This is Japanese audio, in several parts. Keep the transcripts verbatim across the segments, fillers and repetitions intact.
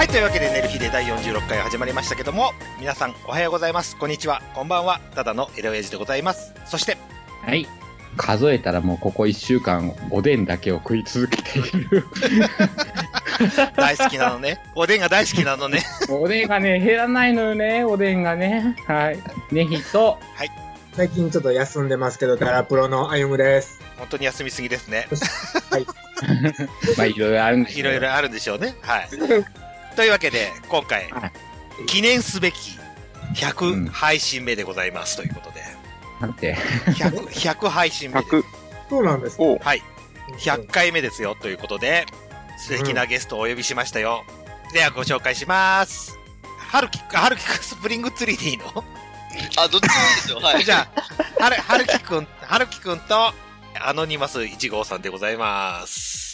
い、というわけで寝る日でだいよんじゅうろっかい始まりましたけども、皆さんおはようございます、こんにちは、こんばんは。ただのエロエイジでございます。そしてはい、数えたらもうここいっしゅうかんおでんだけを食い続けている大好きなのね、おでんが大好きなのねおでんがね減らないのよね、おでんがね。はい、ねひと、 はい、最近ちょっと休んでますけど、ガラプロのあゆむです。 本当に休みすぎですねはいまあいろいろあるんでしょう、 いろいろあるんでしょうね。はいというわけで今回、はい、記念すべきひゃく配信目でございますということで、 なんてひゃく, ひゃく配信目です。 そうなんですか。 はい、ひゃっかいめですよということで、素敵なゲストをお呼びしましたよ、うん、ではご紹介します。はるきはるきくんスプリングツリーでいいのあ、どっちもいいですよ。はい。 じゃあはるはるきくんはるきくんとアノニマスいち号さんでございます。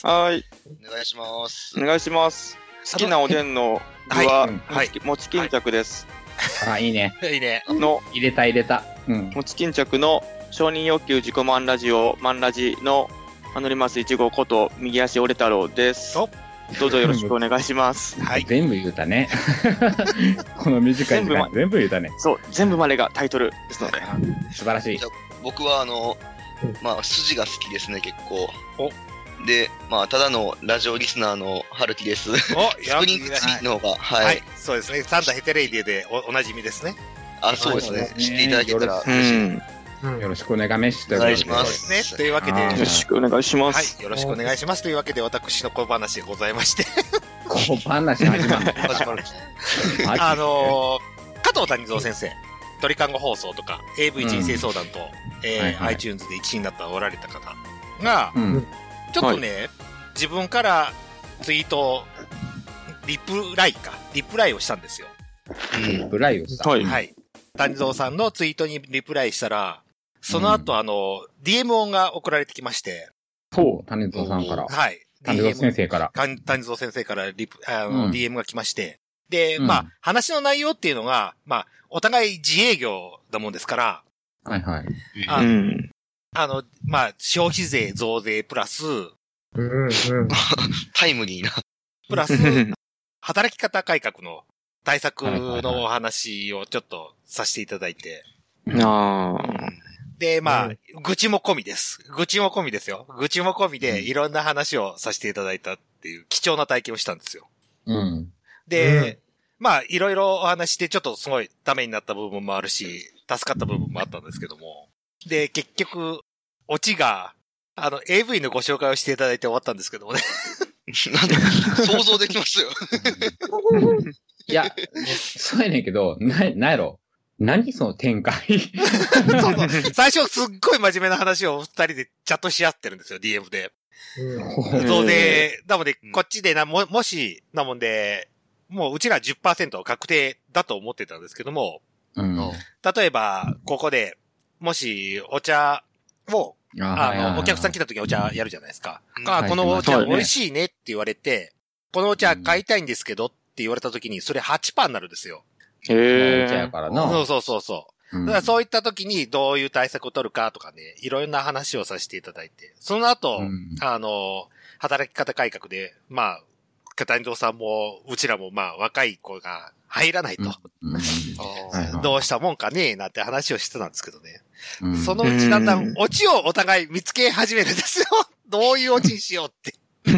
はい。 お願いします。 お願いします。好きなおでんの具は、はい、もち巾着です。 はい、あ、いいね。 いいね。 の、 入れた入れた。 うん。もち巾着の承認欲求自己満ラジオ、満ラジのアノニマスいち号こと右足折れ太郎です。どうぞよろしくお願いします。 はい。全部言うたね。この短い時間全部言うたね。 そう、全部までがタイトルですので。 素晴らしい。 じゃ僕はあの、まあ、筋が好きですね、結構。おで、まあ、ただのラジオリスナーの春樹です。おスプリングツリーの方が、はい、はい。 そうですね。サンダヘテレイディで お, おなじみですね。 あ、そうですね。知っていただけたら嬉しい。 うん、よろしくお願いします。 お願いします。 ね、というわけで、よろしくお願いします。 はい、よろしくお願いします。というわけで、私の小話でございまして。 小話始まる。 始まる。 あのー、加藤谷蔵先生、鳥看護放送とか、エーブイ 人生相談と、うんえーはいはい、iTunes でいちいになったおられた方が、うん、ちょっとね、はい、自分からツイート、リプライか、リプライをしたんですよ。 リプライをした。 はい。はい。谷蔵さんのツイートにリプライしたら、その後、うん、あの、ディーエム 音が送られてきまして。 そう、谷蔵さんから。 はい。 谷蔵先生から。 谷蔵先生からリプ、あの、うん、ディーエム が来まして。で、うん、まあ、話の内容っていうのが、まあ、お互い自営業だもんですから。 はいはい。 あ,、うん、あの、まあ、消費税増税プラス、 うんうん、 タイムリーな。 プラス、働き方改革の対策のお話をちょっとさせていただいて。 ああ。 で、まあ、うん、愚痴も込みです。愚痴も込みですよ。愚痴も込みでいろんな話をさせていただいたっていう貴重な体験をしたんですよ。 うん。 で、うん、まあ、いろいろお話してちょっとすごいためになった部分もあるし、助かった部分もあったんですけども。で、結局、オチが、あの、エーブイ のご紹介をしていただいて終わったんですけどもね。 なんで、想像できますよ。 いや、そうやねんけど、な、なんやろ。何その展開そうそう。最初すっごい真面目な話を二人でチャットし合ってるんですよ、ディーエム で。うん、そうで、なので、こっちでな、も、もし、なもんで、もううちら じゅっパーセント 確定だと思ってたんですけども、 うん、 例えば、ここで、もし、お茶を、あ, あの、お客さん来た時にお茶やるじゃないですか。うん、あ、このお茶美味しいねって言われて、ね、このお茶買いたいんですけどって言われた時に、それ はちパーセント になるんですよ。 へぇー。お茶やからな。 そうそうそうそう。うん、だからそういった時にどういう対策を取るかとかね、いろんな話をさせていただいて、その後、うん、あの、働き方改革で、まあ、谷蔵さんも、うちらもまあ若い子が入らないと。うんうん、どうしたもんかねえなんて話をしてたんですけどね。うん、そのうちだんだんオチをお互い見つけ始めるんですよ。どういうオチにしようって。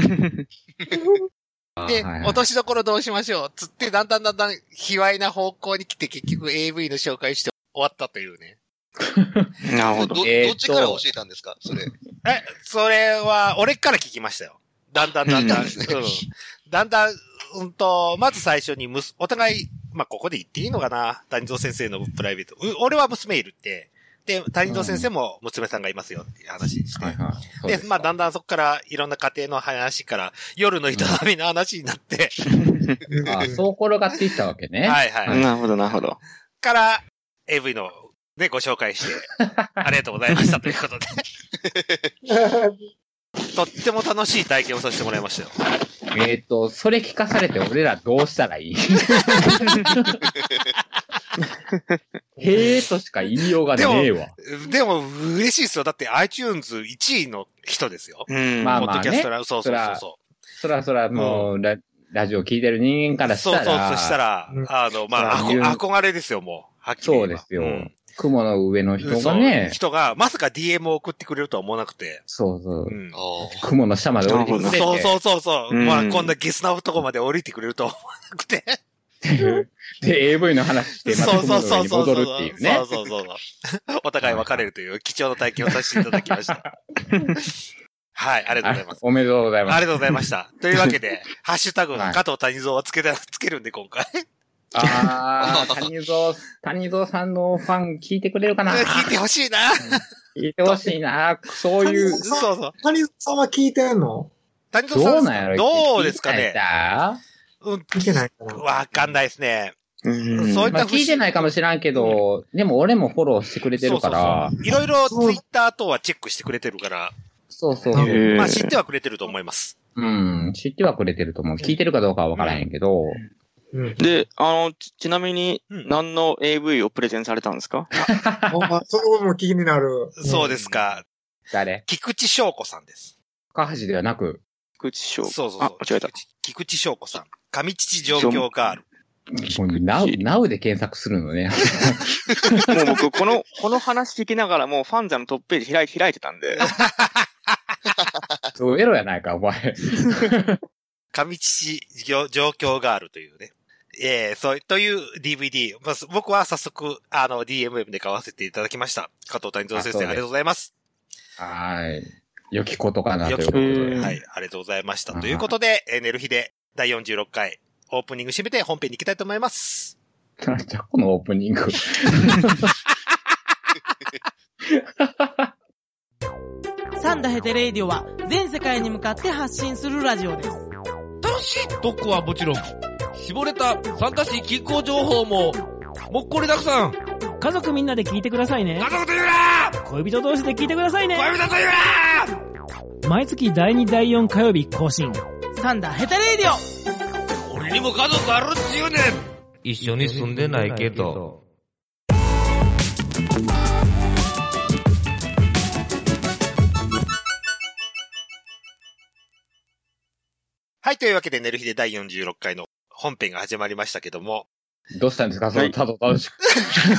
で、はいはい、落としどころどうしましょうつってだんだんだんだん卑猥な方向に来て結局 エーブイ の紹介して終わったというね。 なるほど。ど、どっちから教えたんですかそれ。 え、それは俺から聞きましたよ。だんだんだんだん。うん。だんだん、うんと、まず最初にむす、お互い、まあ、ここで言っていいのかな谷蔵先生のプライベート。俺は娘いるって。で、谷蔵先生も娘さんがいますよっていう話して。うんはいはい、で, で、まあ、だんだんそこからいろんな家庭の話から、夜の営みの話になって。 うん、ああ、そう転がっていったわけね。 はいはい。 なるほど、なるほど。 から、エーブイ の、ね、ご紹介して、ありがとうございましたということで。とっても楽しい体験をさせてもらいましたよ。 えっと、それ聞かされて俺らどうしたらいいへーとしか言いようがねえわ。 でも、でも嬉しいですよ。だって iTunes いちいの人ですよ。 うん。まあまあね。 ポッドキャストラ、そうそうそうそう。 そらそらもう、うん、ラ、 ラジオ聞いてる人間からしたら。 そうそう、そしたら、あの、まあ、憧れですよ、もう。はっきり言えば。 そうですよ。うん、雲の上の人がね。 人が、まさか ディーエム を送ってくれるとは思わなくて。 そうそう。うん、雲の下まで降りてくれて。 そうそうそうそう。うん、まあ、こんなゲスなとこまで降りてくれるとは思わなくて。 で、エーブイ の話して、また雲の上に戻るっていうね。 そうそうそうそう。お互い別れるという貴重な体験をさせていただきました。はい、ありがとうございます。 おめでとうございます。 ありがとうございました。というわけで、ハッシュタグ、加藤谷蔵はつけた、つけるんで、今回。 ああ、谷蔵、谷蔵さんのファン聞いてくれるかな聞いてほしいな。 聞いてほしいな。そういう。 そうそう。 谷蔵さんは聞いてんの？ 谷蔵さんどうなんやろ？どうですかね？ うん、聞いてないかな。 わかんないですね。 うん、そういった、まあ、聞いてないかもしらんけど、うん、でも俺もフォローしてくれてるから。 そうそうそう、いろいろツイッターとはチェックしてくれてるから。 そうそう。 まあ知ってはくれてると思います。 うん、知ってはくれてると思う。聞いてるかどうかはわからへんけど。 うん、で、あの、ち、ちなみに、何の エーブイ をプレゼンされたんですか？ うん、そこも気になる。 そうですか。 誰？ 菊池翔子さんです。 高橋ではなく。 菊池翔子。 そうそうそう。 あ、間違えた。 菊池翔子さん。上父状況ガール。 ナウ、ナウで検索するのね。 もう僕、この、この話聞きながらもうファンザのトップページ開い開いてたんで。 そう、エロやないか、お前。 上父状況ガールというね。えー、そう、という ディーブイディー。まあ、僕は早速、あの、ディーエムエム で買わせていただきました。加藤谷蔵先生、ありがとうございます。 はい。良きことかなということで。はい、ありがとうございました。ということで、えー、寝る日でだいよんじゅうろっかい。オープニング締めて本編に行きたいと思います。 なんじゃこのオープニング。 サンダヘテレイディオは全世界に向かって発信するラジオです。 楽しい特攻はもちろん、絞れた参加し気候情報ももっこりたくさん。 家族みんなで聞いてくださいね。 家族と言うな！ 恋人同士で聞いてくださいね。 恋人と言うな！毎月だいにだいよん火曜日更新。サンダヘテレイディオ。 俺にも家族あるっちゅうねん。一緒に住んでないけど。 はい、というわけで寝る日でだいよんじゅうろっかいの本編が始まりましたけども。 どうしたんですか、そのたどたどしく。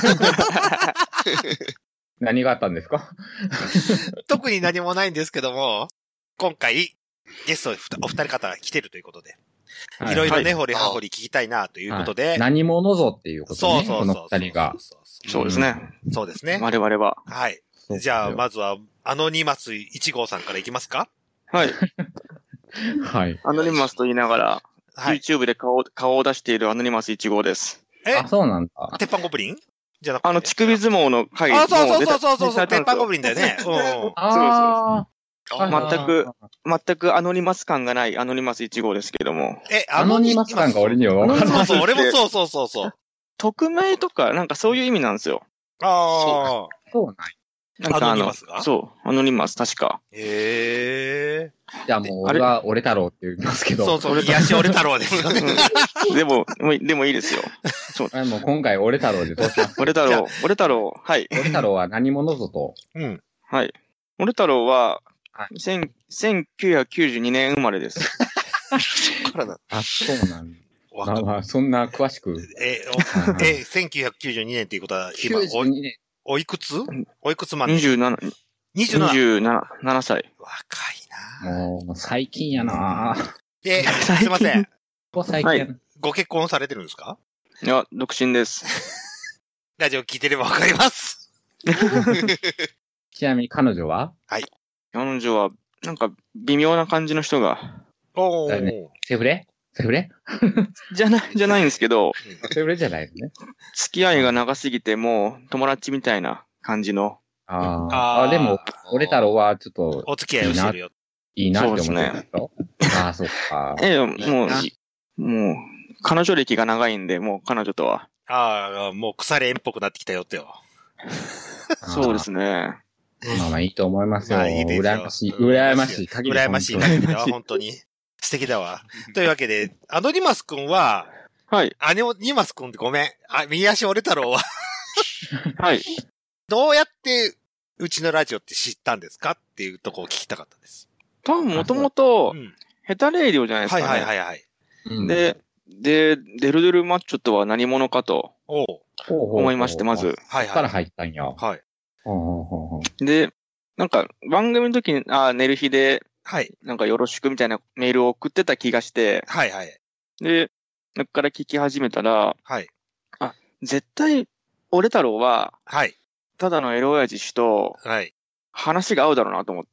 何があったんですか？ 特に何もないんですけども、今回ゲストお二人方が来てるということで。はい、いろいろね、掘り葉掘り聞きたいなということで。はい、 何者ぞっていうことね。 そうそうそうそう。 この二人が。 そうですね。 そうですね。 我々は。 はい。じゃあ、まずは、アノニマスいち号さんからいきますか？ はい。 はい。 アノニマスと言いながら、はい、YouTube で顔、顔を出しているアノニマスいち号です。 え？ あ、そうなんだ。 鉄板ゴブリンじゃなくて。 あの、乳首相撲の回あ、そうそうそうそうそうそう、鉄板ゴブリンだよね。うん。そうそうあ全く、全くアノニマス感がないアノニマスいち号ですけども。 え、アノニマス感が俺には分からない。 そうそう、俺もそうそうそうそう。 匿名とか、なんかそういう意味なんですよ。 ああ。 そうなんなんかあの、そう、アノニマス、確か。 へえ。 じゃあもう、俺は俺太郎って言いますけど。 そうそう、癒し俺太郎ですよね。 でも、でもいいですよ。 そう。もう今回俺太郎でどうします？ 俺太郎、俺太郎、はい。 俺太郎は何者ぞと。 うん。 はい。俺太郎は、せんきゅうひゃくきゅうじゅうにねん生まれです。 そっからだ。あ、そうなんだ。まあまあ、そんな詳しく。 え、え、せんきゅうひゃくきゅうじゅうにねんっていうことは、今、お、おいくつおいくつまで ?にじゅうなな。にじゅうなな。にじゅうななさい。 若いなもう、最近やなえ、すいません。 最近やな。 ご結婚されてるんですか？ いや、独身です。 ラジオ聞いてればわかります。 ちなみに彼女は？ はい。 彼女は、なんか、微妙な感じの人が。 おー。ね、 セフレセフレじゃない、じゃないんですけど。 セフレじゃないのね。 付き合いが長すぎて、もう、友達みたいな感じの。 ああ。あ、でも、俺太郎はちょっと。 お付き合いをしてるよ。 いいなって思ってた人。ああ、そっか。 ええ、もう、もう、彼女歴が長いんで、もう彼女とは。 ああ、もう腐れ縁っぽくなってきたよってよ。 そうですね。 まあまあいいと思いますよ。 まあいいですよ。 羨ましい。羨ましい限り。 羨ましい限りだわ、本当に。素敵だわ。というわけで、アノニマス君は、 はい。 アノニマス君ってごめん。あ、右足折れ太郎は。 はい。 どうやって、うちのラジオって知ったんですかっていうところを聞きたかったです。 多分もともと、ヘタレイディオじゃないですかね。 はいはいはいはい。 うん、 で、で、デルデルマッチョとは何者かと思いまして、まず。 はいはい。から入ったんや。 はい。 で、なんか番組の時に、あ、寝る日で、 はい。 なんかよろしくみたいなメールを送ってた気がして、 はいはい。 で、そっから聞き始めたら、 はい。 あ、絶対、俺太郎は、 はい。 ただのエロ親父氏と、 はい。 話が合うだろうなと思って。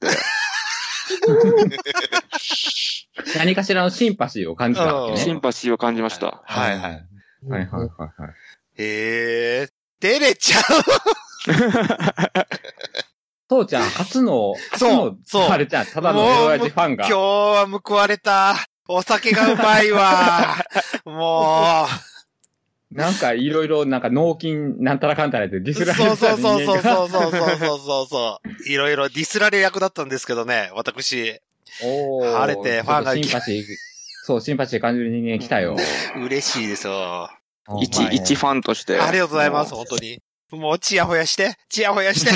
何かしらのシンパシーを感じたわけね。 シンパシーを感じました。 はいはい。 はいはいはいはい。 へえ、照れちゃう父ちゃん、初の、初の、 そう、 あれじゃん、ただのエロ親父ファンが。 今日は報われた。お酒がうまいわ。もう。なんかいろいろ、なんか脳筋なんたらかんたらでディスられてたそうそうそうそうそうそうそうそう。いろいろディスられ役だったんですけどね、私。 おー。 晴れてファンが。 シンパシー、そう、シンパシー感じる人間来たよ。 嬉しいですよ。 一、一ファンとして。 ありがとうございます、本当に。もう、チヤホヤして、チヤホヤして。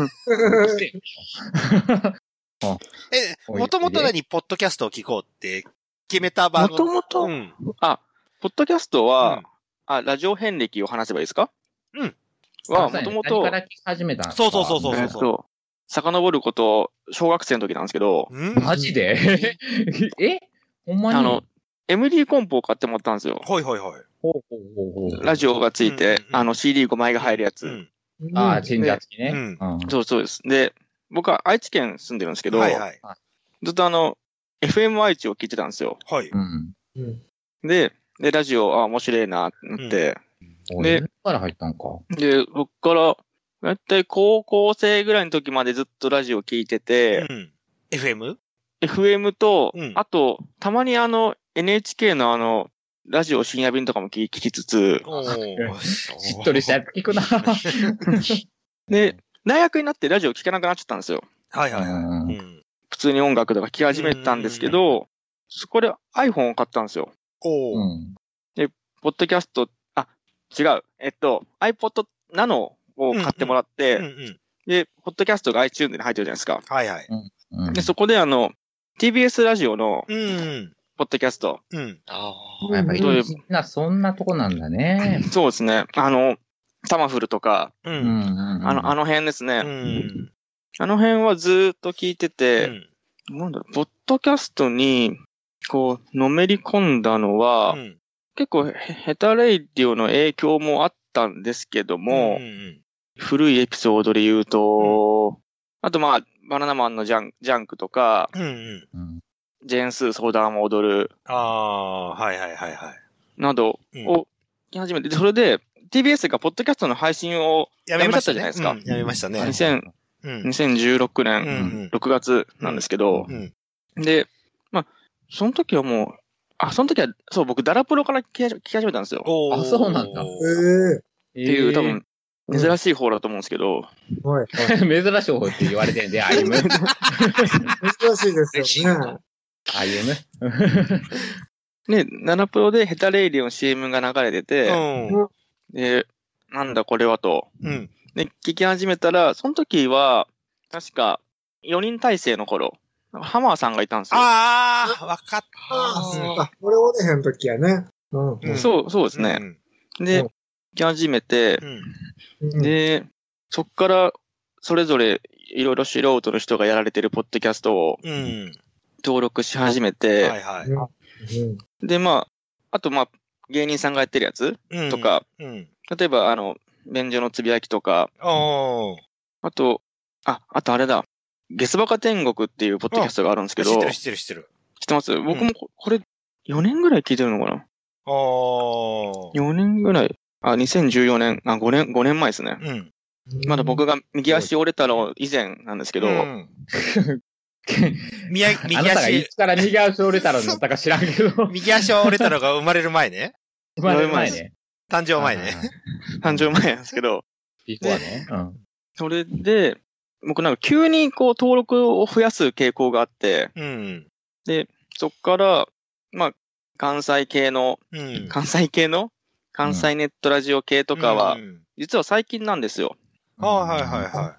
え、もともと何、ポッドキャストを聞こうって決めた番組。 もともとうん。 あ、ポッドキャストは、 うん、 あ、ラジオ遍歴を話せばいいですか？ うん。 は、もともと、 から聞き始めた。 そうそうそうそうそう。えっと、 遡ること、小学生の時なんですけど。 んマジでえほんまにあの、エムディー コンポを買ってもらったんですよ。 はいはいはい。 ほうほうほうほう。 ラジオがついて、うんうんうん、あの シーディーご 枚が入るやつ。うんうん、ああ、チェンジャー付きね、うんうん。そうそうです。で、僕は愛知県住んでるんですけど、はいはい、ずっとあの、エフエム 愛知を聞いてたんですよ。 はい。 で、で、ラジオ、あ、面白いなってなって、 うん、で、から入ったんか。 で、僕から、だいたい高校生ぐらいの時までずっとラジオ聞いてて、 うん、エフエム？ エフエム と、 うん、 あと、たまにあの、エヌエイチケー のあの、ラジオ深夜便とかも聞きつつ、 しっとりしたやつ聞くなで、大学になってラジオ聞かなくなっちゃったんですよ。 はいはいはい。うん、 普通に音楽とか聞き始めたんですけど、そこで iPhone を買ったんですよ。 おうん、 で、ポッドキャスト、あ、違う。えっと、iPod Nano を買ってもらって、 うんうんうんうん、 で、ポッドキャストが iTunes に入ってるじゃないですか。 はいはい。 うん、 で、そこであの、ティービーエス ラジオの、 うんうんポッドキャスト。 うん。 ああ。やっぱり、みんなそんなとこなんだね。 そうですね。あの、タマフルとか、 うん。 あの、あの辺ですね。 うん。 あの辺はずーっと聞いてて、うん、なんだろう、ポッドキャストに、こう、のめり込んだのは、うん、結構、ヘタレイディオの影響もあったんですけども、うんうん、古いエピソードで言うと、うん、あとまあ、バナナマンのジャンジャンクとか、 うんうんジェーンスー相談を踊る。 ああ、はいはいはいはい。 などを聞き始めて、それで ティービーエス がポッドキャストの配信をやめちゃったじゃないですか。 やめましたね。 にせん、にせんじゅうろくねんろくがつなんですけど、 うんうん、で、まあ、その時はもう、あ、その時は、そう、僕、ダラプロから聞き始めたんですよ。 あ、そうなんだ。へー。 っていう、多分、珍しい方だと思うんですけど。 はい。 珍しい方って言われてんで、あゆむ。珍しいですよね。 あゆむ。 ね、ナナプロでヘタレイディオの シーエム が流れてて、 うん、 で、なんだこれはと。 うん、 で、聞き始めたら、その時は、確か、よにん体制の頃、ハマーさんがいたんですよ。 ああ、わかった。 あ、俺おれへん時やね。うんうん、そう、そうですね。うん、で、聞き始めて、 うん、 で、そっから、それぞれ、いろいろ素人の人がやられてるポッドキャストを、登録し始めて、 はいはい、 で、まあ、あと、まあ、芸人さんがやってるやつとか、 うんうん、 例えば、あの、便所のつぶやきとか、あと、あ、あとあれだ、ゲスバカ天国っていうポッドキャストがあるんですけど、 知ってる知ってる知ってる。 知ってます？僕もこれ、よねんぐらい聞いてるのかな？ あー。 よねんぐらい。あ、にせんじゅうよねん、あ、ごねん、ごねんまえですね。 うん。 まだ僕が右足折れたの以前なんですけど、うん、 右足。 あなたがいつから右足折れたのだったか知らんけど。 右足折れたのが生まれる前ね。 生まれる前ね。 誕生前ね。 誕生前なんですけど。 ビフォーね。うん。 それで、僕なんか急にこう登録を増やす傾向があって、 うん、 で、そっから、まあ、関西系の、 うん、 関西系の関西ネットラジオ系とかは、うん、実は最近なんですよ。 はいはいはいはい。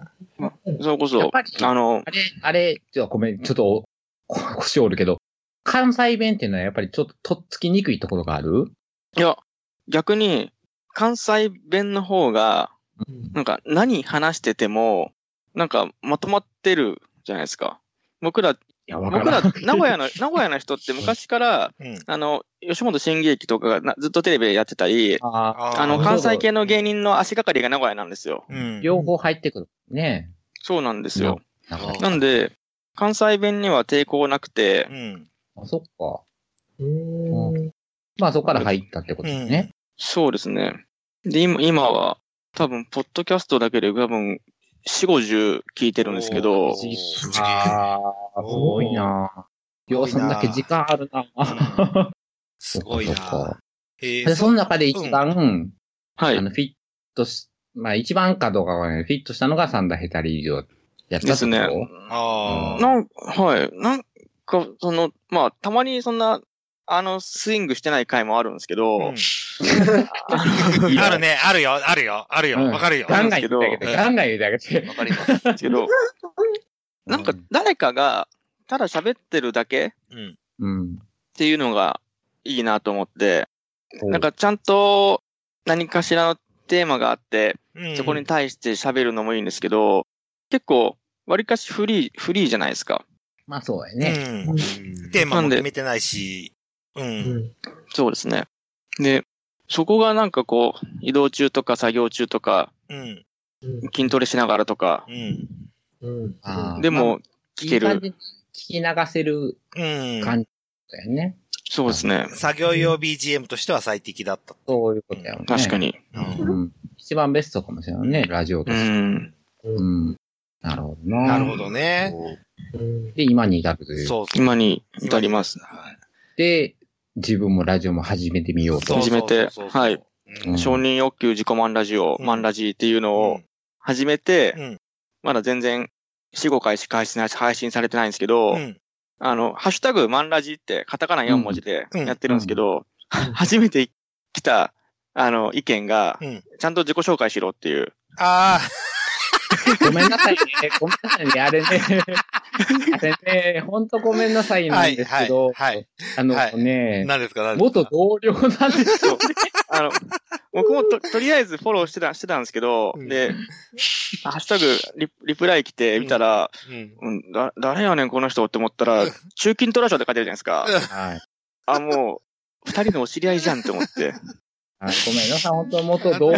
まあ、それこそ、あの、 あれ、あれ、ちょっとごめん、ちょっと、腰折るけど、 関西弁っていうのはやっぱりちょっととっつきにくいところがある？ いや、逆に、関西弁の方が、なんか何話してても、なんかまとまってるじゃないですか。僕ら、僕ら、名古屋の、名古屋の人って昔から、うん、あの、吉本新喜劇とかがずっとテレビでやってたり、あ, あの、関西系の芸人の足がかりが名古屋なんですよ。 うん、両方入ってくる。ね。 そうなんですよ。なんで、関西弁には抵抗なくて、 うん、あ、そっか。うん。まあそこから入ったってことですね。うん、 そうですね。で、今、今は、多分、ポッドキャストだけで多分、よん、ごじゅう聞いてるんですけど。 ああ、すごいな。よう、そんだけ時間あるな。 すごいな。 へえ。その中で一番、うん、 はい。 あの、フィットし、まあ一番かどうかはね、フィットしたのがサンダーヘタリーをやったですね。 ああ。なん、はい。なんか、その、まあ、たまにそんな、あの、スイングしてない回もあるんですけど。うん、 あるね、あるよ、あるよ、あるよ、わ、うん、かるよ。 ガンガン言ってあげて、ガンガン言ってあげて。 わかります。けど、なんか誰かが、ただ喋ってるだけ、うん、っていうのがいいなと思って、うん、なんかちゃんと何かしらのテーマがあって、うん、そこに対して喋るのもいいんですけど、結構、わりかしフリー、フリーじゃないですか。 まあそうやね。 うん、テーマも決めてないし、うん。 そうですね。で、そこがなんかこう、移動中とか作業中とか、うん、筋トレしながらとか、うんうん、でも、聞ける、まあ。いい感じに聞き流せる感じだよね。 そうですね。 作業用 ビージーエム としては最適だった。 そういうことだよね。 確かに、 うん。一番ベストかもしれないね、ラジオとして。うん。うん、なるほどな。 なるほどね。 で、今に至るという。 そうそう。今に至ります。 で、自分もラジオも始めてみようと。 始めて、はい。うん、承認欲求自己満ラジオ、うん、満ラジっていうのを始めて、うん、まだ全然よん、ごかいしか配信されてないんですけど、うん、あの、ハッシュタグ満ラジってカタカナよん文字でやってるんですけど、うんうん、初めて来た、あの、意見が、ちゃんと自己紹介しろっていう。 ああ。 ごめんなさいね。ごめんなさいね。あれね。あれね、ほんとごめんなさいなんですけど、はいはい、あのね、 はい、何ですか、何ですか。元同僚なんですよ。 あの、僕もと、とりあえずフォローしてた、してたんですけど、うん、で、ハッシュタグリ、リプライ来て見たら、うんうん、だ、誰やねんこの人って思ったら、中近東ラジオって書いてるじゃないですか。はい。あ、もう、二人のお知り合いじゃんって思って。 あ、ごめんなさい、本当元同僚。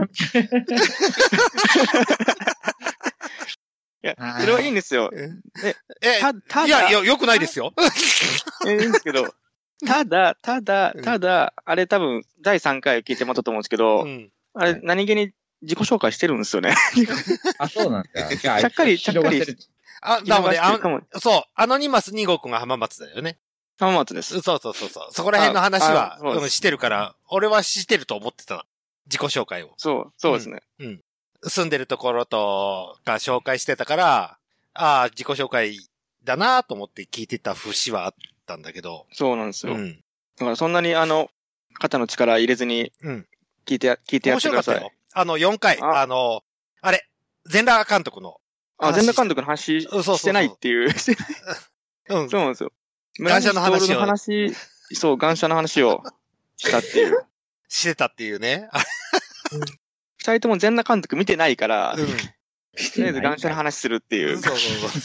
いや、それはいいんですよ。 え、え、た、ただ、いや、いや、よくないですよ。 え、いいんですけど、ただ、ただ、ただ、あれ多分、だいさんかい聞いてもらったと思うんですけど、うん、あれ、何気に自己紹介してるんですよね。 あ、そうなんだ。ちゃっかり、ちゃっかり。 あ、だもね、あそう、アノニマスに号くんが浜松だよね。 浜松です。 そうそうそうそう。そこら辺の話は、うん、してるから、俺はしてると思ってた。自己紹介を。 そう、そうですね。 うん。うん、住んでるところとか紹介してたから、ああ、自己紹介だなと思って聞いてた節はあったんだけど。 そうなんですよ。うん。だからそんなにあの、肩の力入れずに、聞いて、うん、聞いてやってください。面白かったよ。 あの、よんかい、あ, あの、あれ、全裸監督の。 あ、全裸監督の話してないっていう。してない。うん。そうなんですよ。 ガンシャの話を。の話、そう、ガンシャの話をしたっていう。 してたっていうね。 二人とも全裸監督見てないから、うん、とりあえずガンシャの話するっていう。そうそうそう。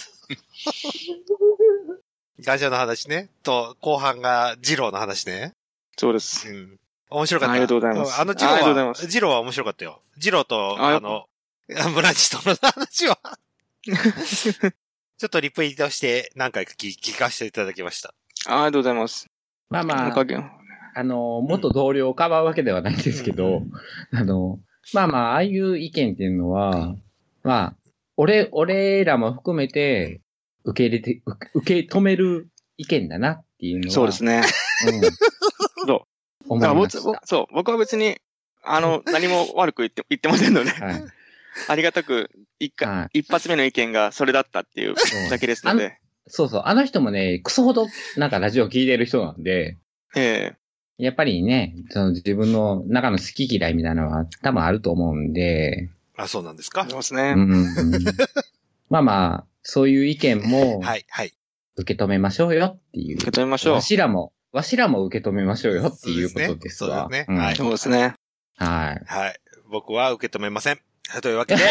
ガンシャの話ね。と、後半がジローの話ね。 そうです。 うん。面白かった。 ありがとうございます。 あのジローは、ジローは面白かったよ。ジローと、あ, あの、ブランチとの話は、ちょっとリプイートして何回か 聞, 聞かせていただきました。 ありがとうございます。 まあまあ、あの、元同僚をかばうわけではないんですけど、うん、あの、まあまあ、ああいう意見っていうのは、まあ、俺、俺らも含めて、受け入れて、受け止める意見だなっていうのは。 そうですね。うん。そう。思いました。そう。僕は別に、あの、何も悪く言って、言ってませんので。はい。ありがたく、一回、はい、一発目の意見がそれだったっていうだけですので。 そうそう。あの人もね、クソほど、なんかラジオ聞いてる人なんで。 ええー。やっぱりね、その自分の中の好き嫌いみたいなのは多分あると思うんで。 あ、そうなんですか？ そうですね。 うん、まあまあ、そういう意見も、 はい、はい。 受け止めましょうよっていう。 受け止めましょう。 わしらも、わしらも受け止めましょうよっていうことですわ。 そうですね。はい。 そうですね。 はい。 はい。僕は受け止めません。というわけで。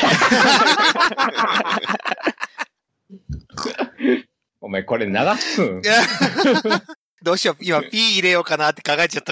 お前これ流すんどうしよう。今 P 入れようかなって考えちゃった。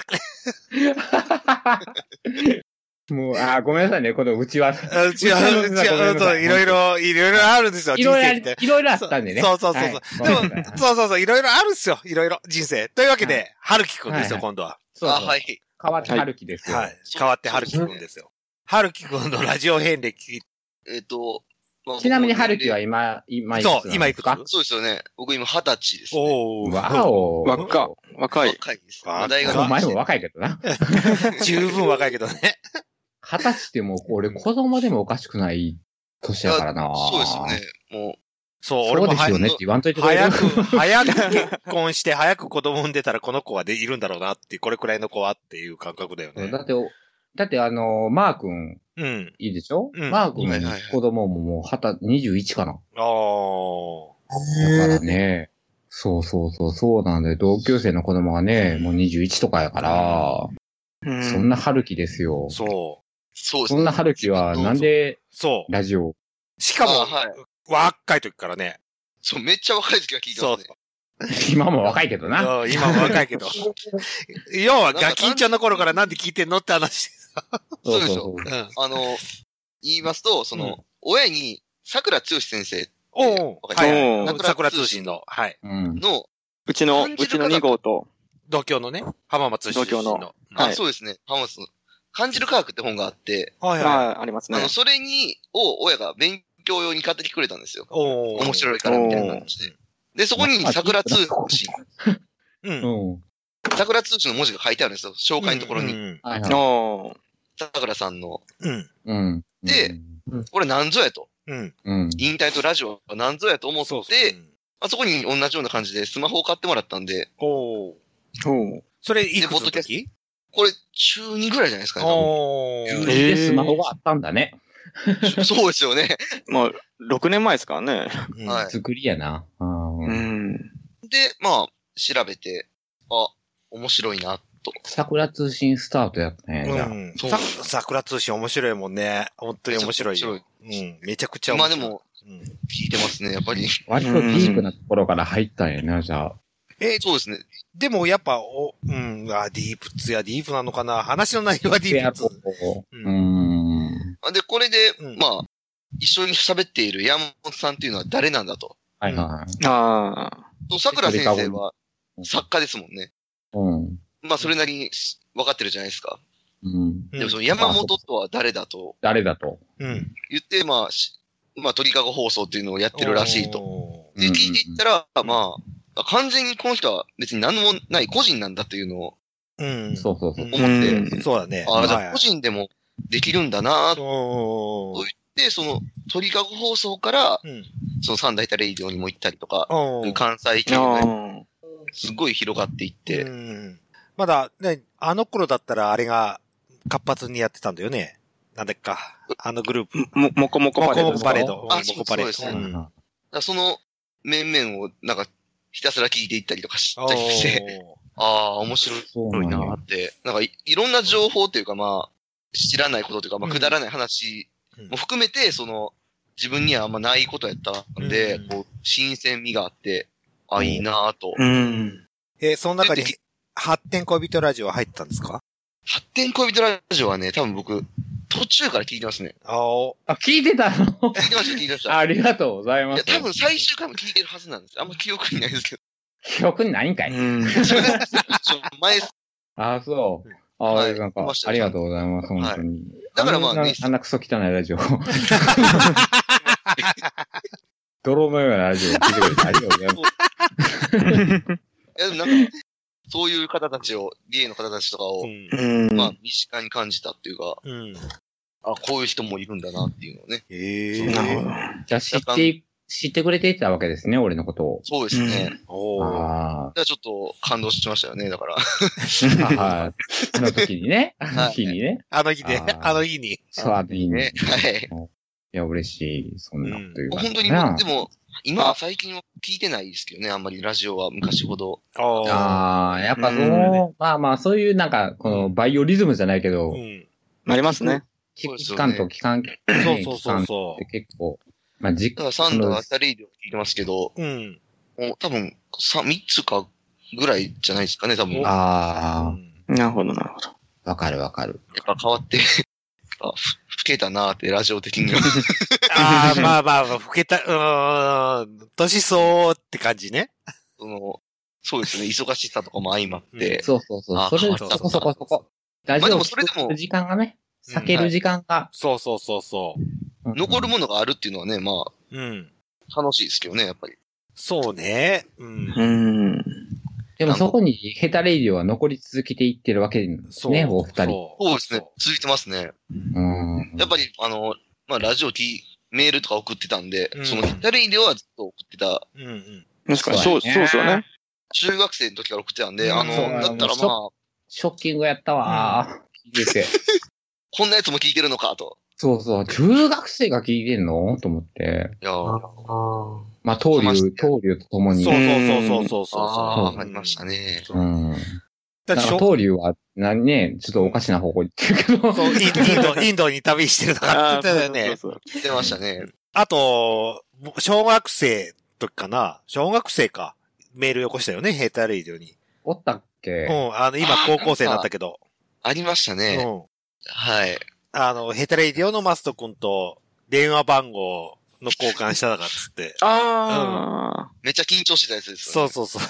もう、あ、ごめんなさいね、このうちわ。うちわ、うちわ、いろいろ、いろいろあるんですよ、 人生って。いろいろあったんでね。 そうそうそう。でも、そうそうそう、いろいろあるんですよ、いろいろ、人生。というわけで、はるきくんですよ、今度は。 そう。はい。変わってはるきですよ。 はい。変わってはるきくんですよ。はるきくんのラジオ遍歴。 えっと、 ちなみにはるきは今、今いくつそう、今いくつそうですよね。僕今二十歳です。 おー。わお。 若、若い。 若いです。 大学。お前も若いけどな。 十分若いけどね。 二十歳ってもう、俺子供でもおかしくない年やからな。 そうですよね。もう。 そう、 俺もそうですよねって言わんといてくれる。 早く、早く結婚して、早く子供産んでたらこの子はでいるんだろうなって、これくらいの子はっていう感覚だよね。 だって、だってあの、マー君。 うん。 いいでしょ、 うん、 マー君の子供ももうはた、にじゅういちかな。ああ。 だからね。そうそうそう、そうなんで、同級生の子供がね、もうにじゅういちとかやから、うん、そんな春樹ですよ。 そう。 そうそんな春樹は、なんで、 そう。 ラジオ。 しかも、はい、若い時からね。 そう、めっちゃ若い時から聞いてますね。 今も若いけどな。 今も若いけど。要は、ガキンちゃんの頃からなんで聞いてんのって話。 そうでしょ。あの、言いますと、その、親に、桜剛先生。 おお。はい。桜通信の。はい。 の、 うちの、うちのに号と。 同郷のね。浜松出身の。 同郷の。 あ、そうですね。浜松の。感じる科学って本があって。 はいはい。 ありますね。 あの、それに、を親が勉強用に買ってきてくれたんですよ。お面白いからみたいな感じで。で、そこに桜通信。 うん。 桜通信の文字が書いてあるんですよ。紹介のところに。桜さんの。 うん。 うん。 で、これ何ぞやと。 うん。 引退とラジオは何ぞやと思って、あそこに同じような感じでスマホを買ってもらったんで。 おー。それいくつの時？ これ中にぐらいじゃないですかね。 おー。でスマホがあったんだね。 そうですよね。 まあ、ろくねんまえですからね。 はい。 作りやな。 うん。 で、まあ、調べて、あ、面白いな、と。 桜通信スタートやったね。 うん。桜通信面白いもんね。本当に面白いよ。うん。めちゃくちゃ面白い。 まあでも、聞いてますね、やっぱり。 割とディープなところから入ったんやな、じゃあ。 え、 そうですね。 でもやっぱ、お、うん、あ、ディープツやディープなのかな。話の内容はディープツ。 うん。 で、これで、まあ、一緒に喋っている山本さんっていうのは誰なんだと。 はいはい。 ああ。 桜先生は作家ですもんね。 うん。 まあ、それなりに分かってるじゃないですか。 うん。 でも、その山本とは誰だと。 誰だと。 うん。 言って、まあ、まあ、鳥かご放送っていうのをやってるらしいと。で、聞いていったら、まあ、完全にこの人は別に何もない個人なんだというのを。 うん。 そうそうそう。 思って。 そうだね。 ああ、じゃあ個人でもできるんだなと言って、その鳥かご放送から、その三大タレイディオにも行ったりとか、関西圏で、すごい広がっていって。 まだ、ね、あの頃だったらあれが活発にやってたんだよね。なんでか。あのグループ。 も、もこもこパレード。 もこもこパレード。 あ、もこパレード。うん。だその面々をなんかひたすら聞いていったりとかしたりして、ああ、面白いなって。なんかい、いろんな情報というかまあ、知らないことというか、まあ、くだらない話も含めて、その、自分にはあんまないことやったんで、こう、新鮮味があって、あ、いいなぁと。 うん。え、その中に、発展恋人ラジオは入ってたんですか？ 発展恋人ラジオはね、多分僕、途中から聞いてますね。 ああ、聞いてたの？ 聞いてました、聞いてました。 ありがとうございます。 いや、多分最終回も聞いてるはずなんです。あんま記憶にないですけど。 記憶にないんかい？うん。 前、 あ、そう。ああ、はい、なんか、ありがとうございます、本当に。はい、 だからまあ、ね、 あんなクソ汚いラジオ。泥のようなラジオを聞いてくれてありがとうございます。 いや、でもなんか、そういう方たちを、ゲイの方たちとかを、うん、まあ、身近に感じたっていうか、うん、あ、こういう人もいるんだなっていうのをね。 へえ。なるほど。 じゃあ知って、知ってくれていたわけですね、俺のことを。 そうですね。 うん、おああ。 じゃあちょっと感動しましたよね、だから。 はい。あの時にね。あの日にね。 あの日で、あの日に。 そう、あの日に。 ね。はい。 いや、嬉しい。そんなこと言う、 うん。本当に、でも、 今、最近は聞いてないですけどね、あんまりラジオは昔ほど。 ああ、やっぱそう、うん、まあまあ、そういうなんか、このバイオリズムじゃないけど、うん、 ありますね。 期間と期間、 そうそうそうそう。 って結構、まあ、じだからサンダー、アタレイディオ聞いてますけど、うん。もう多分、さ、三つかぐらいじゃないですかね、多分。 ああ。 なるほど、なるほど。 わかるわかる。 やっぱ変わって、あ、ふ、ふけたなーって、ラジオ的には。 ああ、まあまあ、ふけた、うーん、年相って感じね。 その、そうですね、忙しさとかも相まって。 うん、そうそうそう。それ、そこそこそこ。ラジオを聞く時間がね、避ける時間が。 そうそうそうそう。 残るものがあるっていうのはね、まあ、うん。楽しいですけどね、やっぱり。 そうね。 うん。うん。でもそこにヘタレイディオは残り続けていってるわけですね、お二人。 そうですね。続いてますね。うん。やっぱり、あの、まあ、ラジオキー、メールとか送ってたんで、うん、そのヘタレイディオはずっと送ってた。うんうん。 確かに、そう、そうですよね。 中学生の時から送ってたんで、あの、だったらまあ。 ショッキングやったわー。聞いてて。 こんなやつも聞いてるのかと。 そうそう。中学生が聞いてんのと思って。いやー。まあ、東流、東流とともに。 そうそうそうそうそう。 ああ、ありましたね。 うん。だから東流は、何ね、ちょっとおかしな方向に行ってるけど。 そう、インド、インドに旅してるとかって言ってたよね。 そうそうそう。言ってましたね。 あと、小学生時かな。小学生か。メールよこしたよね、ヘーターレイディオに。 おったっけ？ うん、あの、今高校生になったけど。 ありましたね。うん。はい。 あの、ヘタレイディオのマスト君と電話番号の交換したのかっつって。 ああ、 うん。めっちゃ緊張してたやつですよね。そうそうそう。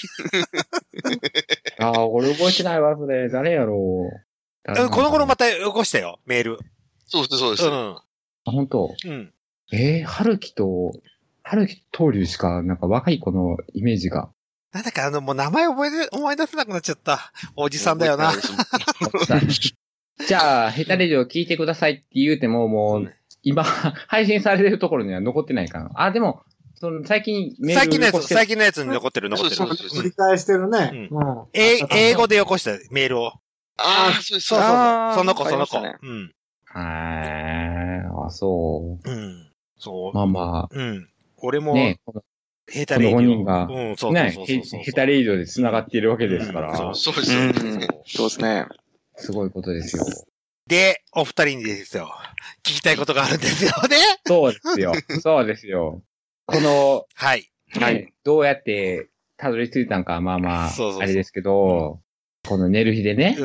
ああ、俺覚えてないわ、それ。誰やろう。 この頃また起こしたよ、メール。 そうです、そうです。うん。あ、 本当？ うん。 えー、春樹と、春樹と東流しか、なんか若い子のイメージが。 なんだかあの、もう名前覚えて、思い出せなくなっちゃった。おじさんだよな。 じゃあ、ヘタレディオ聞いてくださいって言うても、もう、今、配信されてるところには残ってないかな。あ、でも、その、最近メール最近のやつ、最近のやつに残ってる、残ってる。 そうそう、繰り返してるね。 うん。英語でよこしたメールを。 ああ、そうです。 そうそうそう。その子、その子。うん。 へー、あ、そう。 うん。そう。 まあまあ。 うん。俺も、 ね、 ヘタレイディオ。 このごにんが、 うん、そうそうそうそう。 ヘタレイディオで繋がっているわけですから。 そうですね。 そうですね。 すごいことですよ。 で、お二人にですよ。聞きたいことがあるんですよね。 そうですよ。そうですよ。この、 はい。 はい。どうやってたどり着いたんか、まあまあ、そうそうそうあれですけど、うん、この寝る日でね。 うんうん。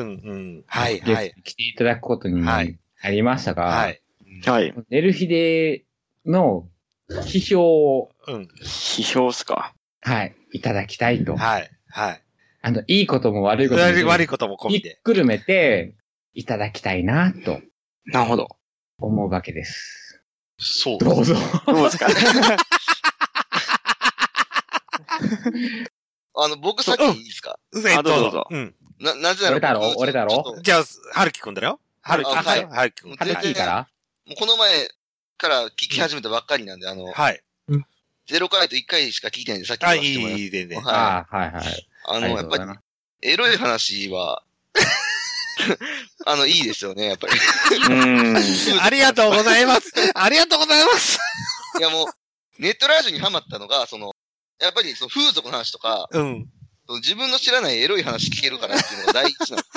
はい、はい。 来ていただくことになりましたが、 はい。 はい。 寝る日での批評を、 うん。 批評っすか。 はい。いただきたいと。 はい。はい。 あの、いいことも悪いことも。悪いことも込みで。 ひっくるめて、いただきたいな、と。 なるほど。 思うわけです。 そう。 どうぞ。 どうですかあの、僕先いいですか？ うん。あ、どうぞどうぞ。うん。 な、なぜなら俺だろ俺だろじゃあ、はるきくんだよ。はるきくん。 はい。 はるきくん。 はるきからもうこの前から聞き始めたばっかりなんで、あの、 はい。 ゼロ回といっかいしか聞いてないんで、さっきあ、いい、いい、全然。 はい。はいはい。 あの、やっぱり、エロい話は、あの、いいですよね、やっぱり。 うん。ありがとうございます。ありがとうございます。 いやもう、ネットラジオにハマったのが、その、やっぱりその風俗の話とか、 うん。 自分の知らないエロい話聞けるからっていうのが第一なんです。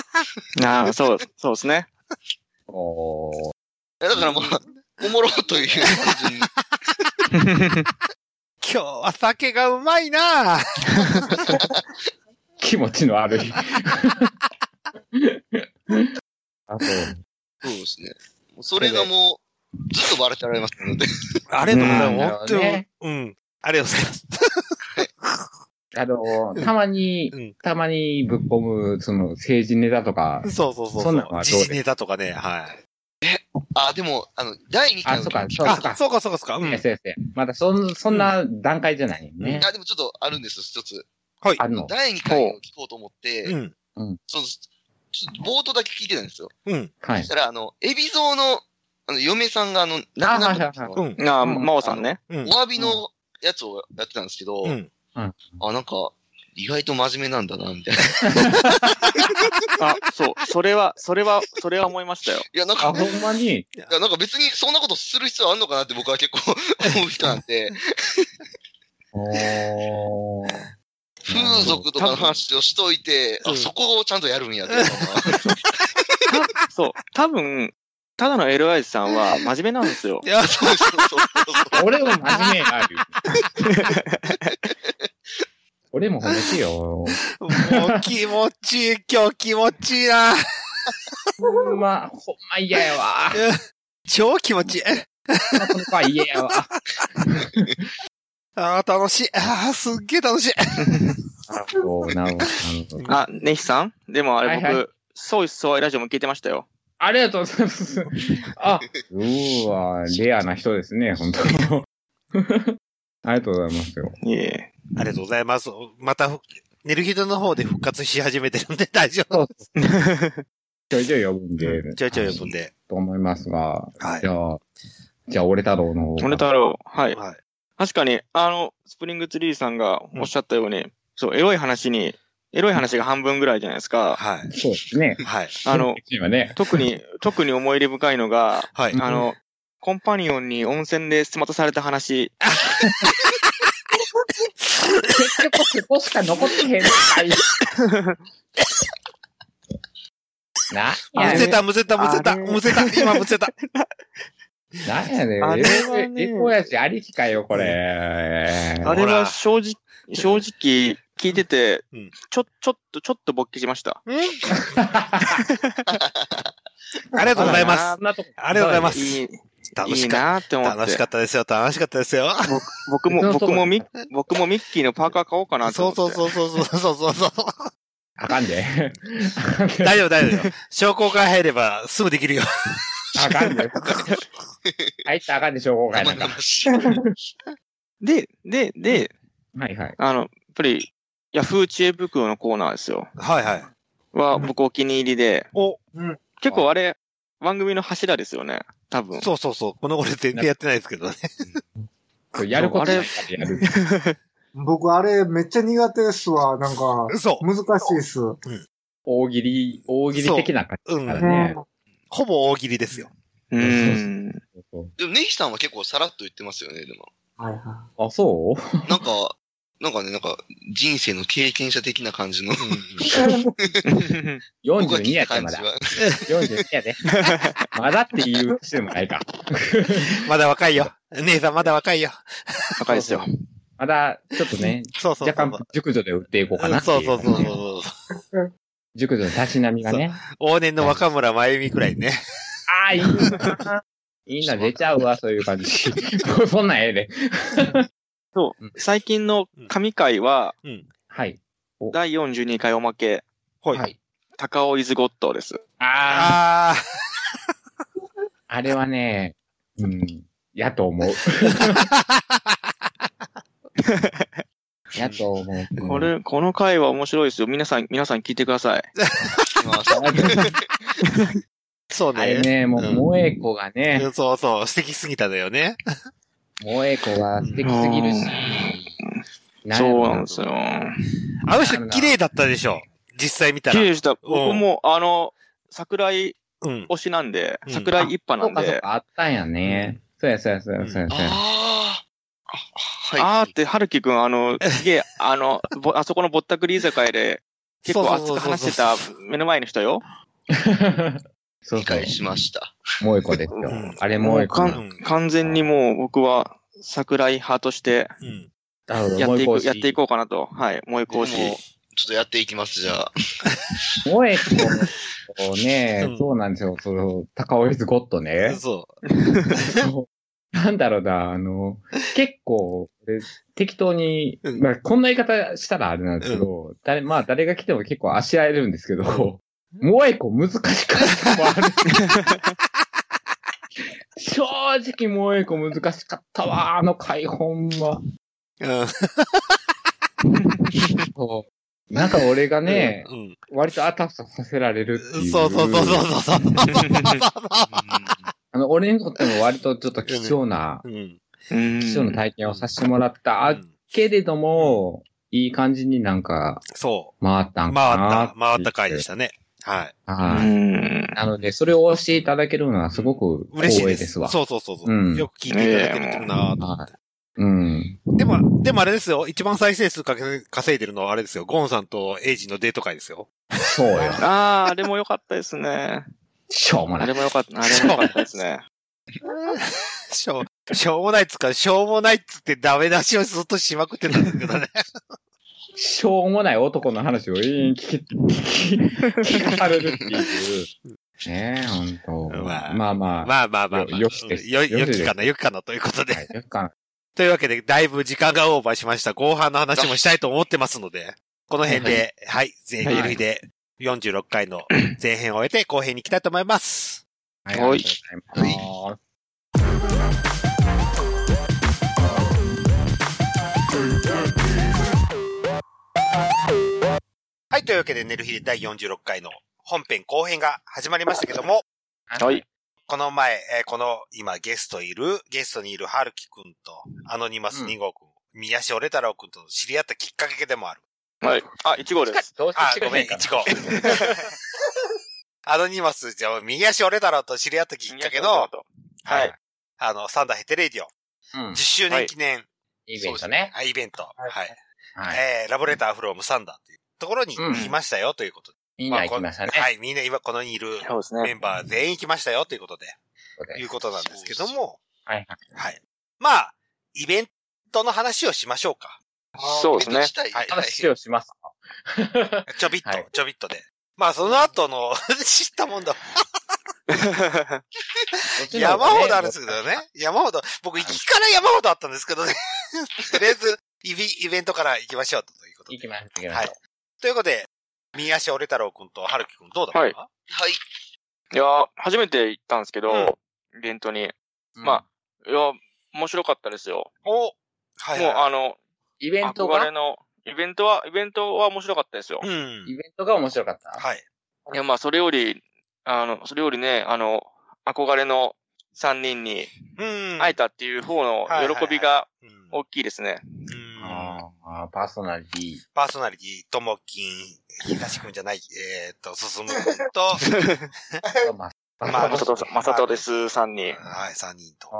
ああ、そう、そうですね。 おー。 だからまあ、おもろという単純に。 今日は酒がうまいなぁ。 気持ちの悪い。あと、 そうですね。それがもう、ずっと笑ってられますので。 ありがとうございます。ね、うん。ありがとうございます。 あの、たまに、うん、たまにぶっ込む、その、政治ネタとか。 そうそうそう。 そんなのはどうですか？ 時事ネタとかね、はい。 え、あ、でも、あの、だいにかいの。 あ、そうか、 そうか、そうか、そうか、そうか。 うん。先生。まだそん、そんな段階じゃないね。 あ、でもちょっとあるんです、一つ。 はい。 あるの。 だいにかいを聞こうと思って、 うん。 うん。 そう、ちょっと冒頭だけ聞いてたんですよ。 うん。 はい。 そしたら、あの、エビゾーの、あの、嫁さんが、あの、 亡くなったんですよ。 うん。あ、真央さんね。 お詫びのやつをやってたんですけど、 うん。 あ、 なんか、 意外と真面目なんだな、みたいな。 あ、そう。それは、それは、それは思いましたよ。 いや、なんか、 あ、ほんまに。 いや、なんか別にそんなことする必要あるのかなって僕は結構思う人なんで。 おー。 風俗とかの話をしといて、あ、そこをちゃんとやるんやってそう。多分、ただの エルアイ さんは真面目なんですよ。 いや、 そうそうそうそう。 俺も真面目ある。俺も褒めてよ。 もう気持ちいい、今日気持ちいいな。 ほんま、ほんま嫌やわ。 超気持ちいい。 この子は嫌やわ。 ああ、楽しい。ああ、すっげえ楽しい。 なるほど、なるほど。 あ、ネヒさんでもあれ僕、はいはい、そういそういラジオも聞いてましたよ。 ありがとうございます。あ、うーわ、レアな人ですね、本当に。ありがとうございますよ。 いえ。 ありがとうございます。また、寝る人の方で復活し始めてるんで大丈夫。 ちょいちょい呼ぶんで、 うん。ちょいちょい呼ぶんで。 と思いますが、 はい。 じゃあ、じゃあ、俺太郎の方。 俺太郎、はい。はい、確かに、あの、スプリングツリーさんがおっしゃったように、うん、そう、エロい話に、エロい話が半分ぐらいじゃないですか。 はい。 そうですね。 はい。 あの、 ね、 特に、特に思い入れ深いのが、 はい。 あの、コンパニオンに温泉でスマトされた話。 結局そこしか残ってへんのかい。なむせた、むせた、むせた、むせた、今むせた。 なんやねん。あれはね、エコやしありきかよ、これ。 あれは正直、正直、聞いてて、うん、ちょ、ちょっと、ちょっと勃起しました。 うんありがとうございます。ありがとうございます。 いい、 楽しかいいなって思って。 楽しかったですよ、楽しかったですよ。 僕も、僕もミッ、僕もミッキーのパーカー買おうかなと思って。 そうそうそうそうそうそうそう。 あかんで。 大丈夫大丈夫。商工会入ればすぐできるよ。 あかんで。入ったらあかんで、商工会なんか。 で、で、で、 はいはい。 あの、やっぱり、ヤフー知恵袋のコーナーですよ。 はいはい。 は、僕お気に入りで。 お、 うん、結構あれ、番組の柱ですよね。多分。 そうそうそう。この頃全然やってないですけどね。 やることないからやる。 僕あれめっちゃ苦手ですわ。なんか、難しいです。うん、 大喜利、大喜利的な感じからね、 うん。ほぼ大喜利ですよ。 うん。 でも、ネヒさんは結構さらっと言ってますよね、でも。 はいはい。 あ、そうなんか、なんかね、なんか、人生の経験者的な感じの。 よんじゅうにやってまだ。よんじゅうにやで。まだって言う人でもないか。 まだ若いよ。姉さんまだ若いよ。 若いですよ。 まだ、ちょっとね、 そうそうそう若干熟女で売っていこうかなっていう。 そうそうそうそう。 熟女のたしなみがね。 往年の若村真由美くらいね。 ああ、いいな。いいな、出ちゃうわ、そういう感じ。そんなんええで。 そう。最近の神回は、 うん。 はい。 だいよんじゅうにかいおまけ。 はい。 高尾イズゴッドです。 ああ。 あれはね、うん、やと思う。やと思う。 これ、この回は面白いですよ。皆さん、皆さん聞いてください。 そうね。 あれね、もう、萌え子がね、 うん。そうそう、素敵すぎただよね。 萌え子が素敵すぎるし。 そうなんですよ。 あの人綺麗だったでしょ。実際見たら。 綺麗でした。僕も、あの、桜井推しなんで、うん、桜井一派なんで。 そうかそうか、あったんやね。そうやそうやそうやそうや。 ああ。 はい。あーって、春樹くん、あの、すげえ、あの、あそこのぼったくり居酒屋で、結構熱く話してた目の前の人よ。 そう理解しました。 萌え子ですよ。あれ萌え子。 完全にもう僕は桜井派として、やっていく、やっていこうかなと。はい。萌え子推し。 ちょっとやっていきます、じゃあ。 萌え子ね、そうなんですよ。その、高尾イズゴッドね。 そう。 なんだろうな、あの、結構、適当に、まあ、こんな言い方したらあれなんですけど、うん、誰、まあ、誰が来ても結構あしらえるんですけど、萌え子難しかったもある。正直萌え子難しかったわ、あの解本は。うん、そうなんか俺がね、うんうん、割とあたふたさせられるっていう。 そうそうそうそうそう。 あの、俺にとっても割とちょっと貴重な、うん、貴重な体験をさせてもらった、うん、けれども、 いい感じになんか、 そう。 回ったんかな。 回った、回った回でしたね。はい。 はい。なので、それを押していただけるのはすごく嬉しいですわ。 そうそうそうそう、うん。よく聞いていただけるとなぁと思って。 うん。 でも、でもあれですよ。一番再生数かけ稼いでるのはあれですよ。ゴンさんとエイジのデート会ですよ。 そうよ。 ああ、あれも良かったですね。 しょうもない。 あれも良かった、あれも良かったですね。 しょう、しょうもないっつか、しょうもないっつってダメ出しをずっとしまくってたんだけどね。 しょうもない男の話を永遠に聞き、聞かされるっていう。ねえ、ほんと。まあまあ。まあまあまあまあ。 よしです。 よ、よきかな、よきかなということで。 はい、よきかな。 というわけで、だいぶ時間がオーバーしました。後半の話もしたいと思ってますので、この辺で、はい、前編日でよんじゅうろっかいの前編を終えて後編に行きたいと思います。 はい。ありがとうございます。 はい、というわけで、寝る日でだいよんじゅうろっかいの本編後編が始まりましたけども、 はい。 この前、えー、この今ゲストいる、ゲストにいるはるきくんと、アノニマスに号くん、うん、宮下俺太郎くんと知り合ったきっかけでもある。 はい。あ、いち号です。 あ、ごめん、いち号。アノニマス、じゃあ、宮下俺太郎と知り合ったきっかけの、はい。あの、サンダーヘテレイディオ。うん。じゅっしゅうねん記念、はい、 イベントね。 はい、イベント。はい。はい、えー、ラボレーターフロームサンダーというところに行きましたよということで。 みんな行きましたね。 はい、みんな今このにいるメンバー全員行きましたよということで。いうことなんですけども。 はいはい。 はい。まあ、イベントの話をしましょうか。 そうですね。 はい。話をしますか。 ちょびっと、はい、ちょびっとで。まあ、その後の知ったもんだ。山ほどあるんですけどね。山ほど。僕、行きから山ほどあったんですけどね。とりあえずイベ、イベントから行きましょうということで。 行きましょう。 はい。ということで、宮下俺太郎くんと春樹くんどうだったか、 はい、はい。 いや、初めて行ったんですけど、うん、イベントに。うん、まあ、いや、面白かったですよ。 おはい、はい。 もう、あの、 イベントが憧れの、イベントは、イベントは面白かったですよ。 うん。 イベントが面白かった。 はい。 いや、まあ、それより、あの、それよりね、あの、憧れのさんにんに会えたっていう方の喜びが大きいですね。 ああ、パーソナリティ。 パーソナリティ、ともきん、東くんじゃない、えっと、すすむくんと、 まあ、まさと、まさとです、さんにん。 はい、さんにんと。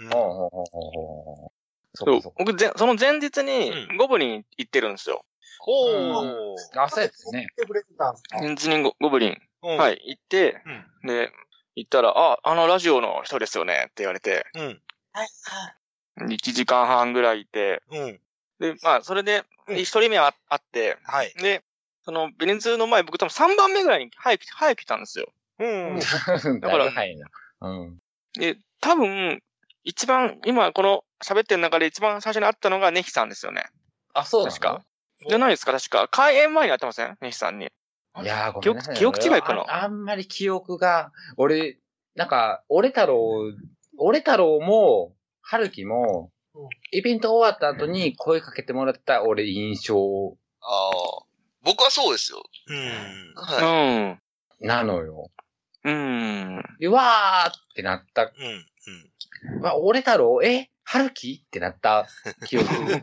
そう。僕、その前日にゴブリン行ってるんですよ。 おー。 あ、そうですね。 前日にゴブリン。はい、行って、で、行ったら、あ、あのラジオの人ですよねって言われて、 うん。 いちじかんはんぐらいいて、 うん。 で、まあ、それで、一人目はあって、 はい。 で、その、ベネズの前、僕多分さんばんめぐらいに早く、早く来たんですよ。 うん。 だから、早いな。うん。 で、多分、一番、今、この喋ってる中で一番最初に会ったのがネヒさんですよね。 あ、そう確か。じゃないですか、確か。開演前に会ってませんネヒさんに。 いやー、ごめんなさい。 記憶違いかなあ, あんまり記憶が、俺、なんか、俺太郎、俺太郎も、春樹も、イベント終わった後に声かけてもらった俺印象。 ああ。僕はそうですよ。 うん。 はい。 うん。なのよ。 うん。 で、わーってなった。 うん。 うん。わ、俺太郎、え春樹ってなった記憶。だ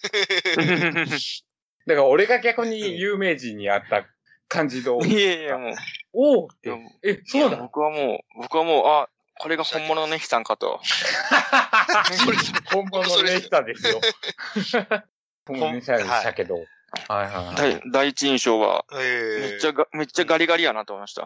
から俺が逆に有名人に会った感じの。 いやいや、もう。 おーって。え、そうだ。 僕はもう、僕はもう、あ、これが本物のネヒさんかと。 本物のネヒさんですよ。本物のネヒさんでしたけど。はいはいはい。 第一印象は、 えー、 めっちゃが、めっちゃガリガリやなと思いました。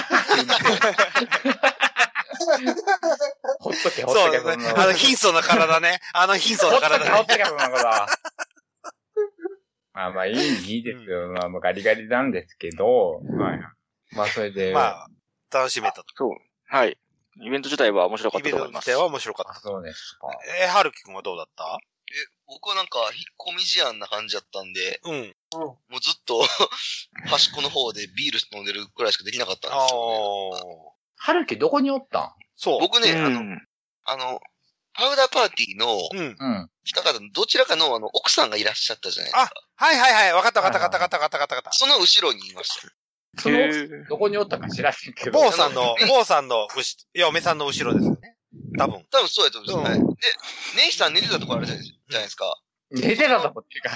ほっとけ、ほっとけ。 そうですね。あの貧相な体ね。あの貧相な体ね。 ほっとけ、ほっとけ、そんなことは。まあまあいい、いいですよ。まあガリガリなんですけど。はい。まあそれで。 まあ、楽しめたと。 そう。はい。イベント自体は面白かったと思います。 イベント自体は面白かった。 そうですか。 えー、はるきくんはどうだった？ え、僕はなんか、引っ込み思案な感じだったんで、 うん。 もうずっと、端っこの方でビール飲んでるくらいしかできなかったんですよ、ね。 はるきどこにおったん？ そう。 僕ね、うん、あの、あの、パウダーパーティーの、 うん。 北方のどちらかのあの、奥さんがいらっしゃったじゃないですか。 あ、はいはいはい。わかったわかったわかったわかったわかった。 その後ろにいました。 その、どこにおったか知らんけど。 坊さんの、坊さんのうし、嫁さんの後ろですよね。多分。 多分そうやと思うんですよ。はい。で、ネイさん寝てたとこあるじゃないですか。 寝てたと思ってるか。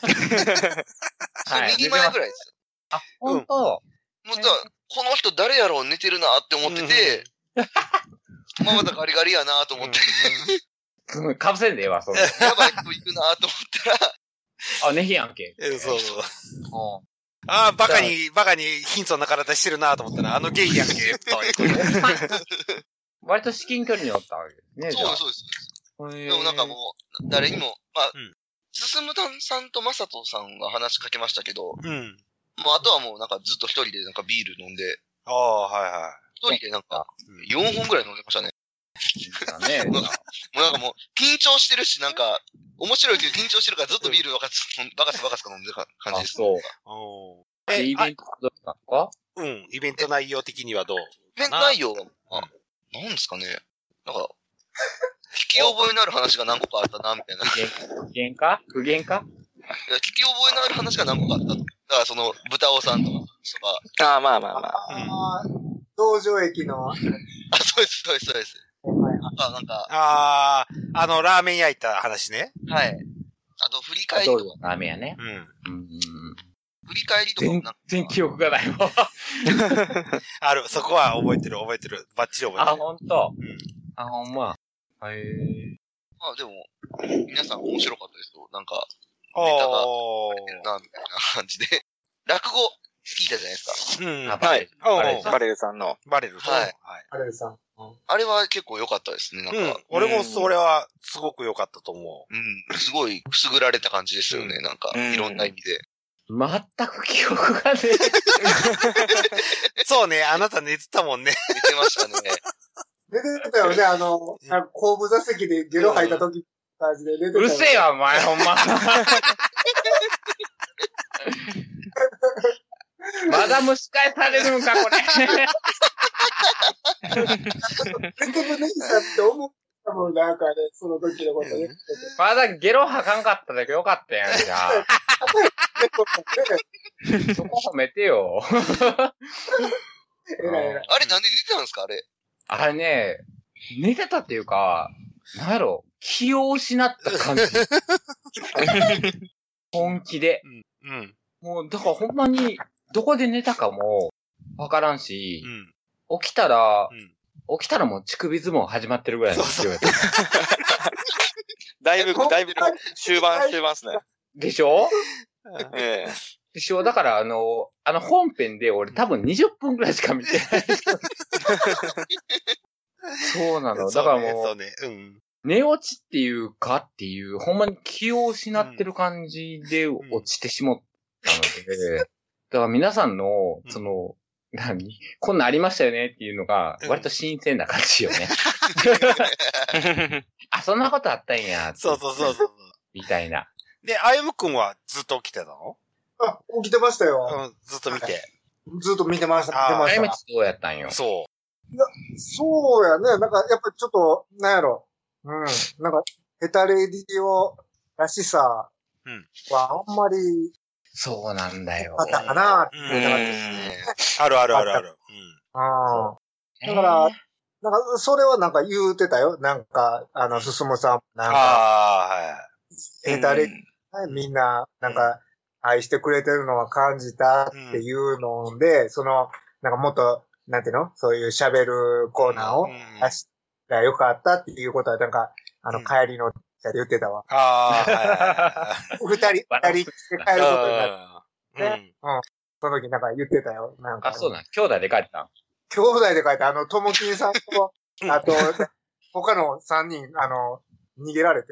はい。にまえぐらいですよ。 あ、ほんと、 もうさ、この人誰やろう寝てるなって思ってて、まあまたガリガリやなと思って。 うん、かぶせんでええわ、それ。 やばい人いるなと思ったら。 あ、ねひやんけ。 え、そうそう。ああ、バカに、バカに貧相な体してるなと思ったら、あのゲイやんけ、ということで。 割と至近距離におったわけですね。 そうです、そうです。でもなんかもう、誰にも、まあ、進むたんさんとまさとさんが話しかけましたけど、うん。もうあとはもうなんかずっと一人でなんかビール飲んで、 ああ、はいはい。 一人でなんか、よんほんぐらい飲んでましたね。 だね。 もうなんかもう、緊張してるし、なんか、面白いけど緊張してるからずっとビールバカス、バカスバカスか飲んでる感じです。 そう。え、イベントどうですか？ うん、イベント内容的にはどう？ イベント内容は、あ、なんですかね。なんか、聞き覚えのある話が何個かあったな、みたいな。 不言か不言かいや、聞き覚えのある話が何個かあった。だからその、豚尾さんとか、とか。ああ、まあまあまあ。 ああ、道場駅の。 あ、そうです、そうです、そうです。あ、なんか。 ああ、あの、ラーメン焼いた話ね。 はい。あと、振り返りとか。 ラーメンやね。 うん。うん。 振り返りとかもなんか。 全然記憶がないわ。 ある、そこは覚えてる、覚えてる。バッチリ覚えてる。 あ、ほんと。うん。あ、ほんま。へえ。 まあでも、皆さん面白かったですよ。なんか、ネタが入ってるな、みたいな感じで。落語聞いたじゃないですか。 うん。 はい。バレルさん。バレルさんの。 バレルさん。はい。 バレルさん。 あれは結構良かったですね、なんか。うん。 俺もそれはすごく良かったと思う。うん。すごいくすぐられた感じですよね、なんか。いろんな意味で。 全く記憶がね。 そうね、あなた寝てたもんね。 寝てましたね。 寝てたよね、あの、後部座席でゲロ吐いた時感じで寝てたよ、ね。 うるせえわ、お前、ほんま。まだ蒸し返されるんか、これ。 全然ネギさんって思ったもん、なんかね、その時のことね。 まだゲロ吐かんかっただけよかったやん、じゃあ。そこ褒めてよ。 えらいえらい。 あれなんで寝てたんですか、あれ。 あれね、寝てたっていうか、なんやろ、気を失った感じ。本気で。 うん。うん、 もう、だからほんまに、どこで寝たかも、わからんし、うん、起きたら、うん、起きたらもう乳首相撲始まってるぐらいの勢いだった。 だいぶ、だいぶ、終盤、終盤ですね。 でしょええ。 でしょだから、あの、あの本編で俺多分にじゅっぷんぐらいしか見てない。そうなの。だからもう、 そうね、うん。 寝落ちっていうかっていう、ほんまに気を失ってる感じで落ちてしまったので、うん、だから皆さんの、その、うん、何こんなんありましたよねっていうのが、割と新鮮な感じよね。あ、そんなことあったんや。 そうそうそうそう。 みたいな。 で、あゆむくんはずっと起きてたの？ あ、起きてましたよ。 うん、ずっと見て。 ずっと見てました、見てました。 あゆむちどうやったんよ。 そう。 いや、そうやね。なんか、やっぱちょっと、なんやろ。うん。なんか、ヘタレディオらしさはあんまり、うん、 そうなんだよ。 あったかなって思ったあるあるあるある。うん。 ああ。だから、なんか、それはなんか言うてたよ。なんか、あの、進むさん、なんか、 ああ、はい。 ヘタレディ、みんな、なんか、愛してくれてるのは感じたっていうので、うん、その、なんかもっと、なんていうのそういう喋るコーナーを出したらよかったっていうことは、なんか、あの、帰りの車で言ってたわ。 ああ、はい。 二人、二人して帰ることになって、うん。その時なんか言ってたよ。なんか。 あ、そうなん。兄弟で帰ったん？ 兄弟で帰った。あの、ともきんさんと、あと、他の三人、あの、逃げられて。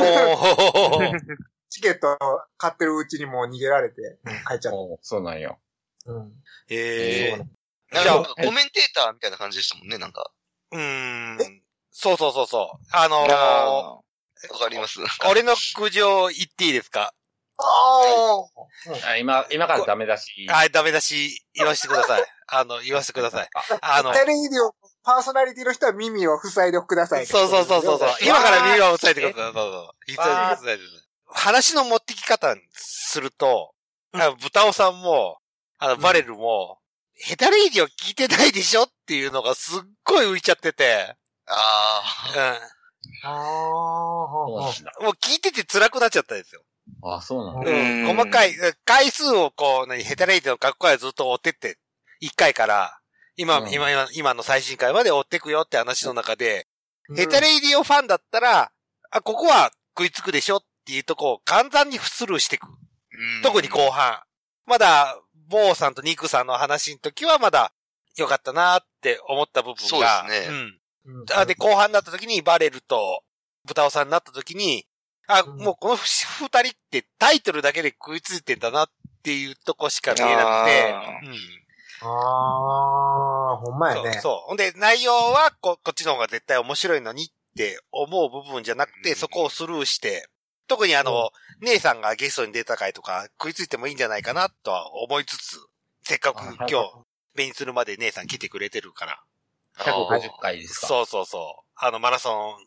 チケット買ってるうちにもう逃げられて、帰っちゃった。 そうなんよ。 うん。 へえ。 なんか、コメンテーターみたいな感じでしたもんね、なんか。 うーん。そうそうそうそう。あのー、 わかります。 俺の苦情言っていいですか？ ああ。今、今からダメだし。 はい、ダメだし、言わせてください。あの、言わせてください。あの、 テレビのパーソナリティの人は耳を塞いでください。 そうそうそうそう。今から耳を塞いでください。そうそう。塞いでください。話の持ってき方すると、豚尾さんも、あの、バレルも、うん、ヘタレイディを聞いてないでしょっていうのがすっごい浮いちゃってて。 ああ。 ああ、もう聞いてて辛くなっちゃったんですよ。 ああ、そうなんだ。 うん。細かい、回数をこう、何、ヘタレイテの格好はずっと追ってって、いっかいから、今、うん、今、今の最新回まで追ってくよって話の中で、うん、ヘタレイディオファンだったら、あ、ここは食いつくでしょっていうとこを簡単にスルーしていく。うん、特に後半。まだ、ボーさんとニクさんの話の時はまだ良かったなって思った部分が。 そうですね。 うん。あで、後半になった時にバレルと豚尾さんになった時に、あ、うん、もうこの二人ってタイトルだけで食いついてんだなっていうとこしか見えなくて。うん。 ああ、ほんまやね。 そう、そう。ほんで、内容はこ、こっちの方が絶対面白いのにって思う部分じゃなくて、うん、そこをスルーして、特にあの、うん、姉さんがゲストに出た回とか食いついてもいいんじゃないかなとは思いつつ、せっかく今日、目にするまで姉さん来てくれてるから。 ひゃくごじゅっかいですか。 そうそうそう。あの、マラソン。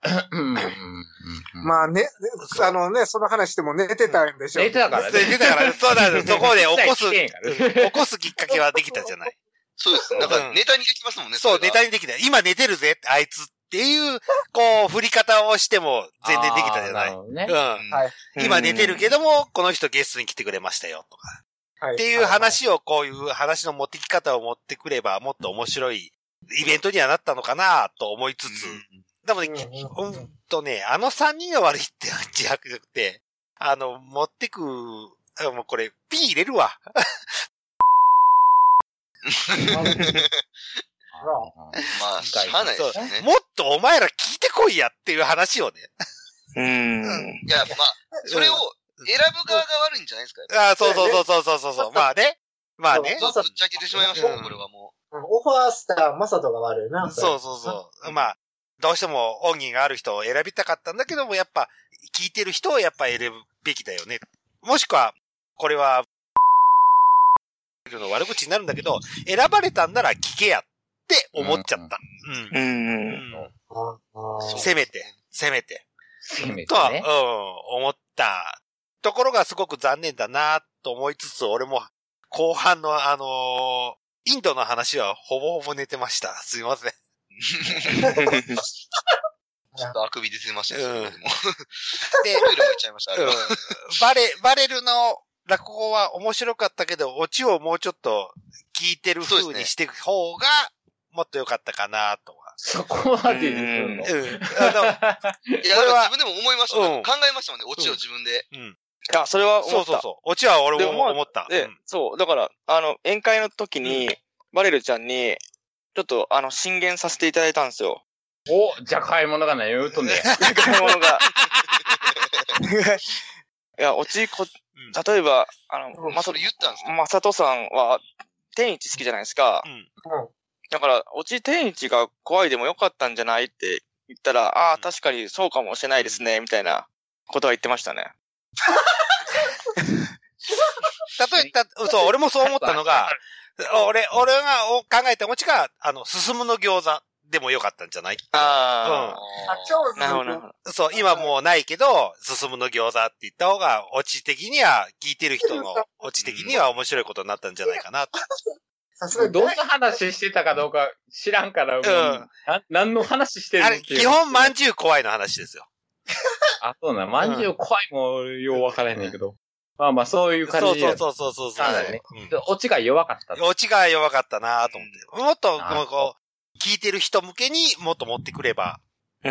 まあね、あのね、その話しても寝てたんでしょ。 寝てたからね。 寝てたから、そうなんです。そこで起こす、起こすきっかけはできたじゃない。 そうです。なんかネタにできますもんね。 そう、ネタにできた。今寝てるぜ、あいつっていう、こう、振り方をしても全然できたじゃない。 ね、 うん。はい、今寝てるけども、この人ゲストに来てくれましたよ、とか。はい、っていう話を、こういう話の持ってき方を持ってくれば、もっと面白いイベントにはなったのかなと思いつつ、でもね、ほんとね、あの三人が悪いってじゃなくて、あの、持ってく、もうこれ、P 入れるわ。 まあ、しゃあないですね。 もっとお前ら聞いてこいやっていう話をね。 うん。 いや、まあ、それを選ぶ側が悪いんじゃないですか。 ああ、そうそうそうそうそうそう。まあね。まあね。 ぶっちゃけてしまいましたね、これはもう。オファースター、マサトが悪いな。 そうそうそう。まあ、どうしても恩義がある人を選びたかったんだけども、やっぱ、聞いてる人をやっぱ選ぶべきだよね。もしくは、これは、の悪口になるんだけど、選ばれたんなら聞けやって思っちゃった。うん。うん。うん、せめて、せめて。 せめて、ね。 とは、うん、思ったところがすごく残念だなと思いつつ、俺も後半のあのー、インドの話はほぼほぼ寝てました。すいません。 ちょっとあくび出てましたけど、うん、でも。 で、 トイレも行っちゃいました、あれは。うん、 バレ、バレルの落語は面白かったけど、オチをもうちょっと聞いてる風にしていく方が、もっと良かったかなとは。 そこまで言うの。うん。あの、 いや、自分でも思いました、ねうん。考えましたもんね、オチを自分で。 うん。いや、それは思った。 そうそうそう。オチは俺も思った。 で、うん、そう。だから、あの、宴会の時に、うん、バレルちゃんに、ちょっと、あの、進言させていただいたんですよ。 お、じゃあ買い物がない言うとんね。 買い物が。いや、オチこ、例えば、あの、 まさと言ったんですか？ まさとさんは、天一好きじゃないですか。うん。だから、オチ天一が怖いでもよかったんじゃないって言ったら、ああ、確かにそうかもしれないですね、みたいなことは言ってましたね。 例えば、そう、俺もそう思ったのが、俺、俺が考えたオチが、あの、進むの餃子でもよかったんじゃない？ ああ。 うん。 なるほど、なるほど。 そう、今もうないけど、進むの餃子って言った方が、オチ的には、聞いてる人のオチ的には面白いことになったんじゃないかなと。 どんな話してたかどうか知らんから、うん。な何の話してるのあれ、基本、まんじゅう怖いの話ですよ。 あ、そうな。まんじゅう怖いもよう分からへんねんけど。まあまあ、そういう感じで。 そうそうそうそうそう。 ね。うん、オチが弱かった。 オチが弱かったなと思って。もっと、こう、聞いてる人向けにもっと持ってくれば。 うん。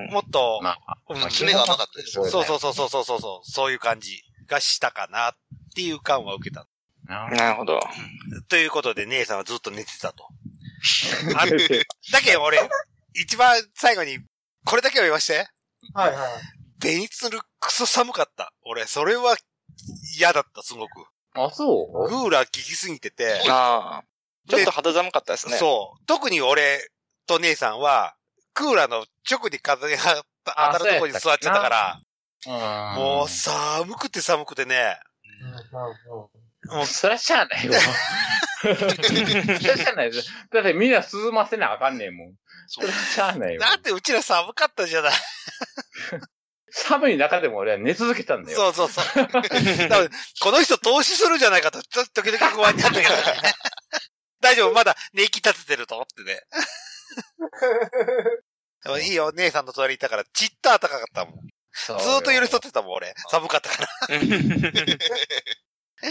もっと、 まあ、爪が甘かったですよね。 そうそうそうそうそうそう。そういう感じがしたかなっていう感は受けた。 なるほど。 ということで、姉さんはずっと寝てたと。あだけど俺、一番最後に、これだけを言わして。 はいはい。 ベニツルクソ寒かった。俺、それは嫌だった、すごく。 あ、そうクーラー効きすぎてて。 ああ。ちょっと肌寒かったですね。 そう。特に俺と姉さんは、クーラーの直に風が当たるところに座っちゃったから、もう寒くて寒くてね。 もう、そらしゃあないわ。そらしゃあないです。だってみんな涼ませなあかんねんもん。そらしゃあないわ。 だってうちら寒かったじゃない。 寒い中でも俺は寝続けたんだよ。 そうそうそう。だからこの人投資するんじゃないかと、ちょっと時々不安になったけどね。大丈夫、まだ寝息立ててると思ってね。 いいよ、姉さんの隣にいたから、ちっと暖かかったもん。ずーっと寄り添ってたもん、俺。寒かったから。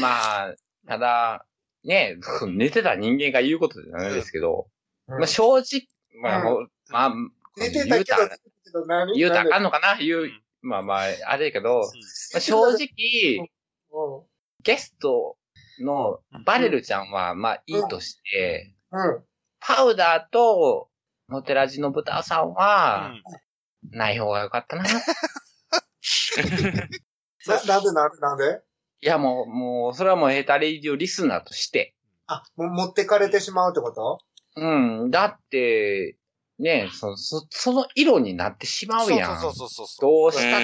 まあ、ただ、ね、寝てた人間が言うことじゃないですけど、うん、まあ正直、まあ、うん、まあ、 寝てたけど、 何言うたらあかんのかな言う、まあまあ、あれだけど、まあ、正直、ゲストのバレルちゃんは、まあいいとして、 うんうん、 パウダーとモテラジの豚さんは、うん、ない方がよかったな。な、 なんでなんでなんでいやもう、もう、それはもうヘタレイディオリスナーとして。 あ、もう持ってかれてしまうってこと？ うん。だって、ねそ、そ、その色になってしまうやん。 そうそうそうそう。 どうしたって。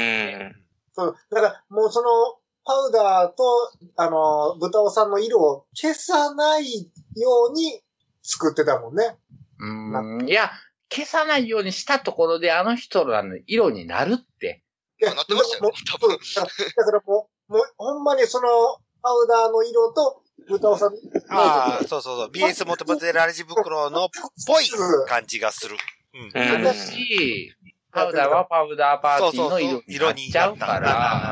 そう。だから、もうその、パウダーと、あの、豚尾さんの色を消さないように作ってたもんね。 うん。いや、消さないようにしたところであの人らの色になるって。 いや、なってましたよ、多分。 だからもう、もう、ほんまにその、パウダーの色と、豚尾さんの色。 ああ、そうそうそう。ビーエス モテモテラジ袋のっぽい感じがする。 うん。ただし、パウダーはパウダーパーティーの色になっちゃうから。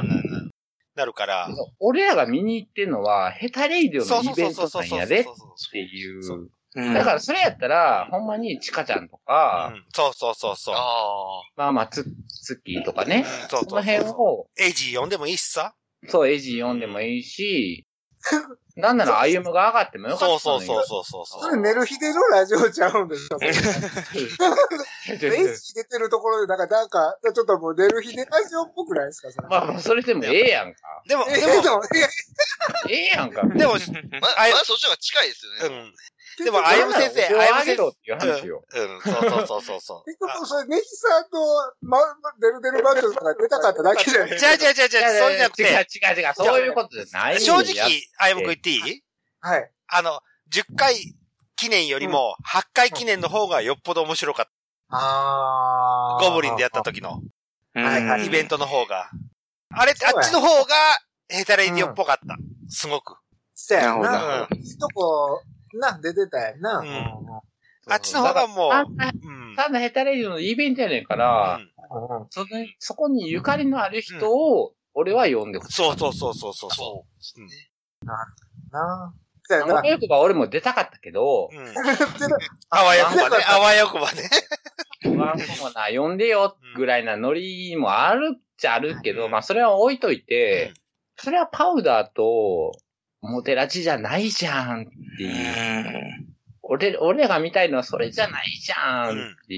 なるから。 俺らが見に行ってんのは、ヘタレイディオのイベントなんやでっていう。だからそれやったら、ほんまにチカちゃんとか、 うん、そうそうそうそう。 まあまあ、ツッキーとかね。うん、そうそうそう。その辺を。 エイジー読んでもいいしさ。 そう、エイジー読んでもいいし、なんなら歩夢が上がってもよかったのよ。 そうそうそうそうそう。 それ寝る日でのラジオちゃうんですよ。エイジ出てるところで、なんか、なんか、ちょっともう寝る日でラジオっぽくないですかそれ。 まあまあ、それでもええやんか。 でも、でも、 ええやんか。 でも、ま、まあ、 そっちの方が近いですよね。 うん。でも、あゆむ先生、 あゆむ先生。っていう話よ。 うん、そうそうそうそう。 結局、それ、ネヒさんと、ま、デルデルバットとか出たかっただけじゃない違う違う違う違う、そうじゃなくて。 違う違う違う、そういうことじゃない。 正直、あゆむくん言っていい？ はい。 あの、じゅっかい記念よりも、はちかい記念の方がよっぽど面白かった。 あー。 ゴブリンでやった時の。 はいはい。 イベントの方が。あれ、あっちの方が、ヘタレイディオっぽかった。すごく。 そうやな。いいとこ、な、出てたやんな。うん。 あっちの方がもう、ただヘタレイディオのイベントやねんから、その、そこにゆかりのある人を、俺は呼んでほしい。 そうそうそうそうそう。 そう。ななあわよくば俺も出たかったけど、 あわよくばね、あわよくばね。 あわよくばな、呼んでよ、ぐらいなノリもあるっちゃあるけど、まあそれは置いといて、それはパウダーと、モテラジじゃないじゃんっていう。俺、俺が見たいのはそれじゃないじゃんっていう。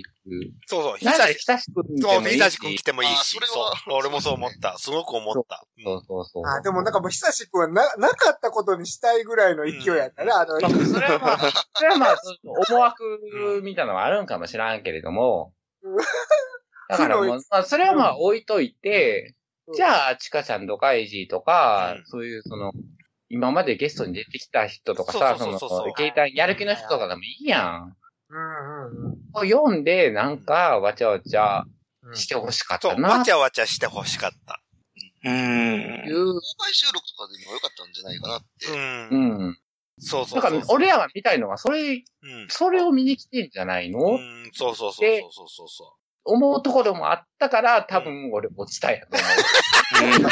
そうそう。 なんか久しくん来てもいいし。 久しくん来てもいいし。そう。俺もそう思った。すごく思った。 そうそうそう。 あ、でもなんかもう久しくはな、なかったことにしたいぐらいの勢いやったな、あの。 それはまあ、それはまあ、思惑みたいなのはあるんかもしらんけれども。だからもう、まあ、それはまあ置いといて、じゃあ、チカちゃんとかエイジーとか、そういうその、今までゲストに出てきた人とかさ、その、携帯やる気の人とかでもいいやん。 うんうん。 を読んで、なんか、わちゃわちゃしてほしかったな。 そう、わちゃわちゃしてほしかった。 うん。いう。 公開収録とかでもよかったんじゃないかなって。 うん。 うん。 そうそうそう。 だから、俺らが見たいのは、それ、うん、それを見に来てんじゃないの？ うん、そうそうそうそうそうそう。 思うところもあったから、多分俺落ちたやと思う。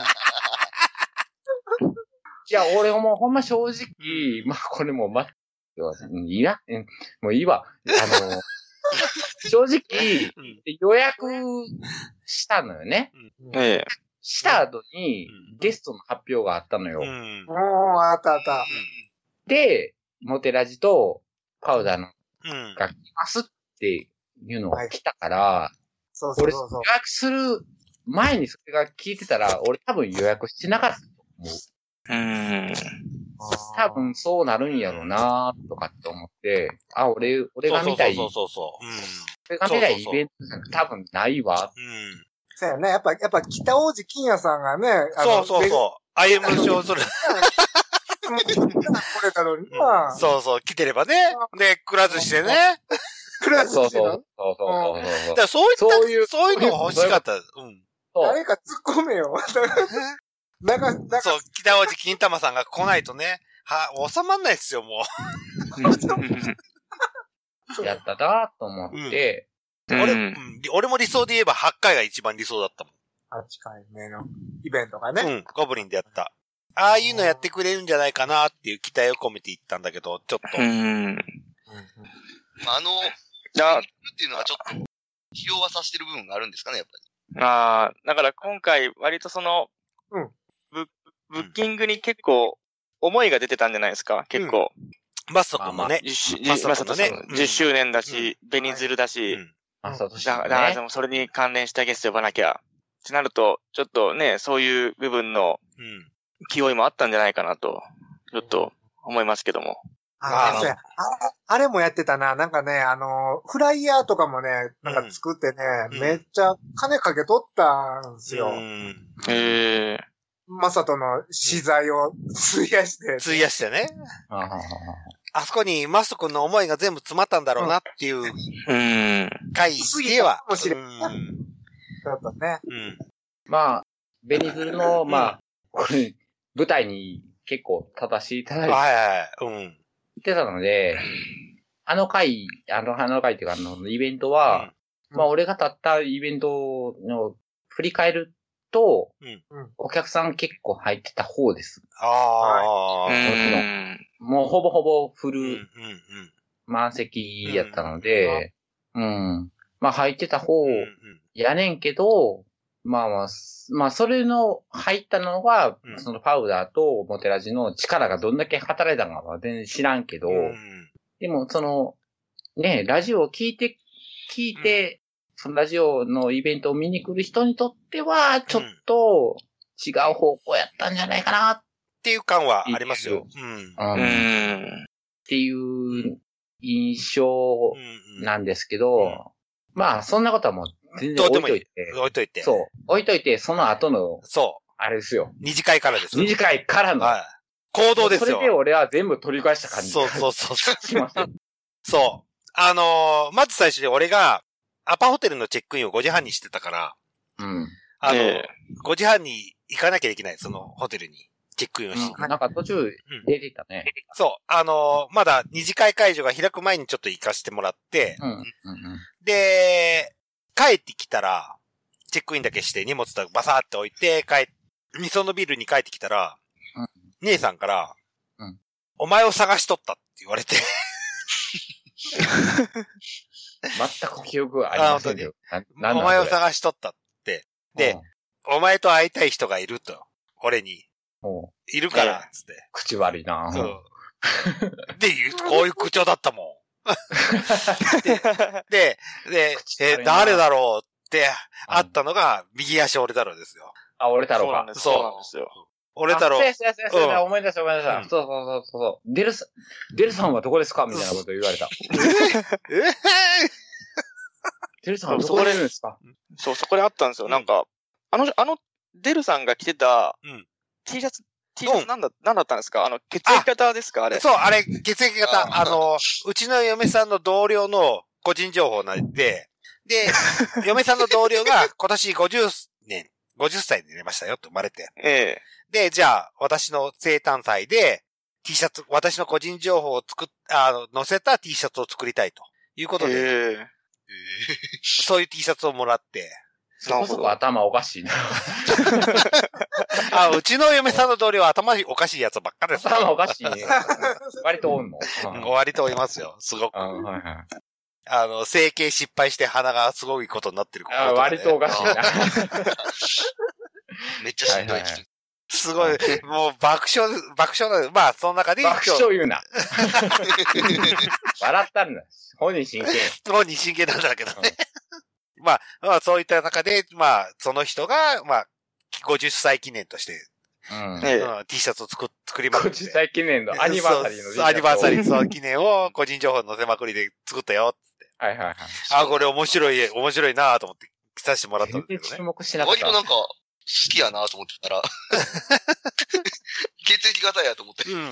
いや、俺もほんま正直、まあこれもま、いいな、もういいわ。あの、正直、予約したのよね。 ええ。 した後に、ゲストの発表があったのよ。 おー、あったあった。 で、モテラジとパウダーのが来ますっていうのが来たから、 そうそうそう。 俺予約する前にそれが聞いてたら、俺多分予約してなかったと思う。 うん。 多分そうなるんやろうなとかって思って、あ、俺、俺が見たい。 そうそうそうそう。うん。 俺が見たいイベント多分ないわ。 うん。 そうやね。やっぱ、やっぱ北王子金也さんがね、 あのそうそうそう。アイエム 賞する。 これだろうな。 そうそう、来てればね。で、くら寿司でね。 くら寿司で。そうそうそうそうそう。 だからそういった、そういう、そういうの欲しかった。うん。 誰か突っ込めよ。なんか、なんか。 そう、北王子金玉さんが来ないとね、は、収まんないっすよ、もう。やったなと思って、 俺、うん、俺も理想で言えばはちかいが一番理想だったもん。 はちかいめのイベントがね。 うん、ゴブリンでやった。ああいうのやってくれるんじゃないかなっていう期待を込めて言ったんだけど、ちょっと。うん。 あの、やっていうのはちょっと、起用はさせてる部分があるんですかね、やっぱり。ああ、だから今回割とその、うん。ブ、ブッキングに結構思いが出てたんじゃないですか、結構。 うん、マスト君もね。 マスト君もね。じゅっしゅうねんだし、ベニズルだし。 マストとして。 だからでもそれに関連したゲスト呼ばなきゃ。ってなると、ちょっとね、そういう部分の気負いもあったんじゃないかなと、ちょっと思いますけども。 ああ、そうや。あれもやってたな。なんかね、あの、フライヤーとかもね、なんか作ってね、うん、めっちゃ金かけとったんですよ。うん、 へえ。 マサトの資材を費やして、ね。 費やしてね。あそこにマスト君の思いが全部詰まったんだろうなっていう回では。 かもしれん。うんちょっとね。 うん。まあ、ベニズルの、まあ、これ、舞台に結構立たしていただいて、はいはい、うん。言ってたので、あの回、あの、あの回っていうか、あの、イベントは、うん、まあ、俺が立ったイベントの振り返ると、うん、お客さん結構入ってた方です。ああ、はい。もうほぼほぼフル、満席やったので、うん、うん。まあ、入ってた方、やねんけど、まあまあ、まあ、それの入ったのが、うん、そのパウダーとモテラジの力がどんだけ働いたのかは全然知らんけど、うん、でもその、ね、ラジオを聞いて、聞いて、うん、そのラジオのイベントを見に来る人にとっては、ちょっと違う方向やったんじゃないかな、 っていう感はありますよ。うん。うん、 っていう印象なんですけど、うん、まあ、そんなことはもう、全然置いといて。 置いといて。 そう。置いといて、その後の、 そう。 あれですよ。 二次会からですよ。 二次会からの。はい。 行動ですよ。 それで俺は全部取り返した感じ。 そうそうそう。しました。そう。あのー、まず最初に俺が、アパホテルのチェックインをごじはんにしてたから、うん。あの、えー、ごじはんに行かなきゃいけない、そのホテルに。チェックインをして。 うん、なんか途中出てたね、 うん。そう。あのー、まだ二次会会場が開く前にちょっと行かせてもらって、うんうんうん、で、帰ってきたら、チェックインだけして荷物とバサーって置いて、帰、みそのビルに帰ってきたら、うん、姉さんから、うん、お前を探しとったって言われて。 全く記憶はありませんよ。 お前を探しとったって。で、うん、お前と会いたい人がいると。俺に。いるから、つって。 口悪いな。 うん。で、こういう口調だったもん。で、で、で、えー、誰だろうってあったのが、右足俺太郎ですよ。 あ、俺太郎か。 そうなんですよ。 俺太郎。 そうそうそうそう、思い出した思い出した。そうそうそうそう。デルさん、デルさんはどこですかみたいなこと言われた。ええデルさんはどこにいるんですかそう、そこであったんですよ。なんか、あの、あの、デルさんが着てた、T シャツ、T シャツなんだ、なんだったんですかあの、血液型ですかあれ。 そう、あれ、血液型。あの、うちの嫁さんの同僚の個人情報なんで、で、嫁さんの同僚が今年ごじゅうねん、ごじゅっさいで出ましたよって生まれて。ええ。で、じゃあ、私の生誕祭で T シャツ、私の個人情報を作っ、あの、載せた T シャツを作りたいということで、ええ、そういう T シャツをもらって、 そこそこ頭おかしいな。 あ、うちの嫁さんの同僚は頭おかしいやつばっかりです。 頭おかしいね。割とおんの、 うん、割とおりますよ。すごく。あ、はいはい、あの、整形失敗して鼻がすごいことになってる、 ね。あ、割とおかしいな。 めっちゃしんどい。はいはい、 すごい、もう爆笑、爆笑な、まあ、その中で。 爆笑言うな。笑ったんだ。本人真剣。 本人真剣なんだけどね。まあ、まあ、そういった中で、まあ、その人が、まあ、ごじゅっさい記念として、うんうん、T シャツを作、作りまくって。 ごじゅっさい記念のアニバーサリーの T シャツ。 アニバーサリーの記念を個人情報載せまくりで作ったよって。 はいはいはい。 あ、これ面白い、面白いなと思って着させてもらったんですけどね。 全然注目しなかった。 割となんか、好きやなと思ってたら、血液型やと思って。うん、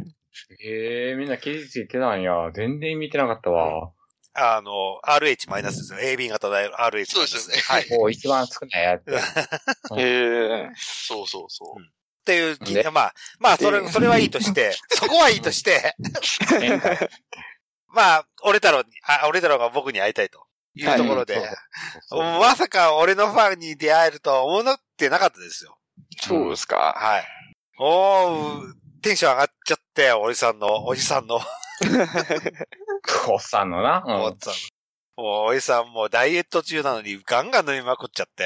ええー、みんな血液なんや。全然見てなかったわ。 あの、アールエイチ マイナスですよ。エービー 型で アールエイチ マイナス。 そうですね。 はい。 もう一番少ないやつ。 へえ。 そうそうそう。 っていう、まあ、まあ、それ、それはいいとして、そこはいいとして、まあ、俺太郎に、あ、俺太郎が僕に会いたいというところで、まさか俺のファンに出会えるとは思ってなかったですよ。 そうですか。 はい。おー、テンション上がっちゃって、おじさんの、おじさんの。 おっさんのな。 うん、おっさん。もう、おじさんもうダイエット中なのにガンガン飲みまくっちゃって。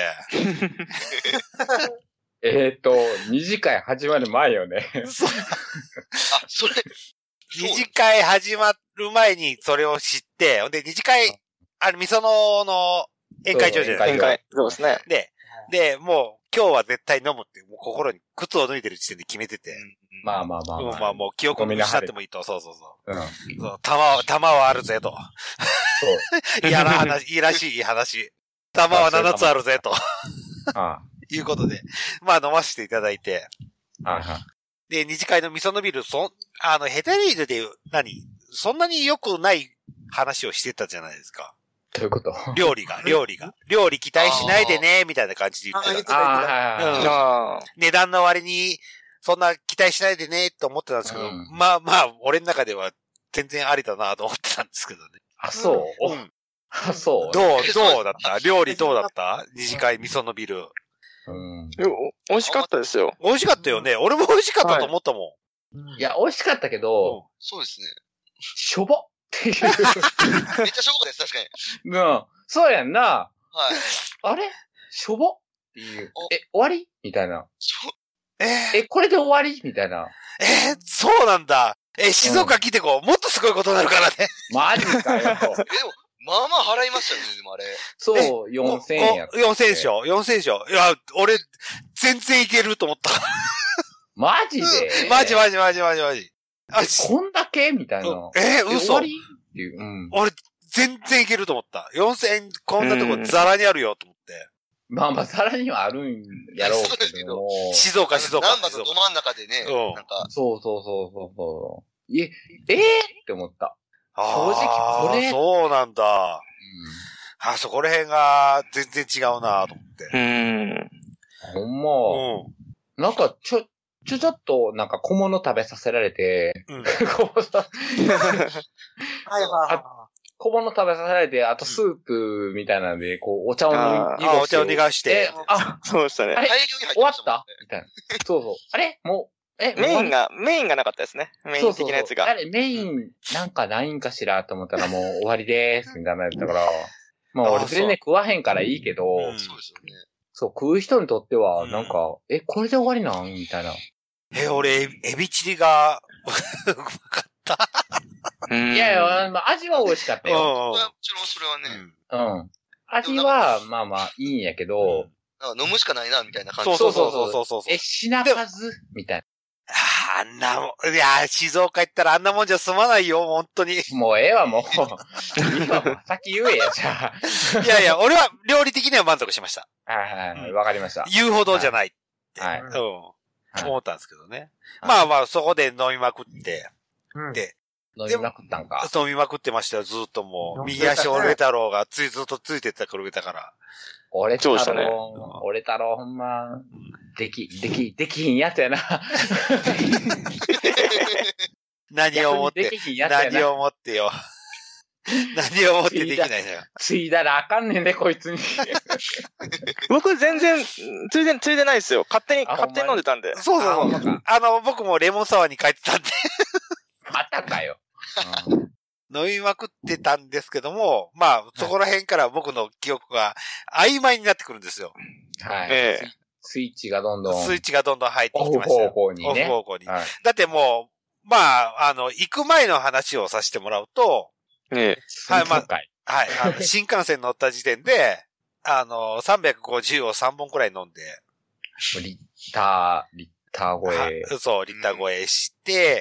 えっと、二次会始まる前よね。 そう。 あ、それ。 二次会始まる前にそれを知って、ほんで二次会、あの、みそのの宴会場じゃないですか。宴会。そうですね。 で、で、もう今日は絶対飲むって、もう心に靴を脱いでる時点で決めてて。 まあまあまあまあ。まあもう記憶を失ってもいいと。そうそうそう。 うん。 そう、玉は、玉はあるぜと。そう。嫌な話、いいらしい話。玉は七つあるぜと。 ああ。 いうことで。まあ飲ませていただいて。 はいはい。 で、二次会の味噌のビール、そ、あの、ヘタレイドで、何そんなに良くない話をしてたじゃないですか。 どういうこと料理が、料理が。料理期待しないでね、みたいな感じで言ってた。 ああ、 うん、値段の割に、そんな期待しないでね、と思ってたんですけど、うん、まあまあ、俺の中では全然ありだなと思ってたんですけどね。 あ、そう、うん、あ、そう。 どう、どうだった料理どうだった二次会味噌のビール。 うん。美味しかったですよ。 美味しかったよね。俺も美味しかったと思ったもん。はい、いや、美味しかったけど、 うん、そうですね。 しょぼっていう。 めっちゃしょぼです、確かに。 うん。そうやんな。 はい。 あれしょぼっていう。え、終わりみたいな。 えー、え、これで終わりみたいな。 えー、そうなんだ。え、静岡来てこう、うん、もっとすごいことになるからね。 マジかよ。 え、でも、まあまあ払いましたよね、でもあれ。 そう、よんせんえんやった。 よんせんえんでしょ ?よんせんえんでしょいや、俺、全然いけると思った。 マジでマジマジマジマジマジ。 あ、こんだけみたいな。 えー、嘘終わりっていう。うん。 俺、全然いけると思った。よんせんえん、こんなとこザラにあるよと思って。 まあまあ、ザラにはあるんやろうけども。 静岡、静岡。 南波のど真ん中でね。 うん。 なんか。 そうそうそうそうそう。え、えー、って思った。正直これ。 そうなんだ。うん。あ、そこら辺が全然違うなと思って。 うん。 ほんま。うん。なんか、ちょ、ちょ、ちょっと、なんか小物食べさせられて、うん、小物はいはい。小物食べさせられて、あとスープみたいなんで、こう、お茶を逃がして。あ、お茶を逃がして。 あ、 そうでしたね。 あれ終わったみたいな。そうそう。あれもう、え、 メインが、メインがなかったですね。メイン的なやつが。 そうそうそうあれ、メインなんかないんかしらと思ったらもう終わりでーす、みたいなやつだから。まあ俺全然食わへんからいいけど、 そうですよね。 そう、食う人にとっては、なんか、うん、え、これで終わりなんみたいな。 え、俺、エビチリが、うまかった。 いやいや、まあ、味は美味しかったよ。 もちろんそれはね。 うん。味は、まあまあ、いいんやけど、 うん、飲むしかないな、みたいな感じ。 そうそうそうそうそうそう。 え、品数みたいな。 あんなもん、いや、静岡行ったらあんなもんじゃ済まないよ、本当に。 もうええわ、もう。今も先言えや、じゃあ。いやいや、俺は料理的には満足しました。 はいはい、わかりました。 言うほどじゃないって。 はい。 うん。思ったんですけどね。まあまあ、そこで飲みまくって、で、 飲みまくったんか。 飲みまくってましたよ、ずっともう。右足折れ太郎がついずっとついてったから上たから。 折れ太郎、折れ太郎ほんま、でき、でき、できひんやつやな。 何を思って、何を思ってよ。何を思ってできないのよ。 ついだらあかんねんね、こいつに。 僕全然、ついで、ついでないですよ。勝手に、勝手に飲んでたんで。 そうそうそう。あの、僕もレモンサワーに帰ってたんで。 またかよ。 飲みまくってたんですけども、まあ、そこら辺から僕の記憶が曖昧になってくるんですよ。 はい。ええ、スイッチがどんどん。 スイッチがどんどん入ってきてましたよ。 オフ方向にね。 オフ方向に。はい、だってもう、まあ、あの、行く前の話をさせてもらうと、 ええ。 はい、まあ、はい、あの、新幹線乗った時点で、あの、さんびゃくごじゅうをさんぼんくらい飲んで。 リッター、リッター超え。 そう、リッター超えして、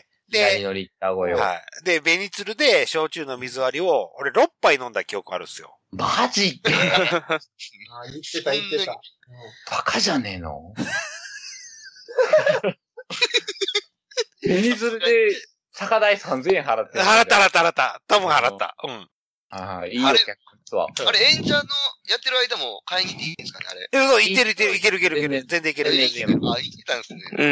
で、 左のリッター超えを。 はい。で、ベニツルで焼酎の水割りを、俺ろっぱい飲んだ記憶あるんですよ。 マジであ言ってた言ってた。 バカじゃねえのベニツルで、酒代さんぜんえん払ってる。 払った払った払った。多分払った。うん。 ああ、いいよ、客は。 あれ、演者のやってる間も買いに行っていいんですかね、あれ。 え、そう、いけるいけるいけるいけるいける。全然いける。 いける。あ、いけたんですね。 うん。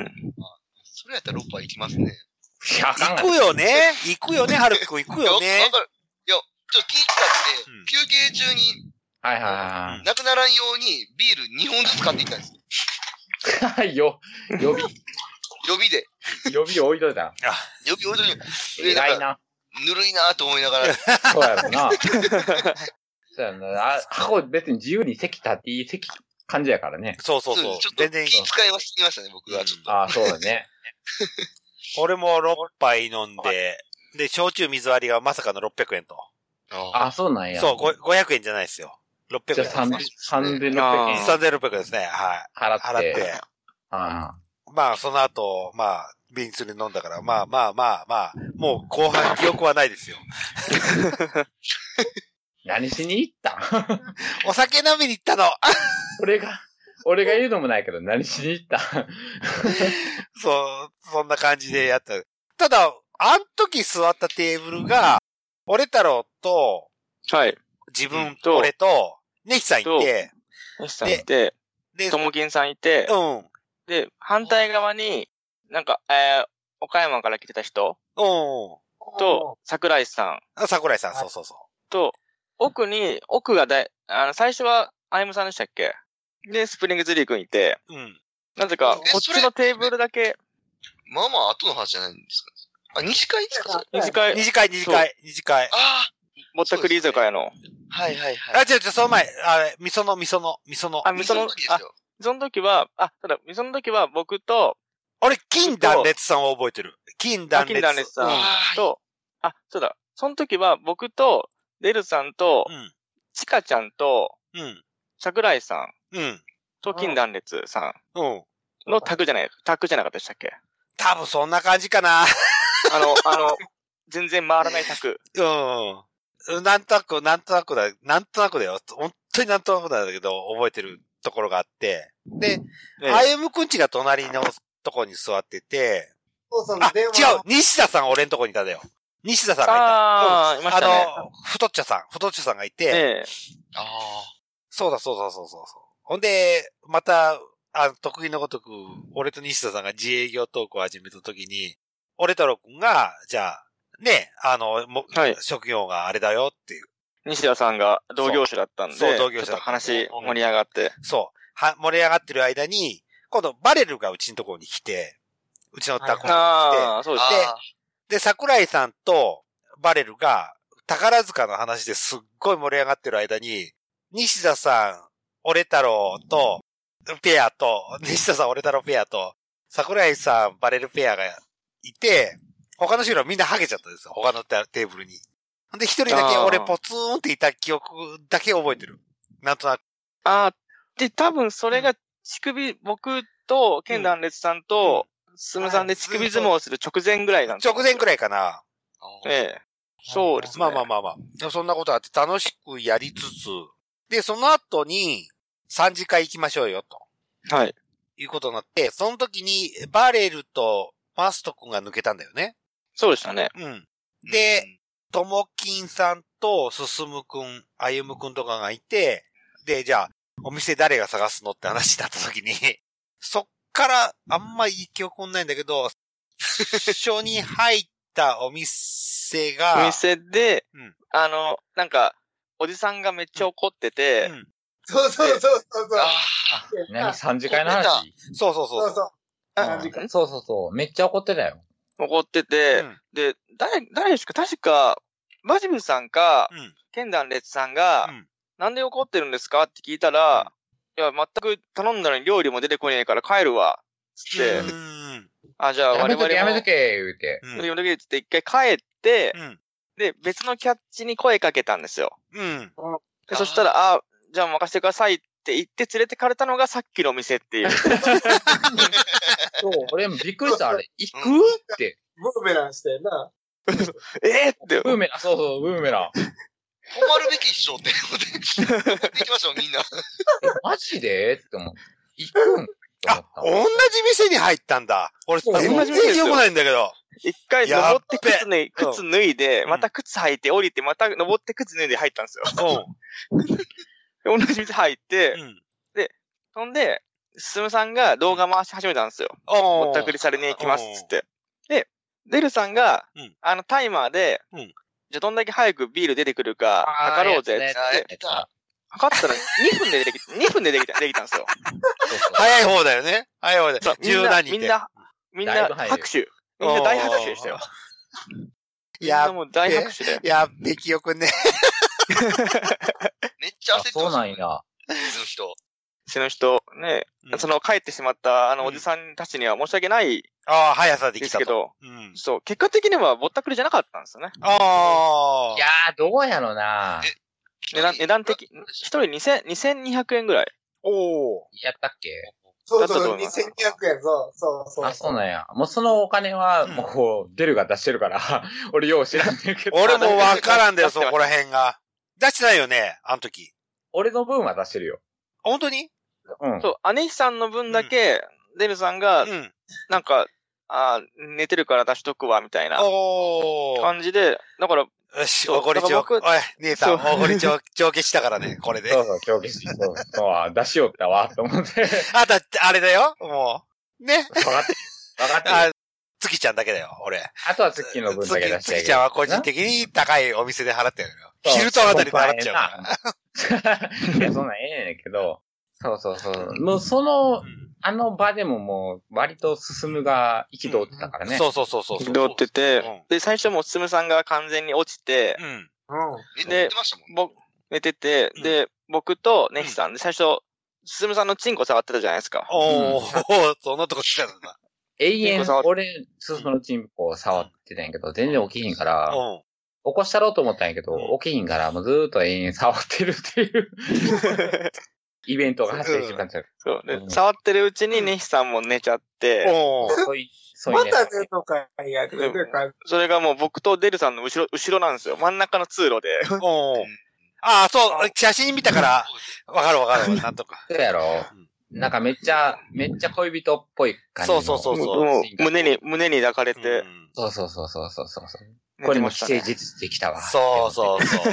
それやったらろっぱい行きますね。 行くよね。行くよね、はるきくん行くよね。 いや、 ちょっと気使って、うん、休憩中に、 はいはいはい。 なくならんようにビールにほんずつ買っていったんですよ。よ、予備。 予備で。 予備置いといた。 予備置いといた。 偉いな。 ぬるいなと思いながら。 そうやろな。そうやな。あ、箱別に自由に席立っていい席感じやからね。 そうそうそう。 ちょっと気使いはしてきましたね、僕はちょっと。 ああ、そうだね。 俺もろっぱい飲んで、で、焼酎水割りがまさかのろっぴゃくえんと。 ああ、そうなんや。 そう、ごひゃくえんじゃないですよ。ろっぴゃくえん。 じゃあさんぜんろっぴゃくえん。 さんぜんろっぴゃくえんですね。はい。 払って。 払って。 ああ。 まあ、その後、まあ、ビンツで飲んだから、まあまあまあまあ、もう後半記憶はないですよ。 何しに行ったお酒飲みに行ったの俺が、俺が言うのもないけど、何しに行ったそう、そんな感じでやった。ただ、あん時座ったテーブルが、俺太郎と、 はい。 自分と、俺と、ネヒさんいて、 ネヒさんいて、で、ともきんさんいて、 うん。 で、反対側に、なんか、えー、岡山から来てた人うん。 と、桜井さん。 あ、桜井さん、そうそうそう。 と、奥に、奥がだい、あの、最初は、あゆむさんでしたっけで、スプリングズリー君いて、 うん。 なぜか、こっちのテーブルだけ。 まあまあ、後の話じゃないんですか。あ、二次会ですか二次会。 二次会、二次会、二次会。 ああ。 ぼったくり居酒屋の。 はいはいはい。 あ、違う違う、その前、あれ、みその、みその、みその。 あ、みその、あ、その時は、あ、ただ、その時は僕と、 俺、金断裂さんを覚えてる。金断裂。 金断裂さんと、あ、そうだ、その時は僕と、デルさんと、うん、チカちゃんと、うん、桜井さん、うん、と金断裂さん、うん、のタグじゃない、タグじゃなかったでしたっけ？ 多分そんな感じかな。 あの、あの、全然回らないタグ。 うん。なんとなく、なんとなくだ、なんとなくだよ。本当になんとなくなんだけど、覚えてるところがあって。で、あゆむくんちが隣のとこに座ってて、 そうそう、 あ、違う西田さん俺んとこにいたんだよ。西田さんがいた。 ああ、いましたね。 あの、太っちゃさん、太っちゃさんがいて、ええ、 ああ。そうだそうだそうそうそう。ほんで、また、あの、得意のごとく、俺と西田さんが自営業トークを始めたときに、俺太郎くんが、じゃあ、ね、あの、も、はい、職業があれだよっていう。 西田さんが同業種だったんで、 そう、同業種だった。 ちょっと話盛り上がって。 そう。は、盛り上がってる間に、今度バレルがうちのところに来て、うちのタコに来て、 ああ、そうですね。で、で、桜井さんとバレルが宝塚の話ですっごい盛り上がってる間に、西田さん、俺太郎と、ペアと、西田さん、俺太郎ペアと、桜井さん、バレルペアがいて、他の人らみんなハゲちゃったんですよ。他のテーブルに。で、一人だけ俺ポツーンっていた記憶だけ覚えてる。なんとなく。 ああ、で、多分それが乳首、うん、僕と、ケンダンレツさんと、スムさんで乳首相撲をする直前ぐらいなんですよ。直前ぐらいかな。 ええ。そうですね。 まあまあまあまあ。そんなことあって楽しくやりつつ、で、その後に、三次会行きましょうよ、と。 はい。 いうことになって、その時に、バレルとマスト君が抜けたんだよね。 そうでしたね。 うん。で、ともきんさんと、すすむくん、あゆむくんとかがいて、で、じゃあ、お店誰が探すのって話になった時に、そっから、あんまいい記憶ないんだけど、一緒に入ったお店が、 お店で、うん、あの、なんか、おじさんがめっちゃ怒ってて、うん、 そうそうそうそうそう。 何三次会の話？ そうそうそう。そうそうそう。そうそうそう。めっちゃ怒ってたよ。 怒ってて、うん、で、誰、誰ですか確か、バジブさんか、うん、ケンダンレッツさんが、うん、なんで怒ってるんですかって聞いたら、うん、いや、全く頼んだのに料理も出てこねえから帰るわ。つって、うん、あ、じゃあ我々も。 やめとけ、やめとけ、言うて。 やめとけ、つって一回帰って、うん、で、別のキャッチに声かけたんですよ。 うん。 でそしたら、あ、じゃあ任せてくださいって言って連れてかれたのがさっきの店っていう。そう、 俺もびっくりした、あれ。行くって。 ブーメランしてんな。 えー、って。 ブーメラン、そうそう、ブーメラン。 止まるべきっしょって思って。行きましょう、みんな。 マジでって思う。行くんあ、同じ店に入ったんだ。俺、全然よくないんだけど。 一回登って靴脱い、靴脱いで、また靴履いて降りて、また登って靴脱いで入ったんですよ。うん。同じ店入って、うん、で、そんで、すむさんが動画回し始めたんですよ。ぼったくりされに行きますっつって。で、デルさんが、うん、あのタイマーで、うん、 じゃあどんだけ早くビール出てくるか、測ろうぜって。測ったらにふんででき、にふんでできた、できたんですよ。 早い方だよね。早い方だよ。十何人みんな、みんな拍手。みんな大拍手でしたよ。いや、もう大拍手で。 いや、べきよくんね。 めっちゃ焦ってそうなんや。 その人。 その人、ね、うん、その帰ってしまったあのおじさんたちには申し訳ない。 ああ、速さできたと。 ですけど、うん、そう、結果的にはぼったくりじゃなかったんですよね。 ああ。 いやー、どうやろな。 値段、値段的、一人二千、二千二百円ぐらい。 おお。 やったっけ？ そうそう、にせんにひゃくえん、そう、そう、そう。 あ、そうなんや。もうそのお金は、もう、デルが出してるから、俺よう知らんねんけど。 俺もわからんだよ、そこら辺が。出してないよね、あの時。 俺の分は出してるよ。 本当に？ うん。 そう、姉貴さんの分だけ、うん、デルさんが、うん、なんか、あ寝てるから出しとくわ、みたいな感じで、だから、 よし、おごり帳。おい、姉さん、おごり帳、帳消したからね、これで。 そうそう、帳消し。そう、そう、出しよったわ、と思って。 あと、あれだよ、もう。ね。 分かってる。分かってる。 あ、月ちゃんだけだよ、俺。 あとは月の分だけ出して。 月ちゃんは個人的に高いお店で払ってるよ。ヒルトンあたりで払っちゃうから。 いや、そんなんええねんけど。そうそうそう。もうその、うん、あの場でももう、割と進むが憤ってたからね。うん、 そうそうそうそう。 憤ってて、うん、で、最初も進さんが完全に落ちて、うん。で、僕、寝てて、うん、で、僕とネヒさんで最初、進さんのチンコ触ってたじゃないですか。 おー、うん、そんなとこ来たんだ。 永遠、俺、進のチンコ触ってたんやけど、全然起きひんから、うん、起こしたろうと思ったんやけど、起きひんから、もうずーっと永遠触ってるっていう。イベントが発生してたんちゃう。 そう。で、うん、触ってるうちにネヒさんも寝ちゃって、 おそうい、そうまた寝とかやってるか。 それがもう僕とデルさんの後ろ、後ろなんですよ。真ん中の通路で。 おああ、そう、写真見たから、わかるわかる、なんとか。 そうやろ。なんかめっちゃ、めっちゃ恋人っぽい感じ。 そうそうそうそう。 もう胸に、胸に抱かれて。 そうそうそうそうそうそう。これも既成事実できたわ。 そうそうそう。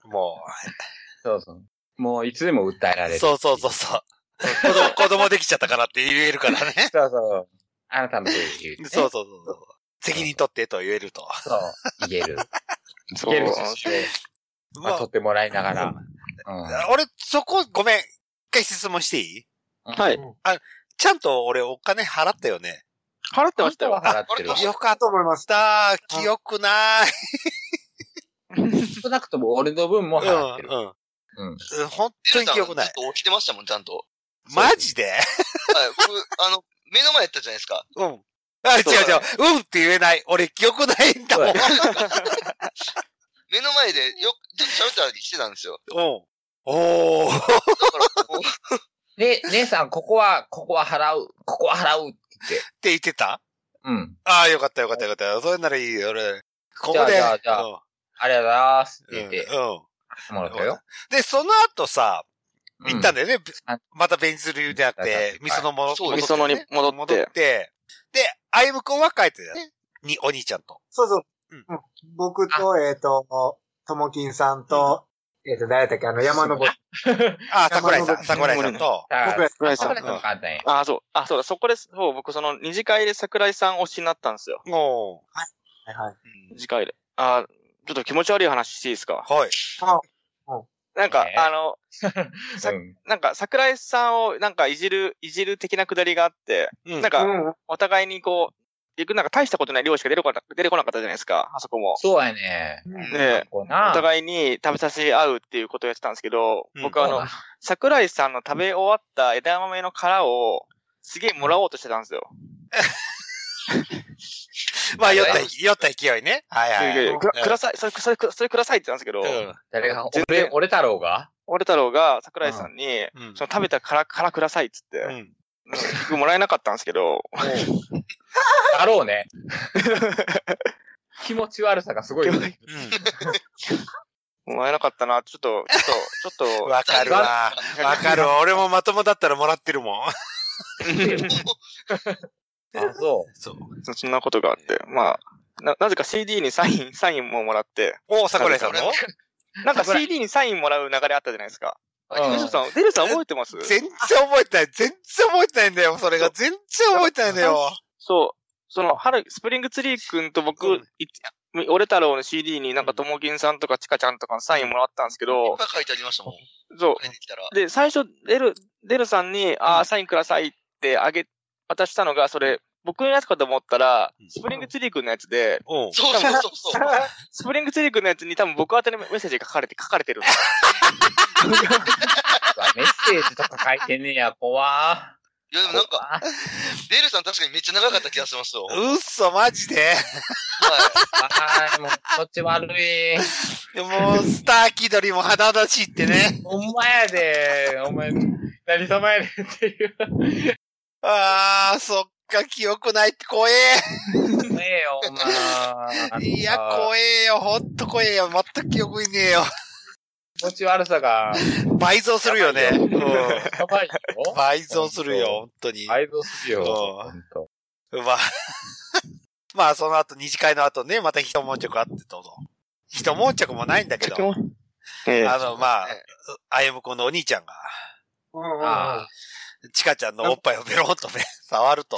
もう。そうそう。もういつでも訴えられる。 そうそうそうそう。子供、子供できちゃったからって言えるからね。 そうそう。あなたのせいで言う、ね。 そうそうそう。責任取ってと言えると。 そう。言える。言えるし。まあ、取ってもらいながら。うん、 俺、そこ、ごめん。一回質問していい？ はい。 あ、ちゃんと俺お金払ったよね。 払ってましたよ。 払ってる。 よかったと思いました。記憶ない。 少なくとも俺の分も払ってる。うん。 うん。本当に記憶ない。 起きてましたもん、ちゃんと。 マジで？ はい、僕、あの、目の前やったじゃないですか。 うん。あ、違う違う。うんって言えない。俺、記憶ないんだもん。 目の前でよく、ちょっと喋ったりしてたんですよ。 うん。おー。だから、 で、姉さん、ここは、ここは払う。ここは払うって言って。って言ってた？ うん。 ああ、よかったよかったよかった。それならいいよ、俺。ここで。 じゃあ、じゃあ、うん、ありがとうございますって言って。うん。うんもらったよ。 で、その後さ、行ったんだよね。うん、またベンズルであって、みそのも、 みそのに戻って。 戻って。で、あゆむくんは帰ってたよね。に、お兄ちゃんと。 そうそう。うん、僕と、えっ、ー、と、ともきんさんと、うん、えっ、ー、と、誰だっけ、あの、山登り。 あ、桜井さん。桜井さんと。 桜井さん。 あ、そう。あ、そうだ、そこです。そう、僕その二次会で桜井さん推しになったんですよ。 おー。 はい。はい。 二次会で。あ、ちょっと気持ち悪い話していいですか？ はい。 なんか、えー、あの、さ、うん、なんか、桜井さんを、なんか、いじる、いじる的なくだりがあって、うん、なんか、うん、お互いにこう、結局なんか大したことない量しか出てこな、出てこなかったじゃないですか、あそこも。 そうやね。 で、お互いに食べさせ合うっていうことをやってたんですけど、僕はあの、桜井さんの食べ終わった枝豆の殻を、すげえもらおうとしてたんですよ。 まあ、酔った、酔った勢いね。はいはい。 く、ください。それ、それ、それくださいって言ったんですけど。うん、 誰が俺、俺太郎が俺太郎が桜井さんに、うん、その食べた殻、殻くださいって言って、うん、もらえなかったんですけど。 だろうね。気持ち悪さがすごい、ね。 うん、もらえなかったな。ちょっと、ちょっと、ちょっと。 わかるわ。わかるわ。俺もまともだったらもらってるもん。 あ、そう。 そう。 そんなことがあって。まあ、な、なぜか シーディー にサイン、サインももらって。 おー、桜井さんのなんか シーディー にサインもらう流れあったじゃないですか。デルさん、デルさん覚えてます？ 全然覚えてない。全然覚えてないんだよ。それが全然覚えてないんだよ。 そう。その、春、スプリングツリー君と僕、うん、 俺太郎の シーディー になんかともきんさんとかちかちゃんとかのサインもらったんですけど。 いっぱい書いてありましたもん。 そう。で、最初、デル、デルさんに、ああ、サインくださいってあげ、渡したのが、それ、僕のやつかと思ったら、スプリングツリー君のやつで、 うん、そうそうそうそう。 スプリングツリー君のやつに多分僕宛てのメッセージが書かれて、書かれてる。 メッセージとか書いてねえや、怖いやでもなんか、デールさん確かにめっちゃ長かった気がしますよ。 うっそ、マジで。はい。 はい、もう、こっち悪い。 もう、スター気取りも肌立ちってね。 ほんまやで。お前、何様やねんっていう。 あー、そっか、記憶ないって怖え。 怖えよ、お前。 いや、怖えよ、ほんと怖えよ。全く記憶いねえよ。 気持ち悪さが。 倍増するよね。うん。 やばいよ。 倍増するよ、ほんとに。 倍増するよ、ほんと。 まあ、まあ、その後、二次会の後ね、また一悶着あってどうぞ。一悶着もないんだけど。えー、あの、まあ、あゆむくんのお兄ちゃんが、あちかちゃんのおっぱいをベロンとね、触ると。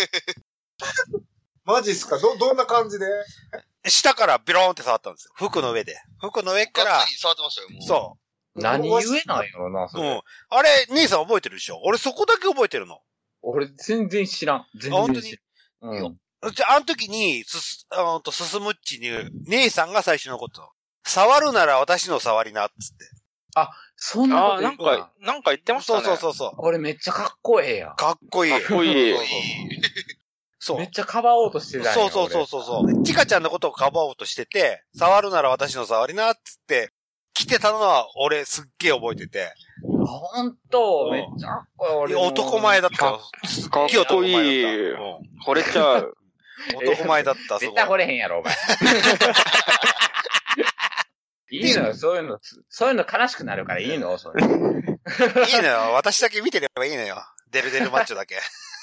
マジっすか？ど、どんな感じで？ 下からベロンって触ったんですよ。服の上で。服の上から。 触ってましたよ、もう。 そう。 何故なんやろな、それ。 うん。あれ、兄さん覚えてるでしょ？俺そこだけ覚えてるの。 俺全然知らん。全然知らん。 うん。じゃあ、あの時に、すす、あのと、すすむっちに、姉さんが最初のこと。触るなら私の触りな、っつって。 あ、そんなこと言ってた。なんか、なんか言ってましたね。 そうそうそうそう。 俺めっちゃかっこええやん。 かっこいい。 かっこいい。 そう。 めっちゃかばおうとしてたんや。 そうそうそうそうそう。ちかちゃんのことをかばおうとしてて、触るなら私の触りな、っつって、来てたのは俺すっげえ覚えてて。 ほんと、めっちゃかっこいい。 男前だったよ。 すっげえ男前だった。いい。惚れちゃう。 男前だった、 絶対惚れへんやろ、お前。いいのよ、そういうの、そういうの悲しくなるからいいのそれ。いいのよ、私だけ見てればいいのよ。デルデルマッチョだけ。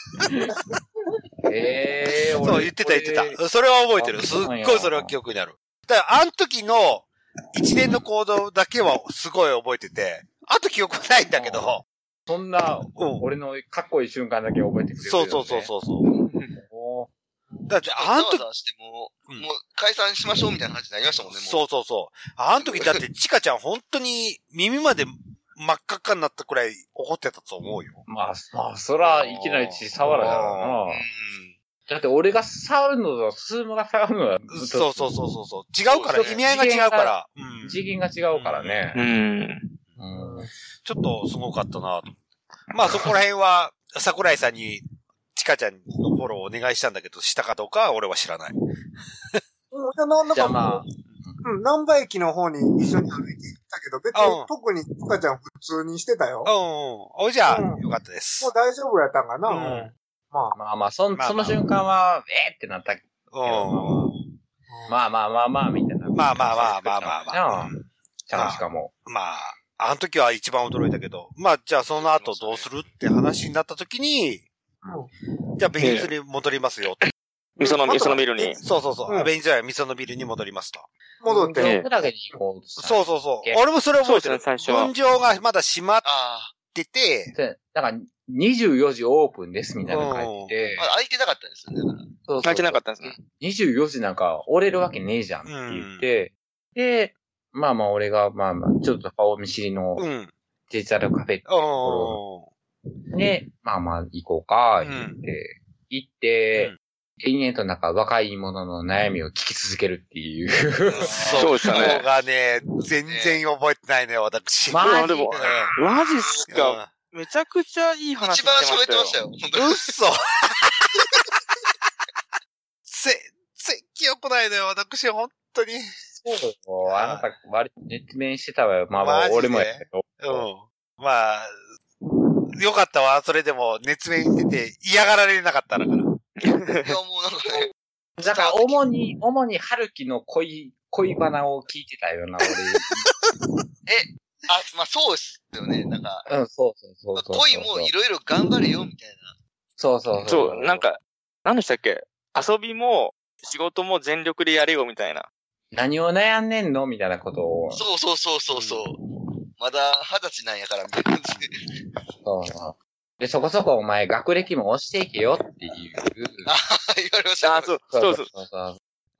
ええー、 そう、言ってた言ってた。それは覚えてる。すっごいそれは記憶にある。だから、あの時の一連の行動だけはすごい覚えてて、あと記憶ないんだけど。 そんな、うん、俺のかっこいい瞬間だけ覚えてくれる、ね。 そうそうそうそうそう。だって、あん時。 ざわざわしても、うん、もう解散しましょうみたいな感じになりましたもんね、もう。 そうそうそう。あん時だって、ちかちゃん本当に耳まで真っ赤っかになったくらい怒ってたと思うよ。 まあ、まあ、そら、いきなり血触るだろうな。うん。だって俺が触るのと、スームが触るのは。 そうそうそうそう。違うから、意味合いが違うから。 うん。次元が違うからね。 うん。 うん。 ちょっとすごかったなと。まあそこら辺は、桜井さんに、ちかちゃんのフォローをお願いしたんだけど、したかどうかは俺は知らない。 じゃあまあ、うん、南波駅の方に一緒に歩いて行ったけど、別に特にちかちゃん普通にしてたよ。 うん。おじゃあ、うん、よかったです。 もう大丈夫やったんかな。うん。 まあまあまあ、そ、まあまあ、その瞬間は、えーってなったけど、まあまあまあまあ、みたいな。 まあまあまあまあまあまあ。 ちゃんしかも。 まあ、あの時は一番驚いたけど、まあじゃあその後どうするって話になった時に、うん、じゃあベニズに戻りますよ。 味噌の、味噌のビルに。 そうそうそう。うん、ベニズは味噌のビルに戻りますと。 戻って。 そうそうそう。俺もそれ覚えてる。最初は。分譲がまだ閉まってて、 だからにじゅうよじオープンですみたいなの書いてて。 まだ空いてなかったんですよね。 そうそう空いてなかったんですね。 にじゅうよじなんか折れるわけねえじゃんって言って、うん、で、まあまあ俺がまあまあちょっと顔見知りのデジタルカフェってところで、まあまあ行こうか、言って、うん、行って、うん延々となんか若い者の悩みを聞き続けるっていう。 そうでしたね。そこがね、全然覚えてないね、私。 まあでも、マジっすか。めちゃくちゃいい話してましたよ。 一番喋ってましたよ。 うっそ。全然記憶ないのよ、私、本当に。 そうだよ。あなた、割と熱弁してたわよ。まあまあ、俺もやけど。 うん。まあ、よかったわ。それでも、熱弁してて嫌がられなかったんだから。 いや、もうなんかね。 だから、主に、主に、春樹の恋、恋バナを聞いてたよな、俺。え、 あ、まあ、そうっすよね、なんか。 うん、そうそうそうそう。 恋もいろいろ頑張れよ、みたいな。 そうそうそう。 そう、なんか、何でしたっけ？遊びも、仕事も全力でやれよ、みたいな。 何を悩んでんのみたいなことを。 そうそうそうそうそう。まだ二十歳なんやから、みたいな感じで。 そうそう。で、そこそこお前学歴も押していけよっていう。 ああ、言われました。 あそうそうそう。 そうそう。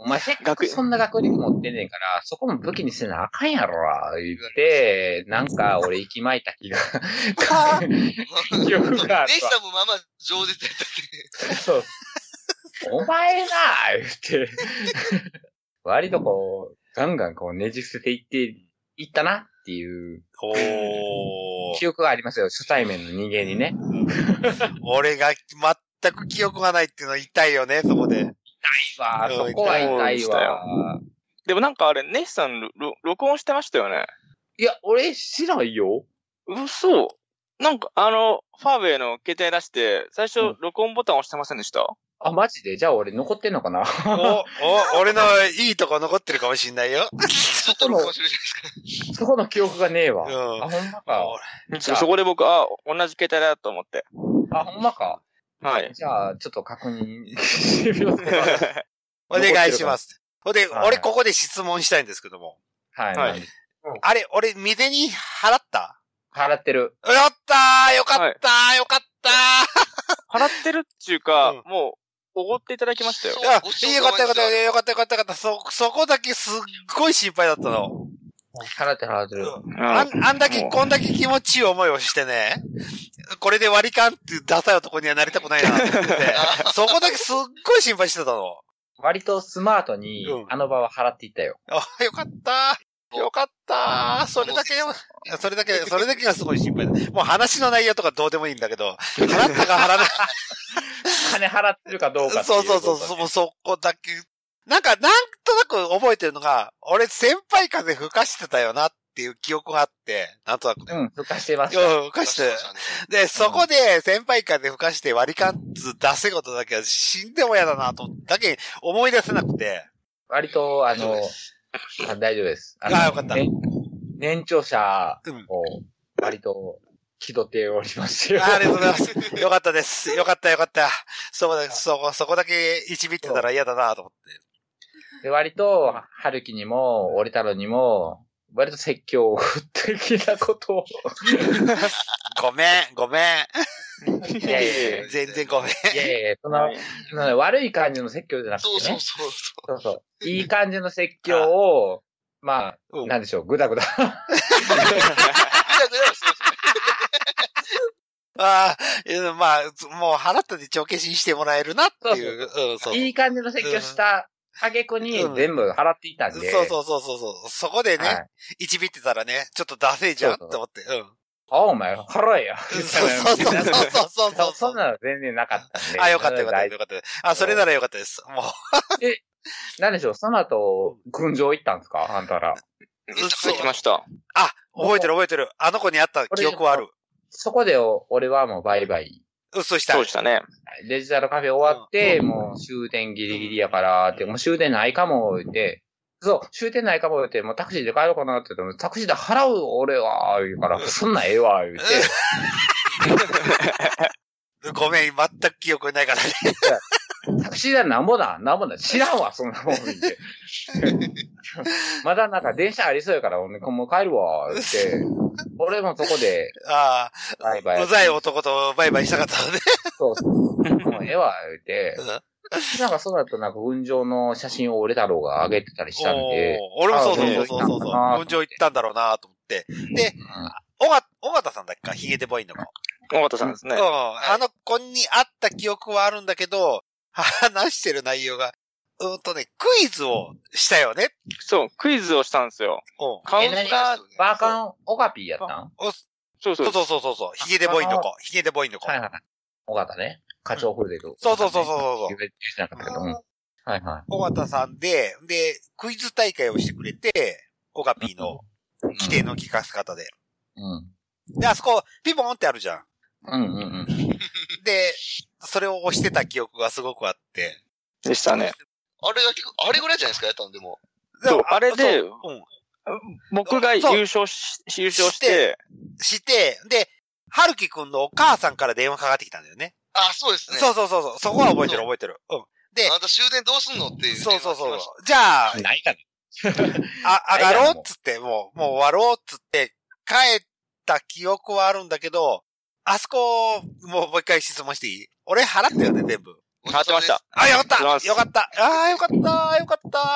お前せっかくそんな学歴持ってんねんから、そこも武器にせなあかんやろ、言って、なんか俺息巻いた気が、記憶がある。 ネイさんもまあまあ饒舌やったって。 そう。お前な言って、割とこう、ガンガンこうねじ伏せていっていったなっていう、 お記憶がありますよ、初対面の人間にね。 俺が全く記憶がないっていうのは痛いよね、そこで。 痛いわ、そこは痛いわ。 でもなんかあれ、ネイさん、録音してましたよね。 いや、俺知らんよ。 嘘。なんか、あの、ファーウェイの携帯出して、最初、録音ボタン押してませんでした、 あ、マジでじゃあ俺残ってんのかなお、お、俺のいいとこ残ってるかもしんないよ。 そこの、 そこの記憶がねえわ。 うん、 あ、ほんまか。 そ、そこで僕、あ、同じ携帯だと思って。 あ、ほんまか。 はい。 じゃあ、ちょっと確認してみよう。 お願いします。ほんで、はい、俺ここで質問したいんですけども。 はい。はい、 あれ、俺、未然に払った？ 払ってる。 やったーよかったー、はい、よかったー払ってるっていうか、うん、もう、おごっていただきましたよ。 いや、よかったよかったよかったよかったよかった。そ、そこだけすっごい心配だったの。 払って払ってる。 うん、あん、あんだけ、こんだけ気持ちいい思いをしてね、これで割り勘っていうダサい男にはなりたくないなって言ってて、そこだけすっごい心配してたの。 割とスマートに、あの場は払っていったよ。 うん、あ、よかったよかったー。それだけ、それだけ、それだけがすごい心配だ。もう話の内容とかどうでもいいんだけど、払ったか払わない。 金払ってるかどうかっていう。 そうそうそう、そ、そこだけ。なんか、なんとなく覚えてるのが、俺先輩風吹かしてたよなっていう記憶があって、なんとなくね。 うん、吹かしてました。 うん、吹かして。で、そこで先輩風吹かして割り勘つ出せことだけは死んでも嫌だなと、だけ思い出せなくて。 割と、あの、あ大丈夫です。 ああ、よかった。 ね、年長者を割と気取っておりますよ。 ありがとうございます。よかったです。よかったよかった。そこだけ、そこ、そこだけいちびってたら嫌だなと思って。 で割と、春樹にも、折太郎にも、割と説教的なことを。 ごめん、ごめん。 いやいやいや全然ごめん。いやいやいや、その、その悪い感じの説教じゃなくてね。 そうそうそうそう。そうそう。いい感じの説教を、まあ、うん、なんでしょう、ぐだぐだ。ぐだぐだああ、まあ、もう払ったで帳消しにしてもらえるなっていう。 そうそうそう。いい感じの説教した挙句に全部払っていたんで。 そうそうそうそうそう。そこでね、はい、いちびってたらね、ちょっとダセえじゃんって思って。うん。 あ、お前、払えや。 そうそうそうそうそう。 そんなの全然なかったんで。 あ、よかったよかったよかった。あ、それならよかったです。もう。 え、なんでしょう、その後、群青行ったんですかあんたら。 行きました。 あ、覚えてる覚えてる。あの子に会った記憶はある。 そこで俺はもうバイバイ。 嘘した。 そうしたね。 デジタルカフェ終わって、うん、もう終電ギリギリやからって、もう終電ないかも言って、そう、終電ないかも言って、もうタクシーで帰ろうかなって言って、タクシーで払う俺は、言うから、そんなんええわ、言って。 ごめん、全く記憶ないからね。 タクシー代なんぼだなんぼだ知らんわ、そんなもんで。まだなんか電車ありそうやから、俺もう帰るわ、言って。俺もそこで、 ああ、 バイバイ。 うざい男とバイバイしたかったのね。 そうそう。もうええわ、言って。なんかそうだとなんか雲上の写真を俺太郎が上げてたりしたんで。 俺もそうそうそうそうそう。雲上行ったんだろうなと思って。で、おが、尾形さんだっけかヒゲデボインの子。 尾形さんですね。 うん。あの子に会った記憶はあるんだけど、話してる内容が、うんとね、クイズをしたよね。 そう、クイズをしたんですよ。 カウンター、バーカン、オガピーやったんそうそうそうそうそうそう。ヒゲデボインの子。ヒゲデボインの子。 はいはい。尾形ね。課長フルでる。 そうそうそうそうそう。 言ってなかったけど。はいはい。 尾形さんで、で、クイズ大会をしてくれて、オガピーの規定の聞かせ方で。 うん。 で、あそこ、ピボンってあるじゃん。 うんうんうん。 で、それを押してた記憶がすごくあって。 でしたね。 あれが結構、あれぐらいじゃないですか、やったのでも。 そう、あれで、うん、僕が優勝し、優勝して、 して、で、春樹くんのお母さんから電話かかってきたんだよね。 あ、そうですね。 そうそうそうそう。そこは覚えてる覚えてる。うん。で、 あなた終電どうすんのっていう。 そうそうそう。じゃあ、 ないかね。 あ、上がろうっつって、もう、もう終わろうっつって、帰った記憶はあるんだけど、あそこ、もうもう一回質問していい？俺払ったよね、全部。 払ってました。 あ、よかったよかったああ、よかったよかった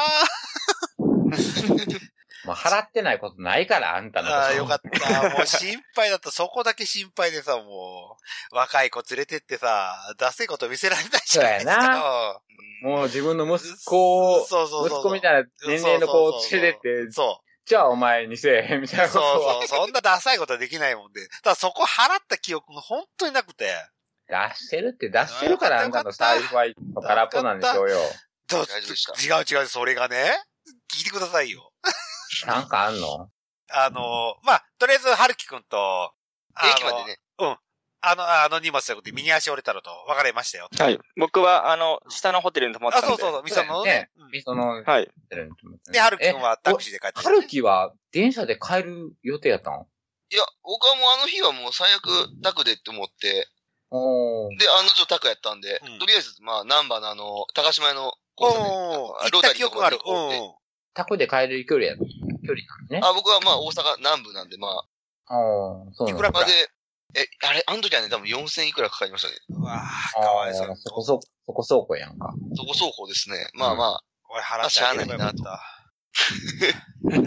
もう払ってないことないから、あんたの。 ああ、よかった。もう心配だった。そこだけ心配でさ、もう、若い子連れてってさ、ダセいこと見せられないじゃないですか。 そうやな。もう自分の息子を、そうそうそう息子みたいな年齢の子を連れてって、そう。じゃあお前にせえへんみたいなことそうそう。そんなダサいことはできないもんで。ただそこ払った記憶が本当になくて。 出してるって出してるからあんたの財布は空っぽなんでしょうよ。 違う違う、それがね、聞いてくださいよ。 なんかあんのあの、まあ、とりあえず、はるきくんと、 駅までね。 うん。あの、あの荷物ということで、右足折れたのと別れましたよ。 はい。僕は、あの、下のホテルに泊まったんで。 あ、そうそうそう、みそのね。 みその、 はい。 で、はるきくんはタクシーで帰ってはるきは電車で帰る予定やったの？ いや、僕はもうあの日はもう最悪タクでって思って、 おで、あの女タクやったんで、うん、とりあえず、まあ、ナンバーのあの、高島屋のコースで、 行った記憶がある。うん。 タクで帰れる距離や、距離なんね。 あ、僕はまあ、大阪南部なんで、まあ。 ああ、そうなんだ。 いくらくらいで、え、あれ、あの時はね、多分よんせんいくらかかりましたね。 うわぁ、かわいそう。 そこそこ、そこ倉庫やんか。 そこ倉庫ですね。まあまあ。 俺払ってあげればよかった。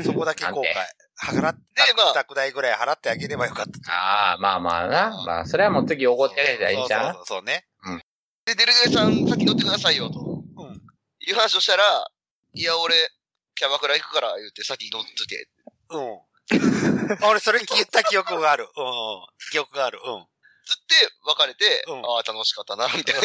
そこだけ後悔。払って、たく代ぐらい払ってあげればよかった。 ああ、まあまあな。まあ、それはもう次おごってあげたらいいんちゃう？ そうそうそうね。 うん。 で、デルデルさん、先乗ってくださいよ、と。うん。いう話をしたら、いや、俺、キャバクラ行くから、言って先乗っとけ。 うん。俺、それ聞いた記憶がある。うん。記憶がある。うん。 つって、別れて、うん、ああ、楽しかったな、みたいな。で、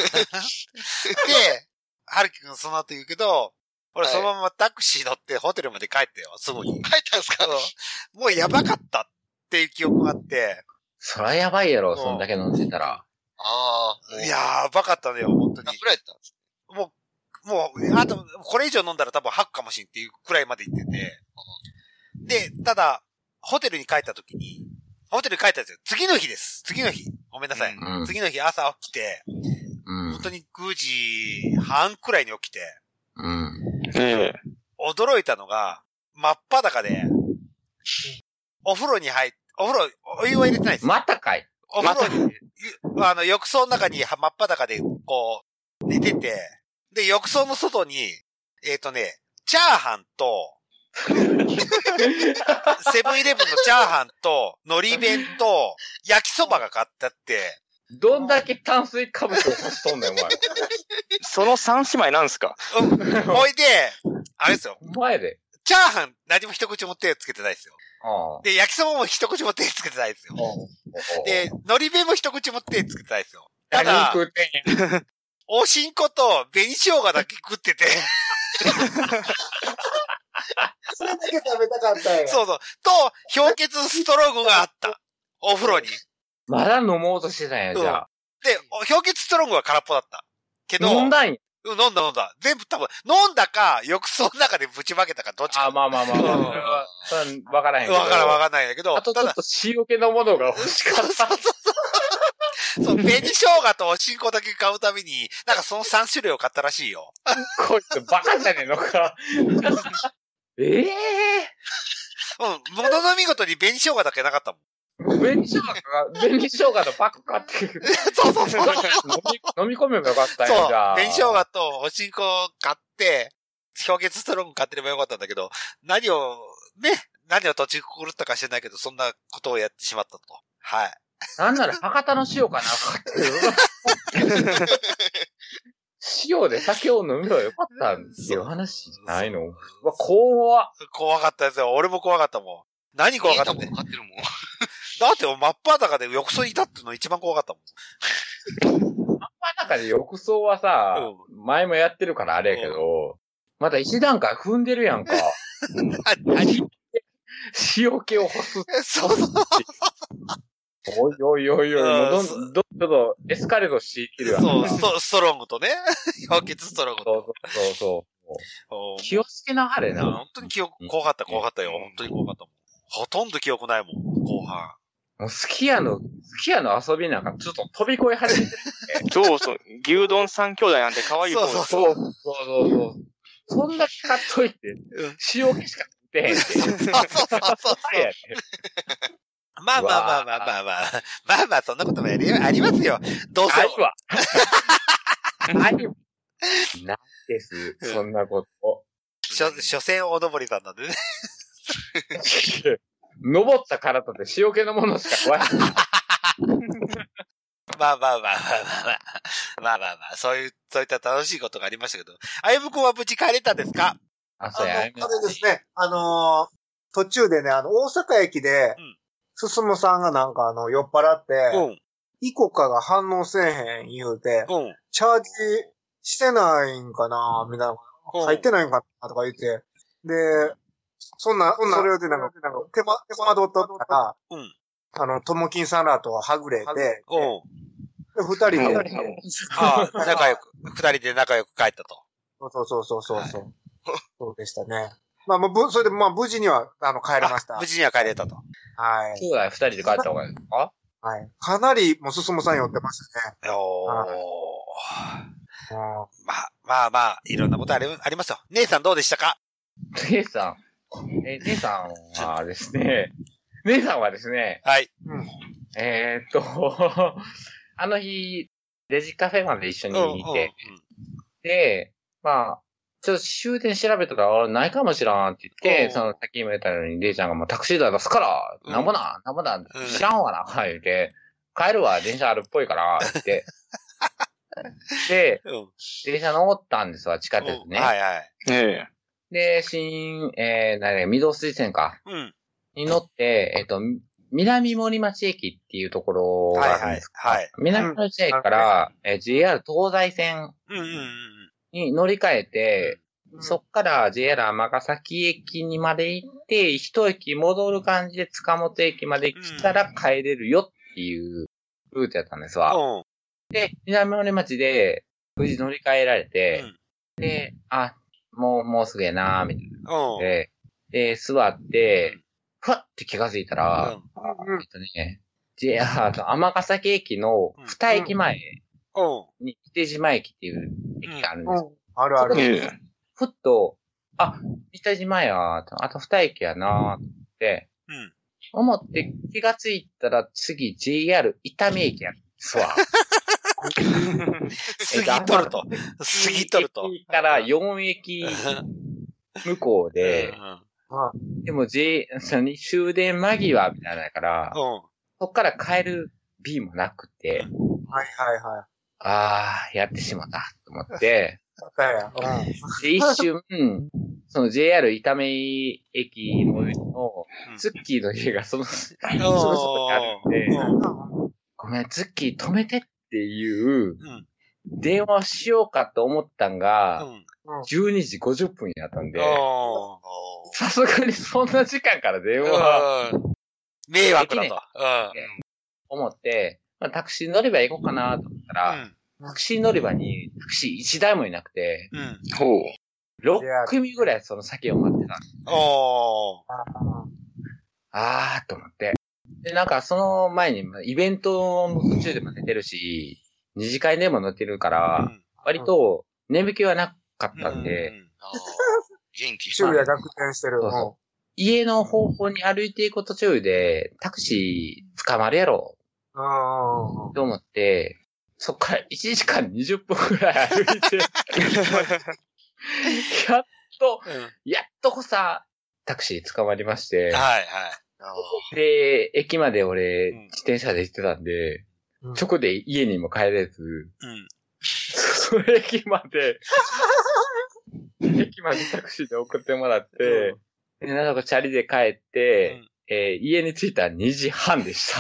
はるきくんその後言うけど、俺そのままタクシー乗ってホテルまで帰ったよ、すぐに。 帰ったんすか？ うん。もうやばかったっていう記憶があって。 そりゃやばいやろ、そんだけ飲んでたら。ああ。いやー、ばかったのよ、本当に。 何くらいやったんですか？もう、もう、あと、これ以上飲んだら多分吐くかもしんっていうくらいまで行ってて。で、ただ、ホテルに帰った時に、ホテルに帰ったんですよ。次の日です。次の日。ごめんなさい。うん、次の日朝起きて、うん、本当にくじはんくらいに起きて、 うん、 驚いたのが、真っ裸で、お風呂に入っ、お風呂、お湯は入れてないです。 またかい。 お風呂に、あの、浴槽の中に真っ裸で、こう、寝てて、で、浴槽の外に、えっとね、チャーハンと、セブンイレブンのチャーハンと、海苔弁と、焼きそばが買ってあって、 どんだけ炭水化物を欲しとんねん、お前。 その三姉妹なんすか？ うん。ほいで、あれですよ。 お前で。 チャーハン、何も一口も手つけてないですよ。で、焼きそばも一口も手つけてないですよ。で、海苔弁も一口も手つけてないですよ。ただ、おしんこと紅生姜だけ食ってて。 それだけ食べたかったよ。 そうそう。と、氷結ストロングがあった。お風呂に。 まだ飲もうとしてたんや、じゃあ。 で、氷結ストロングは空っぽだった。けど。 飲んだんや。 うん、飲んだ飲んだ。全部多分、飲んだか、浴槽の中でぶちまけたか、どっちか。 あ、まあまあまあまあ。それは、それはわからへんけど。 わからんわかんないんだけど。 あとちょっと塩気のものが欲しかった。 そう、紅生姜とおしんこだけ買うために、なんかそのさん種類を買ったらしいよ。 こいつバカじゃねえのか。ええー。うん、ものの見事に紅生姜だけなかったもん。 紅生姜が、紅生姜のパック買って。 そうそうそう。飲み、飲み込めばよかったんや、 じゃあ。紅生姜とおしんこ買って、氷結ストロング買ってればよかったんだけど、何を、ね、何を途中狂ったか知らないけど、そんなことをやってしまったと。はい。 なんなら博多の塩かなかったよ。塩で酒を飲めばよかったっていう話じゃないの？うわ、怖怖かったですよ。俺も怖かったもん。何怖かったって。 分かってるもん。 だって真っ裸で浴槽にいたっての一番怖かったもん。 真っ裸で浴槽はさ、うん、前もやってるからあれやけど、うん、まだ一段階踏んでるやんか。 何塩気を干す。 そうそう。 おいおいおいおい、もうどんどん、どんどんエスカレートしていってるやん。 そう、スト、ストロングとね。氷結ストロングと。 そうそうそう。気をつけなはれな。 本当に記憶、怖かった怖かったよ。本当に怖かったもん。ほとんど記憶ないもん、後半。 もうスキヤの、スキヤの遊びなんかちょっと飛び越え始めてる、 ね。そうそう。牛丼三兄弟なんて可愛い方そうそうそう。そうそうそう。そんだけ買っといて、塩気しか食ってへんって。そうそうそうそう。 まあまあまあまあまあまあ。まあまあ、そんなこともやり、ありますよ。どうせ。 ないです、そんなこと。 しょ、所詮大登りさんなんでね。 登ったからとて塩気のものしか食わない。 まあまあまあまあまあまあ。まあまあまあ、そういう、そういった楽しいことがありましたけど。あゆむくんは無事帰れたんですか？ あ、そうや。 あの、あれですね。あのー、途中でね、あの、大阪駅で、すすむさんがなんかあの、酔っ払って、うん、イコカが反応せえへん言うて、うん、チャージしてないんかなみたいな。入ってないんかなとか言って、で、そんな、そんな、それでなんか、手間、手間取ったら、うん、あの、ともきんさんらとはぐれて、で、二人で、 ああ、仲良く、二人で仲良く帰ったと。 そうそうそうそうそう。はい、そうでしたね。まあ、もう、それで、まあ、無事には、あの、帰れました。 無事には帰れたと。 はい。 そうだよ、二人で帰った方がいいですか？ はい。かなり、もう、進むさん寄ってましたね。 おー。はいまあ、まあまあ、いろんなことあり、ありますよ。姉さんどうでしたか？ 姉さん。え、姉さんはですね、姉さんはですね、 はい。 うん、えー、っと、あの日、レジカフェまで一緒にいて、うんうん、で、まあ、ちょっと終電調べたら、ないかもしらんって言って、その先にも言ったのに、レイちゃんがもうタクシー代出すから、うん、なんぼな、なんぼな、知らんわな、はい、言って、帰るわ、電車あるっぽいから、って。で、うん、電車乗ったんですわ、地下鉄ね。 はいはい。 ええ。で、新、えー、何だ、御堂筋線か。うん。に乗って、えっと、南森町駅っていうところがあるんですか。はい、はい。南森町駅から、うん、えー、ジェイアール 東西線に乗り換えて、うんうんうん、そっから ジェイアール 尼崎駅にまで行って、一駅戻る感じで塚本駅まで来たら帰れるよっていうルートやったんですわ。うんで、南森町で、無事乗り換えられて、うん、で、あ、もう、もうすげえなー、みたいな。で、で、座って、ふわって気がついたら、うん、えっとね、ジェイアール の尼崎駅の二駅前に、伊手島駅っていう駅があるんですよ。 うん、あるある。 ふっと、あ、伊手島や、あと二駅やなーって、うん、思って気がついたら次 ジェイアール 伊丹駅やるんですわ。 過ぎとると。過ぎとると。 駅からよん駅向こうで、でも J、終電間際みたいなから、そっから帰る B もなくて、はいはいはい。 あー、やってしまったと思って、で一瞬、その ジェイアール 伊丹駅のツッキーの家がその、すぐそこにあるんで、ごめん、ツッキー止めてっていう、電話しようかと思ったんが、じゅうにじごじゅっぷんやったんで、さすがにそんな時間から電話、 迷惑だと。 思って、まあ、タクシー乗り場行こうかなと思ったら、うん、タクシー乗り場にタクシーいちだいもいなくて、うん、ろっくみぐらいその先を待ってたんです、ね。おー。あーと思って。で、なんかその前にイベントの途中でも寝てるし、二次会でも乗ってるから、うん、割と眠気はなかったんで、うんうん、 元気昼夜逆転してる。そうそう家の方向に歩いていく途中でタクシー捕まるやろ。と思って、そっからいちじかんにじゅっぷんくらい歩いて、やっと、うん、やっとこさ、タクシー捕まりまして、はいはい。で、駅まで俺、うん、自転車で行ってたんで、うん、直で家にも帰れず、うん、その駅まで、駅までタクシーで送ってもらって、うん、で、なんかチャリで帰って、うんえー、家に着いたらにじはんでした。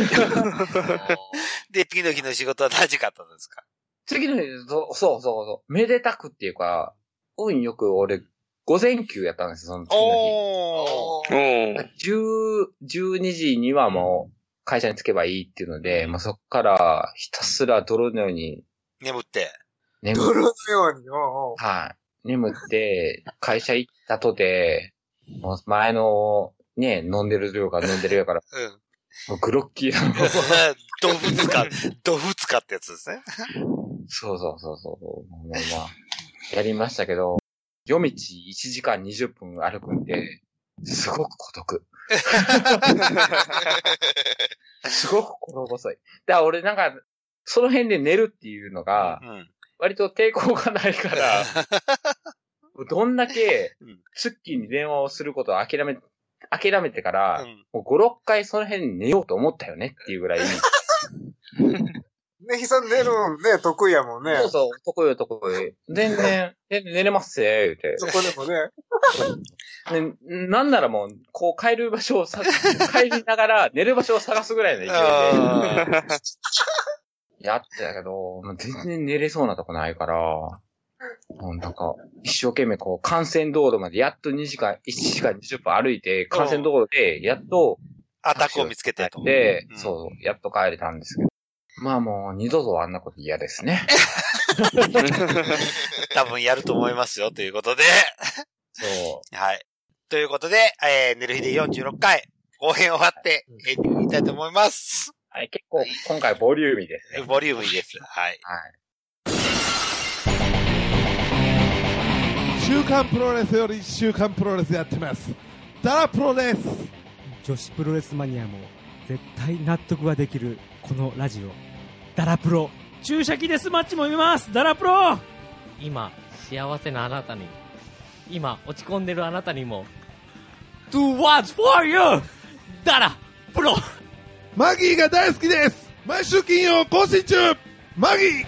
で、次の日の仕事は何時かったんですか？ 次の日、そうそうそう。めでたくっていうか、運よく俺、午前休やったんですよ、その次の日。おじゅう、じゅうにじにはもう会社に着けばいいっていうので、まあ、そっからひたすら泥のように。 眠って。 眠って。泥のように。 はい。眠って、会社行ったとて、もう前の、ね飲んでる量が飲んでるやから。うん。もうグロッキーなの。 ドフツカ、ドフツカってやつですね。 そうそうそうそう。まあまあ、やりましたけど、夜道いちじかんにじゅっぷん歩くんで、すごく孤独。すごく心細い。だから俺なんか、その辺で寝るっていうのが、うん、 割と抵抗がないから、どんだけ、ツッキーに電話をすることを諦め、諦めてから、うん、もうご、ろっかいその辺寝ようと思ったよねっていうぐらい。 ねひさん寝るのね、得意やもんね。 そうそう、得意よ得意。全然、全然寝れますぜ、言うて。 そこでもね。 ね、なんならもう、こう帰る場所をさ、帰りながら寝る場所を探すぐらいの勢いで。やってたけど、全然寝れそうなとこないから、なんか、一生懸命こう、幹線道路までやっとにじかん、いちじかんにじゅっぷん歩いて、幹線道路で、やっと、 アタックを見つけてと。 で、うん、そう、やっと帰れたんですけど。まあもう、二度とあんなこと嫌ですね。 多分やると思いますよ、ということで。 そう。 はい。ということで、えー、寝る日でよんじゅうろっかい、後編終わって、エンディングいきたいと思います。 はい、結構、今回ボリューミーですね。 ボリューミーです。はい。はい。 週刊プロレスより週刊プロレスやってます。ダラプロです。 女子プロレスマニアも絶対納得ができるこのラジオ。ダラプロ。注射器デスマッチも見ます。ダラプロ。 今、幸せなあなたに。今、落ち込んでるあなたにも。 Do what's for you! ダラプロ。 マギーが大好きです。毎週金曜更新中。マギー。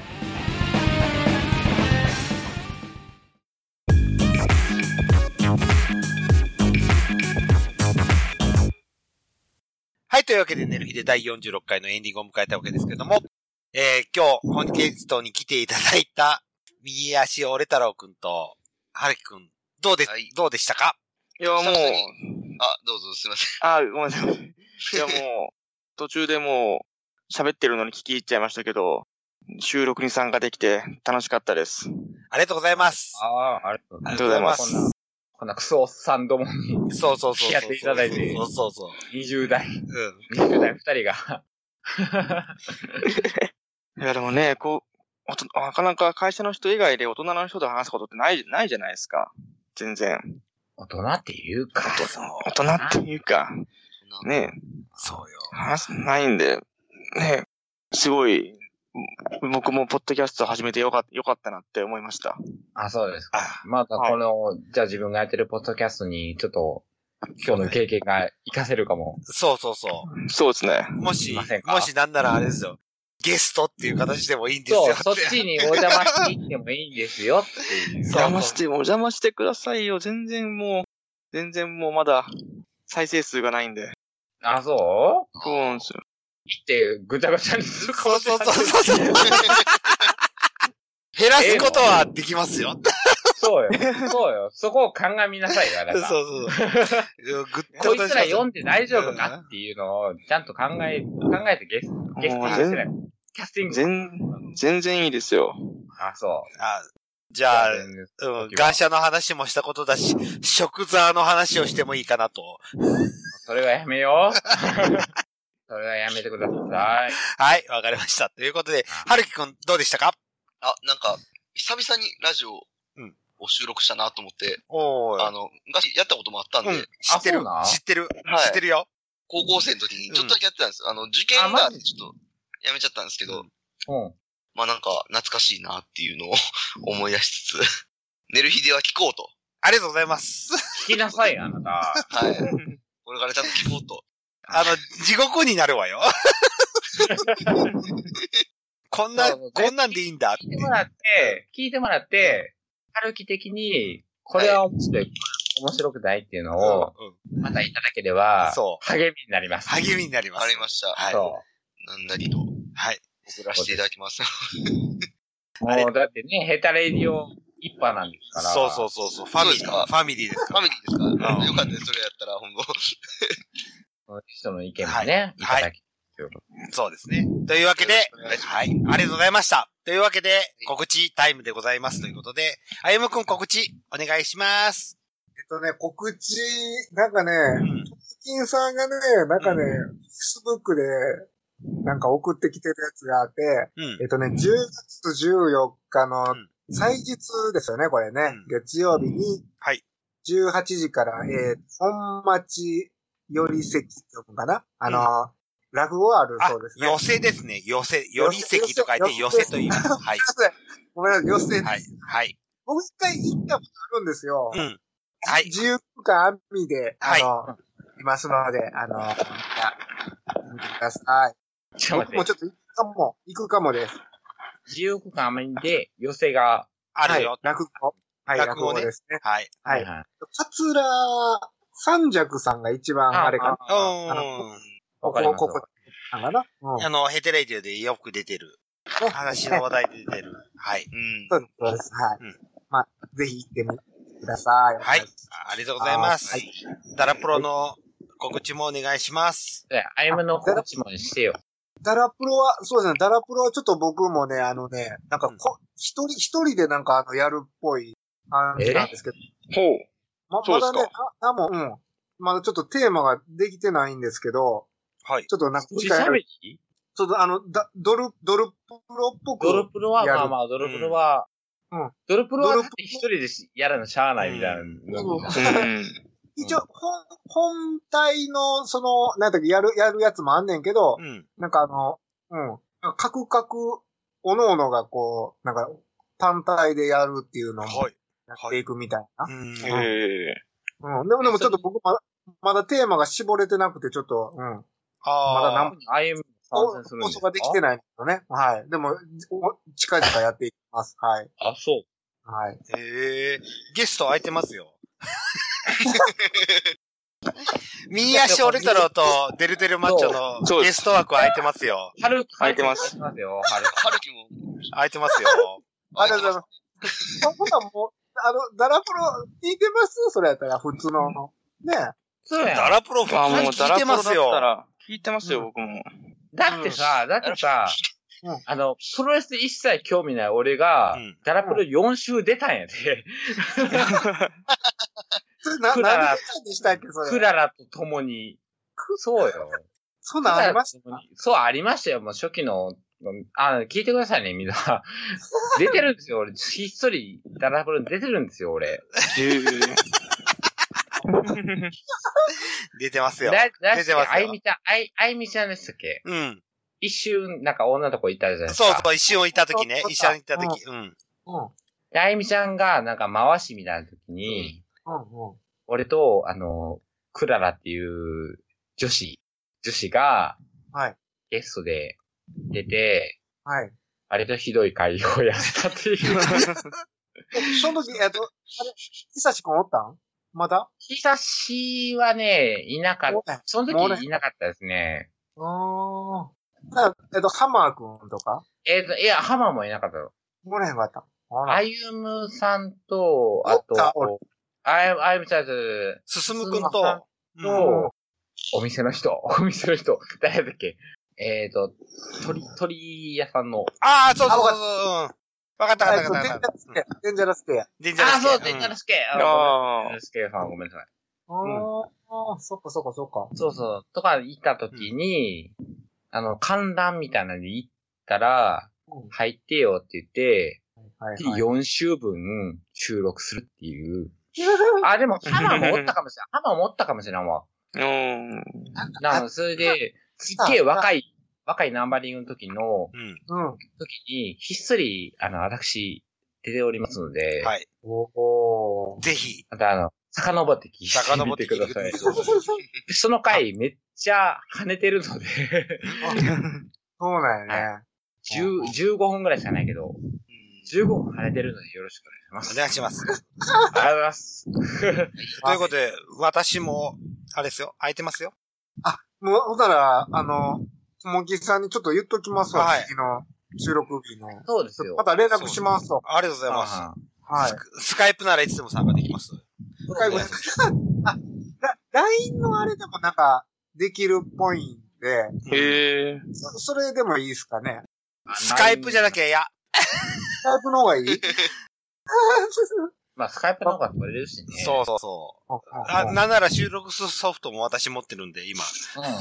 はい、というわけで、寝る日でだいよんじゅうろっかいのエンディングを迎えたわけですけども、えー、今日、本ゲストに来ていただいた、右足折れ太郎くんと、はるきくん、どうで、はい、どうでしたか？ いや、もう、あ、どうぞ、すいません。 あ、ごめんなさい。いや、もう、途中でもう、喋ってるのに聞き入っちゃいましたけど、収録に参加できて楽しかったです。 ありがとうございます。 ああ、ありがとうございます。こんなクソおっさんどもに。 そうそうそう。 やっていただいて。 そうそうそう。 にじゅう代。うん。にじゅう代ふたりが。 いやでもね、こう、なかなか会社の人以外で大人の人と話すことってない、ないじゃないですか。全然。 大人っていうか。 大人っていうか。ねえ。 そうよ。 話す、ないんで、ねえ。すごい、僕もポッドキャスト始めてよかった、よかったなって思いました。 あ、そうですか。またこの、はい、じゃあ自分がやってるポッドキャストに、ちょっと、今日の経験が活かせるかも。 そうそうそう。 そうですね。 もし、もしなんならあれですよ。ゲストっていう形でもいいんですよ。 そう、そっちにお邪魔していってもいいんですよっていう。 お邪魔して、お邪魔してくださいよ。全然もう、全然もうまだ、再生数がないんで。 あ、そうそうなんですよ。 って、ぐちゃぐちゃにするかもしれない。 そうそうそうそう。減らすことはできますよ。 そうよ。そうよ。そこを鑑みなさいよ、あなた。 そうそう。 こいつら読んで大丈夫かっていうのを、ちゃんと考え、考えてゲスト、ゲストにしてない。キャスティング。 全、全然いいですよ。 あ、そう。 あじゃあ、うん、ガンシャの話もしたことだし、食座の話をしてもいいかなと。 それはやめよう。それはやめてください。 はい、わかりました。ということで、はるきくんどうでしたか？ あ、なんか、久々にラジオを収録したなと思って、うん、あの、昔やったこともあったんで。うん、 知ってる知ってる、はい、知ってるよ。 高校生の時にちょっとだけやってたんです。うん、あの、受験があってちょっとやめちゃったんですけど、うん、まあなんか懐かしいなっていうのを思い出しつつ、寝る日では聞こうと。 ありがとうございます。 聞きなさい、あなた。 はい。これからちゃんと聞こうと。 あの、地獄になるわよ。こんな、こんなんでいいんだって。 聞いてもらって、聞いてもらって、春樹的に、これは面白い、はい、面白くないっていうのを、またいただければ、そう。励みになります。 励みになります。 ありました。はい。そう。なんなりと。はい。送らせていただきます。 もう、だってね、ヘタレディオ一派なんですから。 そうそうそうそう。ファミリー。ファミリーですか。 ファミリーですか。うん、よかったです。それやったら、ほんと。 その人の意見もね、はい、いただき、 はい、そうですね。というわけで、はい、ありがとうございました。というわけで、告知タイムでございますということで、あゆむくん告知、お願いします。 えっとね、告知、なんかね、トツキンさんがね、なんかね、Facebook で、なんか送ってきてるやつがあって、うん、えっとね、じゅうがつじゅうよっかの祭日ですよね、これね。うん、月曜日に、はい。じゅうはちじから、えー、本町より席って呼ぶかな、うん、あの、 落語はあるそうですね。 寄せですね。寄せ。寄り席と書いて寄せと言います。はい。 ごめんなさい、寄せ。 はい。はい。 僕一回行ったことあるんですよ。 うん。はい。 自由空間アミで、あの、はい、いますので、あの、見てください。僕もちょっと行くかも、行くかもです。 自由空間アミで寄せがあるよ。 はい、落語。はい、落語ですね。 はい。 はい。桂三尺さんが一番あれかな。 うん。 ここ、ここ、なんかな。 あの、ヘテレイディオでよく出てる。話の話題で出てる。はい。 うん。そうです。はい。まあ、ぜひ行ってみてください。 はい。ありがとうございます。はい。ダラプロの告知もお願いします。 アイムの告知もしてよ。 ダラプロは、そうですね、ダラプロはちょっと僕もね、あのね、なんかこ、一人、一人でなんかあの、やるっぽい感じなんですけど。 ほう。 ま、まだね、あ、あも、うん。まだちょっとテーマができてないんですけど、 はい。 ちょっとなんか、 ちゃべりちょっとあの、だ、ドル、ドルプロっぽく。 ドルプロは、まあまあ、ドルプロは、うん。ドルプロはだって一人でやるのしゃあないみたいな。うん一応、本、本体の、その、なんだっけ、やる、やるやつもあんねんけど、うん、なんかあの、うん。カクカク、おのおのがこう、なんか、単体でやるっていうのを、やっていくみたいな。はい、うん。へうん。でもでもちょっと僕まだ、まだテーマが絞れてなくて、ちょっと、うん。ああ。まだ何分、ああいう、放送ができてないんですよね。はい。でも、近々やっていきます。はい。 あ、そう。 はい。 へえ、ゲスト空いてますよ。ミーヤショレトロとデルデルマッチョのゲスト枠空いてますよ。 春、 空いてます。 空いてますよ。 春、春樹も。 空いてますよ。 ありがとうございます。そんなもう、あの、ダラプロ聞いてますそれやったら、普通の。ねそうや。 ダラプロ普通に聞いてますよ。 聞いてますよ、僕も。 だってさ、だってさ、うん、あの、プロレス一切興味ない俺が、うん、ダラプロよん週出たんやで。 クララ、でしたっけそれ。 クララと共に。そうよ。 そんなんありました？ そう、ありましたよ。もう初期の、あ、聞いてくださいね、みんな。出てるんですよ、俺。ひっそりダラプロ出てるんですよ、俺。 出てますよ。 出てますよ。あいみちゃん、あい、あいみちゃんでしたっけ？ うん。 一瞬、なんか女の子いたじゃないですか。 そうそう、一瞬いたときね。一緒にいたとき。うん。うん。 で、あいみちゃんが、なんか回しみたいなときに、うんうん、俺と、あの、クララっていう女子、女子が、 はい。 ゲストで出て、 はい。 あれとひどい会をやったっていう。 その時、えっと、あれ、ひさしくんおったんまだひさしはね、いなかった。その時いなかったですね。 ああ。えっと、ハマーくんとかえっと、いや、ハマーもいなかったよ。 もらへんかった。 あゆむさんと、あと、あゆ、あゆむちゃんと、 すすむくんと、と、 お店の人、お店の人、誰だっけえっと、鳥、鳥屋さんの。 ああ、そうそうそうそう。わかったわかったわかった。 デンジャラスケア。 デンジャラスケア。 あ、そう、デンジャラスケア。デンジャラスケアさんごめんなさい。 ああ、そっかそっかそっか。 そうそう。とか行った時に、あの、観覧みたいなので行ったら、入ってよって言って、よん週分収録するっていう。あ、でも、ハマもおったかもしれん。ハマもおったかもしれんわ。 うん。 なの、それで、すっげえ若い、若いナンバリングの時の、 うん。 時に、ひっそり、あの、私、出ておりますので、 はい。 おー。ぜひ。 また、あの、遡って聞いてみてください。その回、めっちゃ跳ねてるのでそうなんやね。 じゅう、じゅうごふんぐらいしかないけど、じゅうごふん跳ねてるのでよろしくお願いします。 お願いします。 ありがとうございます。 ということで、私も、あれですよ、空いてますよ。 あ、もう、ほたら、あの、モンキーさんにちょっと言っときますわ、はい、次の収録日の。 そうですよ。 また連絡しますと。 ありがとうございます。 はい。 スカイプならいつでも参加できます。 スカイプ、あ、ライン のあれでもなんか、できるっぽいんで。 へー。 そ, それでもいいですかね。 スカイプじゃなきゃ嫌。 スカイプの方がいいまあ、スカイプの方が取れるしね。 そうそうそう。あ、なんなら収録ソフトも私持ってるんで、今。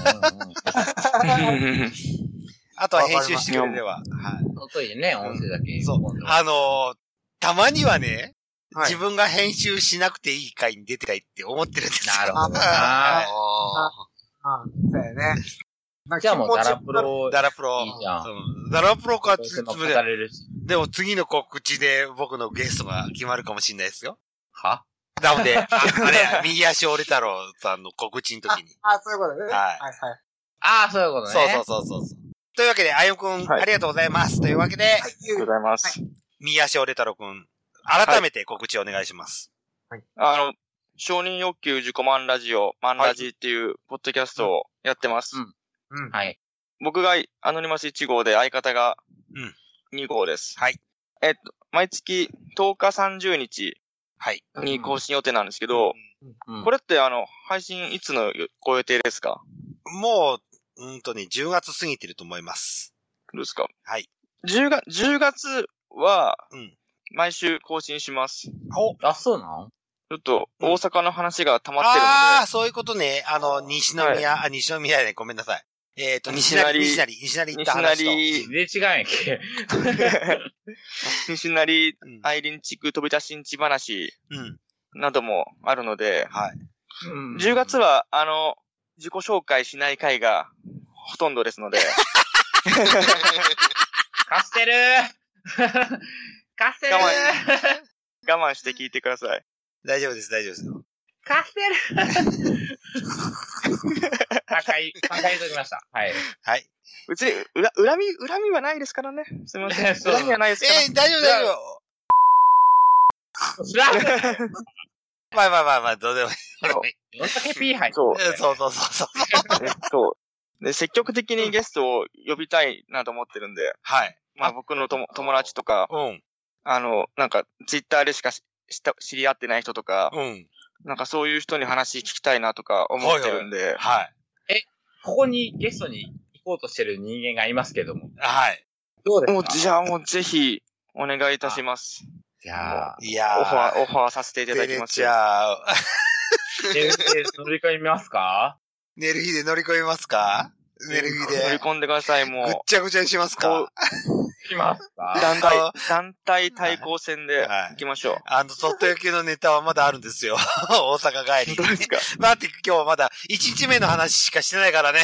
あとは編集してくれれば。はい。 そういうね、音声だけ。 そう。あのー、たまにはね、はい、自分が編集しなくていい回に出てたいって思ってるんですよ。 なるほどな。 ああ、そうやね。 じゃあもうダラプロ。 ダラプロ。 いいじゃん。 うん、ダラプロかつつぶで。 で, でも次の告知で僕のゲストが決まるかもしれないですよ。 はなので、あ, あれ、右足折れ太郎さんの告知の時に。 あ、あそういうことね。はい。はいはい。 ああ、そういうことね。 そうそうそうそう。というわけで、あゆくん、はい、ありがとうございます。というわけで、はい、ありがとうございます。 右足折れ太郎くん、改めて告知お願いします。 はい。あの、承認欲求自己満ラジオ、マンラジっていうポッドキャストをやってます。 うん。うん。はい。 僕がアノニマスいち号で相方がに号です。 うん。はい。 えっと、毎月とおかさんじゅうにちに更新予定なんですけど、うん、これってあの、配信いつのご予定ですか？ もう、うんとね、じゅうがつ過ぎてると思います。 どうですか？ はい。 じゅうがつ、じゅうがつは、毎週更新します。 お、あ、そうなの？ ちょっと、大阪の話が溜まってるので。 ああ、そういうことね。あの、西宮、はい、あ、西宮ね、ごめんなさい。えっ、ー、と、西成、西成、西成行った話と。 西成、で違うんやっけ西成、アイリン地区飛び出しんち話、などもあるので、 はい。 じゅうがつは、あの、自己紹介しない回がほとんどですので。 カステルカステル我慢、我慢して聞いてください。 大丈夫です、大丈夫ですよ。 カステル赤い、赤いときました。はい。 はい。うち、うら、恨み、恨みはないですからね。すみません。恨みはないですから。 えー、大丈夫、大丈夫。知らんまあまあまあまあ、どうでもいい。 どんだけ P 入ってそう。 そうそうそうそう。 えっと、で、積極的にゲストを呼びたいなと思ってるんで。 はい。 まあ僕のとも友達とか、 うん。 あの、なんか、ツイッターでしかしした知り合ってない人とか、 うん。 なんかそういう人に話聞きたいなとか思ってるんで。 はい、はい。 え、ここにゲストに行こうとしてる人間がいますけども。 はい。 どうですか？ もう、じゃあもうぜひ、お願いいたします。 いやー。いやー。 オファー、オファーさせていただきます。 じゃあ。 寝る日で乗り込みますか？ 寝る日で乗り込みますか？寝る日で。 乗り込んでください、もう。 ぐっちゃぐちゃにしますか？ しますか？ 団体、団体対抗戦で行きましょう。はい、 あの、とっておきのネタはまだあるんですよ。大阪帰り。 どうですか？ 待って、今日まだいちにちめの話しかしてないからね。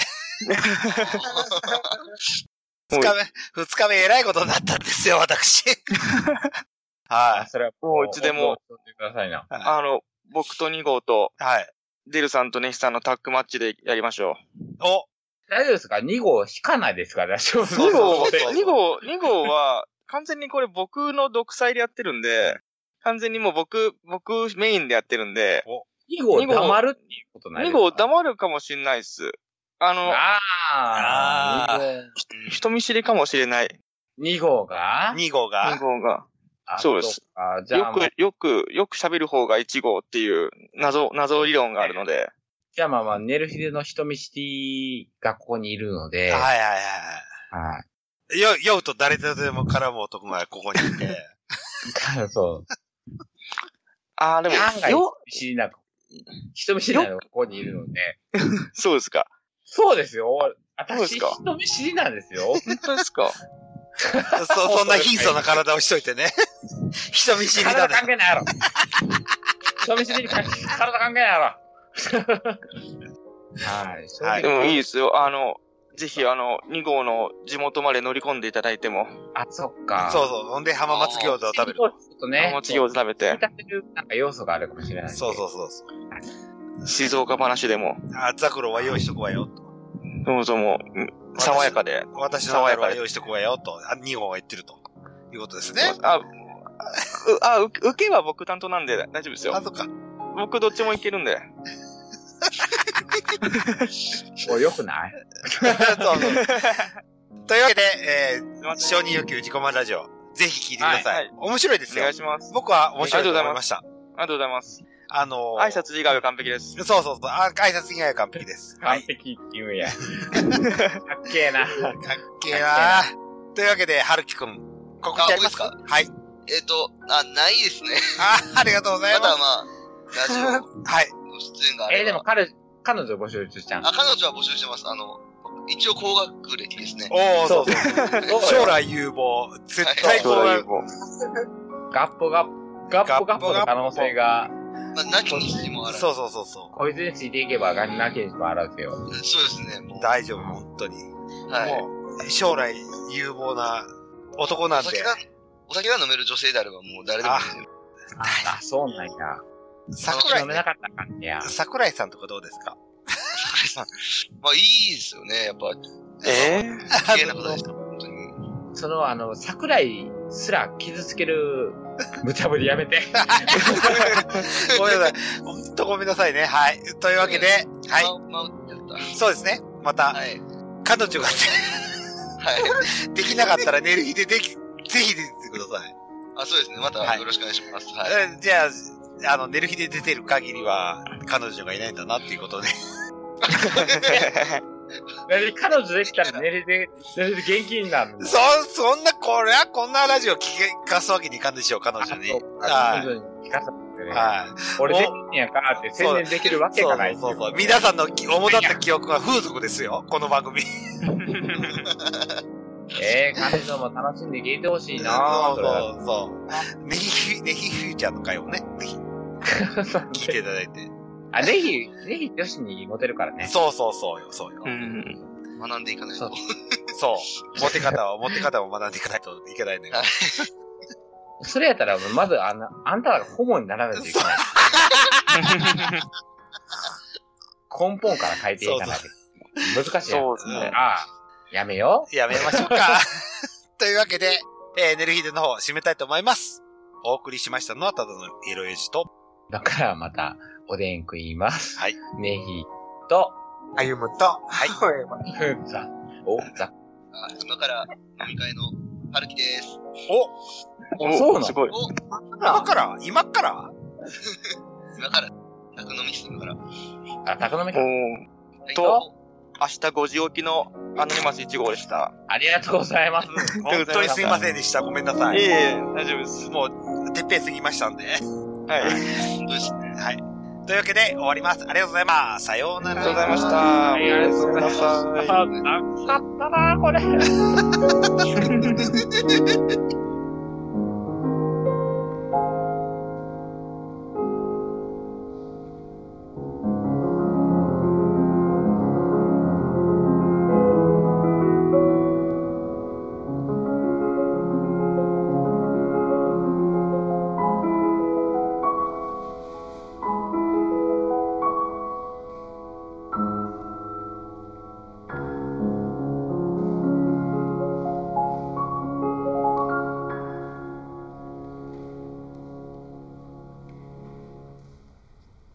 二日目、二日目偉いことになったんですよ、私。はい。 それはもういつでも、 くださいな。 あの、僕とに号と、 はい。 デルさんとネヒさんのタッグマッチでやりましょう。お大丈夫ですか？ に 号引かないですか？大丈夫？ に号、に号、に号は、完全にこれ僕の独裁でやってるんで、完全にもう僕、僕メインでやってるんで、 に号黙るっていうことないですか？ に号黙るかもしれないです。あの、 ああ、 人見知りかもしれない。 に号が ? に 号が ?に 号が。そうです。あじゃあよく、よく、よく喋る方がいち号っていう謎、謎理論があるので。 じゃあまあまあ、寝る日での人見知りがここにいるので。 はいはいはい。 はい。 よ、酔うと誰とでも絡む男がここにいて。 そう。 ああ、でも、 案外人見知りな、人見知りなのがここにいるので。 そうですか。 そうですよ。私、人見知りなんですよ。 本当ですか。 そ、そんな貧相な体をしといてね。人見知りだね。 体関係ないやろ。人見知りに体関係ないやろ。はい。 はい。でもいいですよ。あの、ぜひあの、に号の地元まで乗り込んでいただいても。 あ、そっか。 そうそう。ほんで浜松餃子を食べる。 ちょっとね。 浜松餃子食べて。 なんか要素があるかもしれない。 そうそうそうそう。 静岡話でも。 あ、ザクロは用意しとくわよ、と。 どうぞもう、爽やかで。 私のザクロは用意しとくわよ、と。あ、に号が言ってると。いうことですね。 あ、う、あ、う、受けは僕担当なんで大丈夫ですよ。 あ、そっか。 僕どっちもいけるんで。 もう良くないそうそう。というわけで、えー、承認欲求自己満ラジオ、ぜひ聞いてください。はい、面白いですよ。 お願いします。 僕は面白いと思いました。 ありがとうございます。 あのー、挨拶以外は完璧です。 そうそうそう。あ、挨拶以外は完璧です。 完璧って言うんや。かっけえな。かっけえな。というわけで、はるきくん、告知ありますか？はい。 えっと、あ、ないですね。 あ、ありがとうございます。 まだまあ、ラジオ。 はい。 出演があれば。 えー、でも彼、彼女募集中しちゃう。 あ、彼女は募集してます。あの、一応高学歴ですね。 おー、そうそう。将来有望。絶対高学歴。 ガッポガッポ、ガッポガッポの可能性が。 まあ、なきにしてもわらず。 そうそうそうそう。 こいつについていけば、ガニなければあらずよ。 そうですね、もう。 大丈夫、本当に。 はい。 もう、将来有望な男なんで。お酒が、お酒が飲める女性であればもう誰でもいいね。 あ、そうなんや。 桜井、 飲めなかった感じや。 桜井さんとかどうですか？ 桜井さん。まあいいですよね、やっぱ。 えぇ、 ー、綺麗な方でした、本当に。 その、あの、桜井すら傷つける無茶ぶりやめて。 ごめんなさい。ほんとごめんなさいね。はい。というわけで、はい。 ま、ま、やった。 そうですね。また、はい、彼女が、はい。できなかったら寝る日ででき、ぜひ出てください。 あ、そうですね。またよろしくお願いします。はい。 はい、じゃあ、あの、寝る日で出てる限りは、彼女がいないんだなっていうことで。 彼女できたら寝れて、寝れて元気になる。 そ、そんな、これはこんなラジオ聞かすわけにいかんでしょう、彼女に。 彼女に聞かさってね。はい。俺できんやからって宣伝できるわけがない。 そうそうそう。皆さんの主だった記憶は風俗ですよ、この番組。 ええー、彼女も楽しんで聞いてほしいなぁ。そうそうそう。ネヒ、ネヒフューチャーの回をね、ぜひ、聞いていただいて。 あ、ネヒ、ネヒ女子にモテるからね。 そうそうそうよ、そうよ。 うん。学んでいかないと。 そう。モテ方を、モテ方を学んでいかないといけないのよ。 それやったら、まず、あの、あんたがホモにならないといけない。根本から変えていかないと。難しい。 そうですね。 ああ。やめようやめましょうか。というわけで、えー、寝る日での方、締めたいと思います。お送りしましたのは、ただのエロエジと、 だからまた、おでん食います。 はい。 ネギと、 あゆむと、 はい。 ざ、お、ざ。 今から、飲み会の、はるきです。 おお、そうなのすごい。 今から今から今から、宅飲みするから。 あ、宅飲みか。 と、明日ごじ起きのアノニマスいち号でした。 ありがとうございます。 本当にすいませんでした。ごめんなさい。 いえいえ、大丈夫です。 もう、てっぺん過ぎましたんで。はい。 本当ですね。 はい。というわけで、終わります。ありがとうございます。さようなら。 ありがとうございました。 ありがとうございました。長かったな、これ。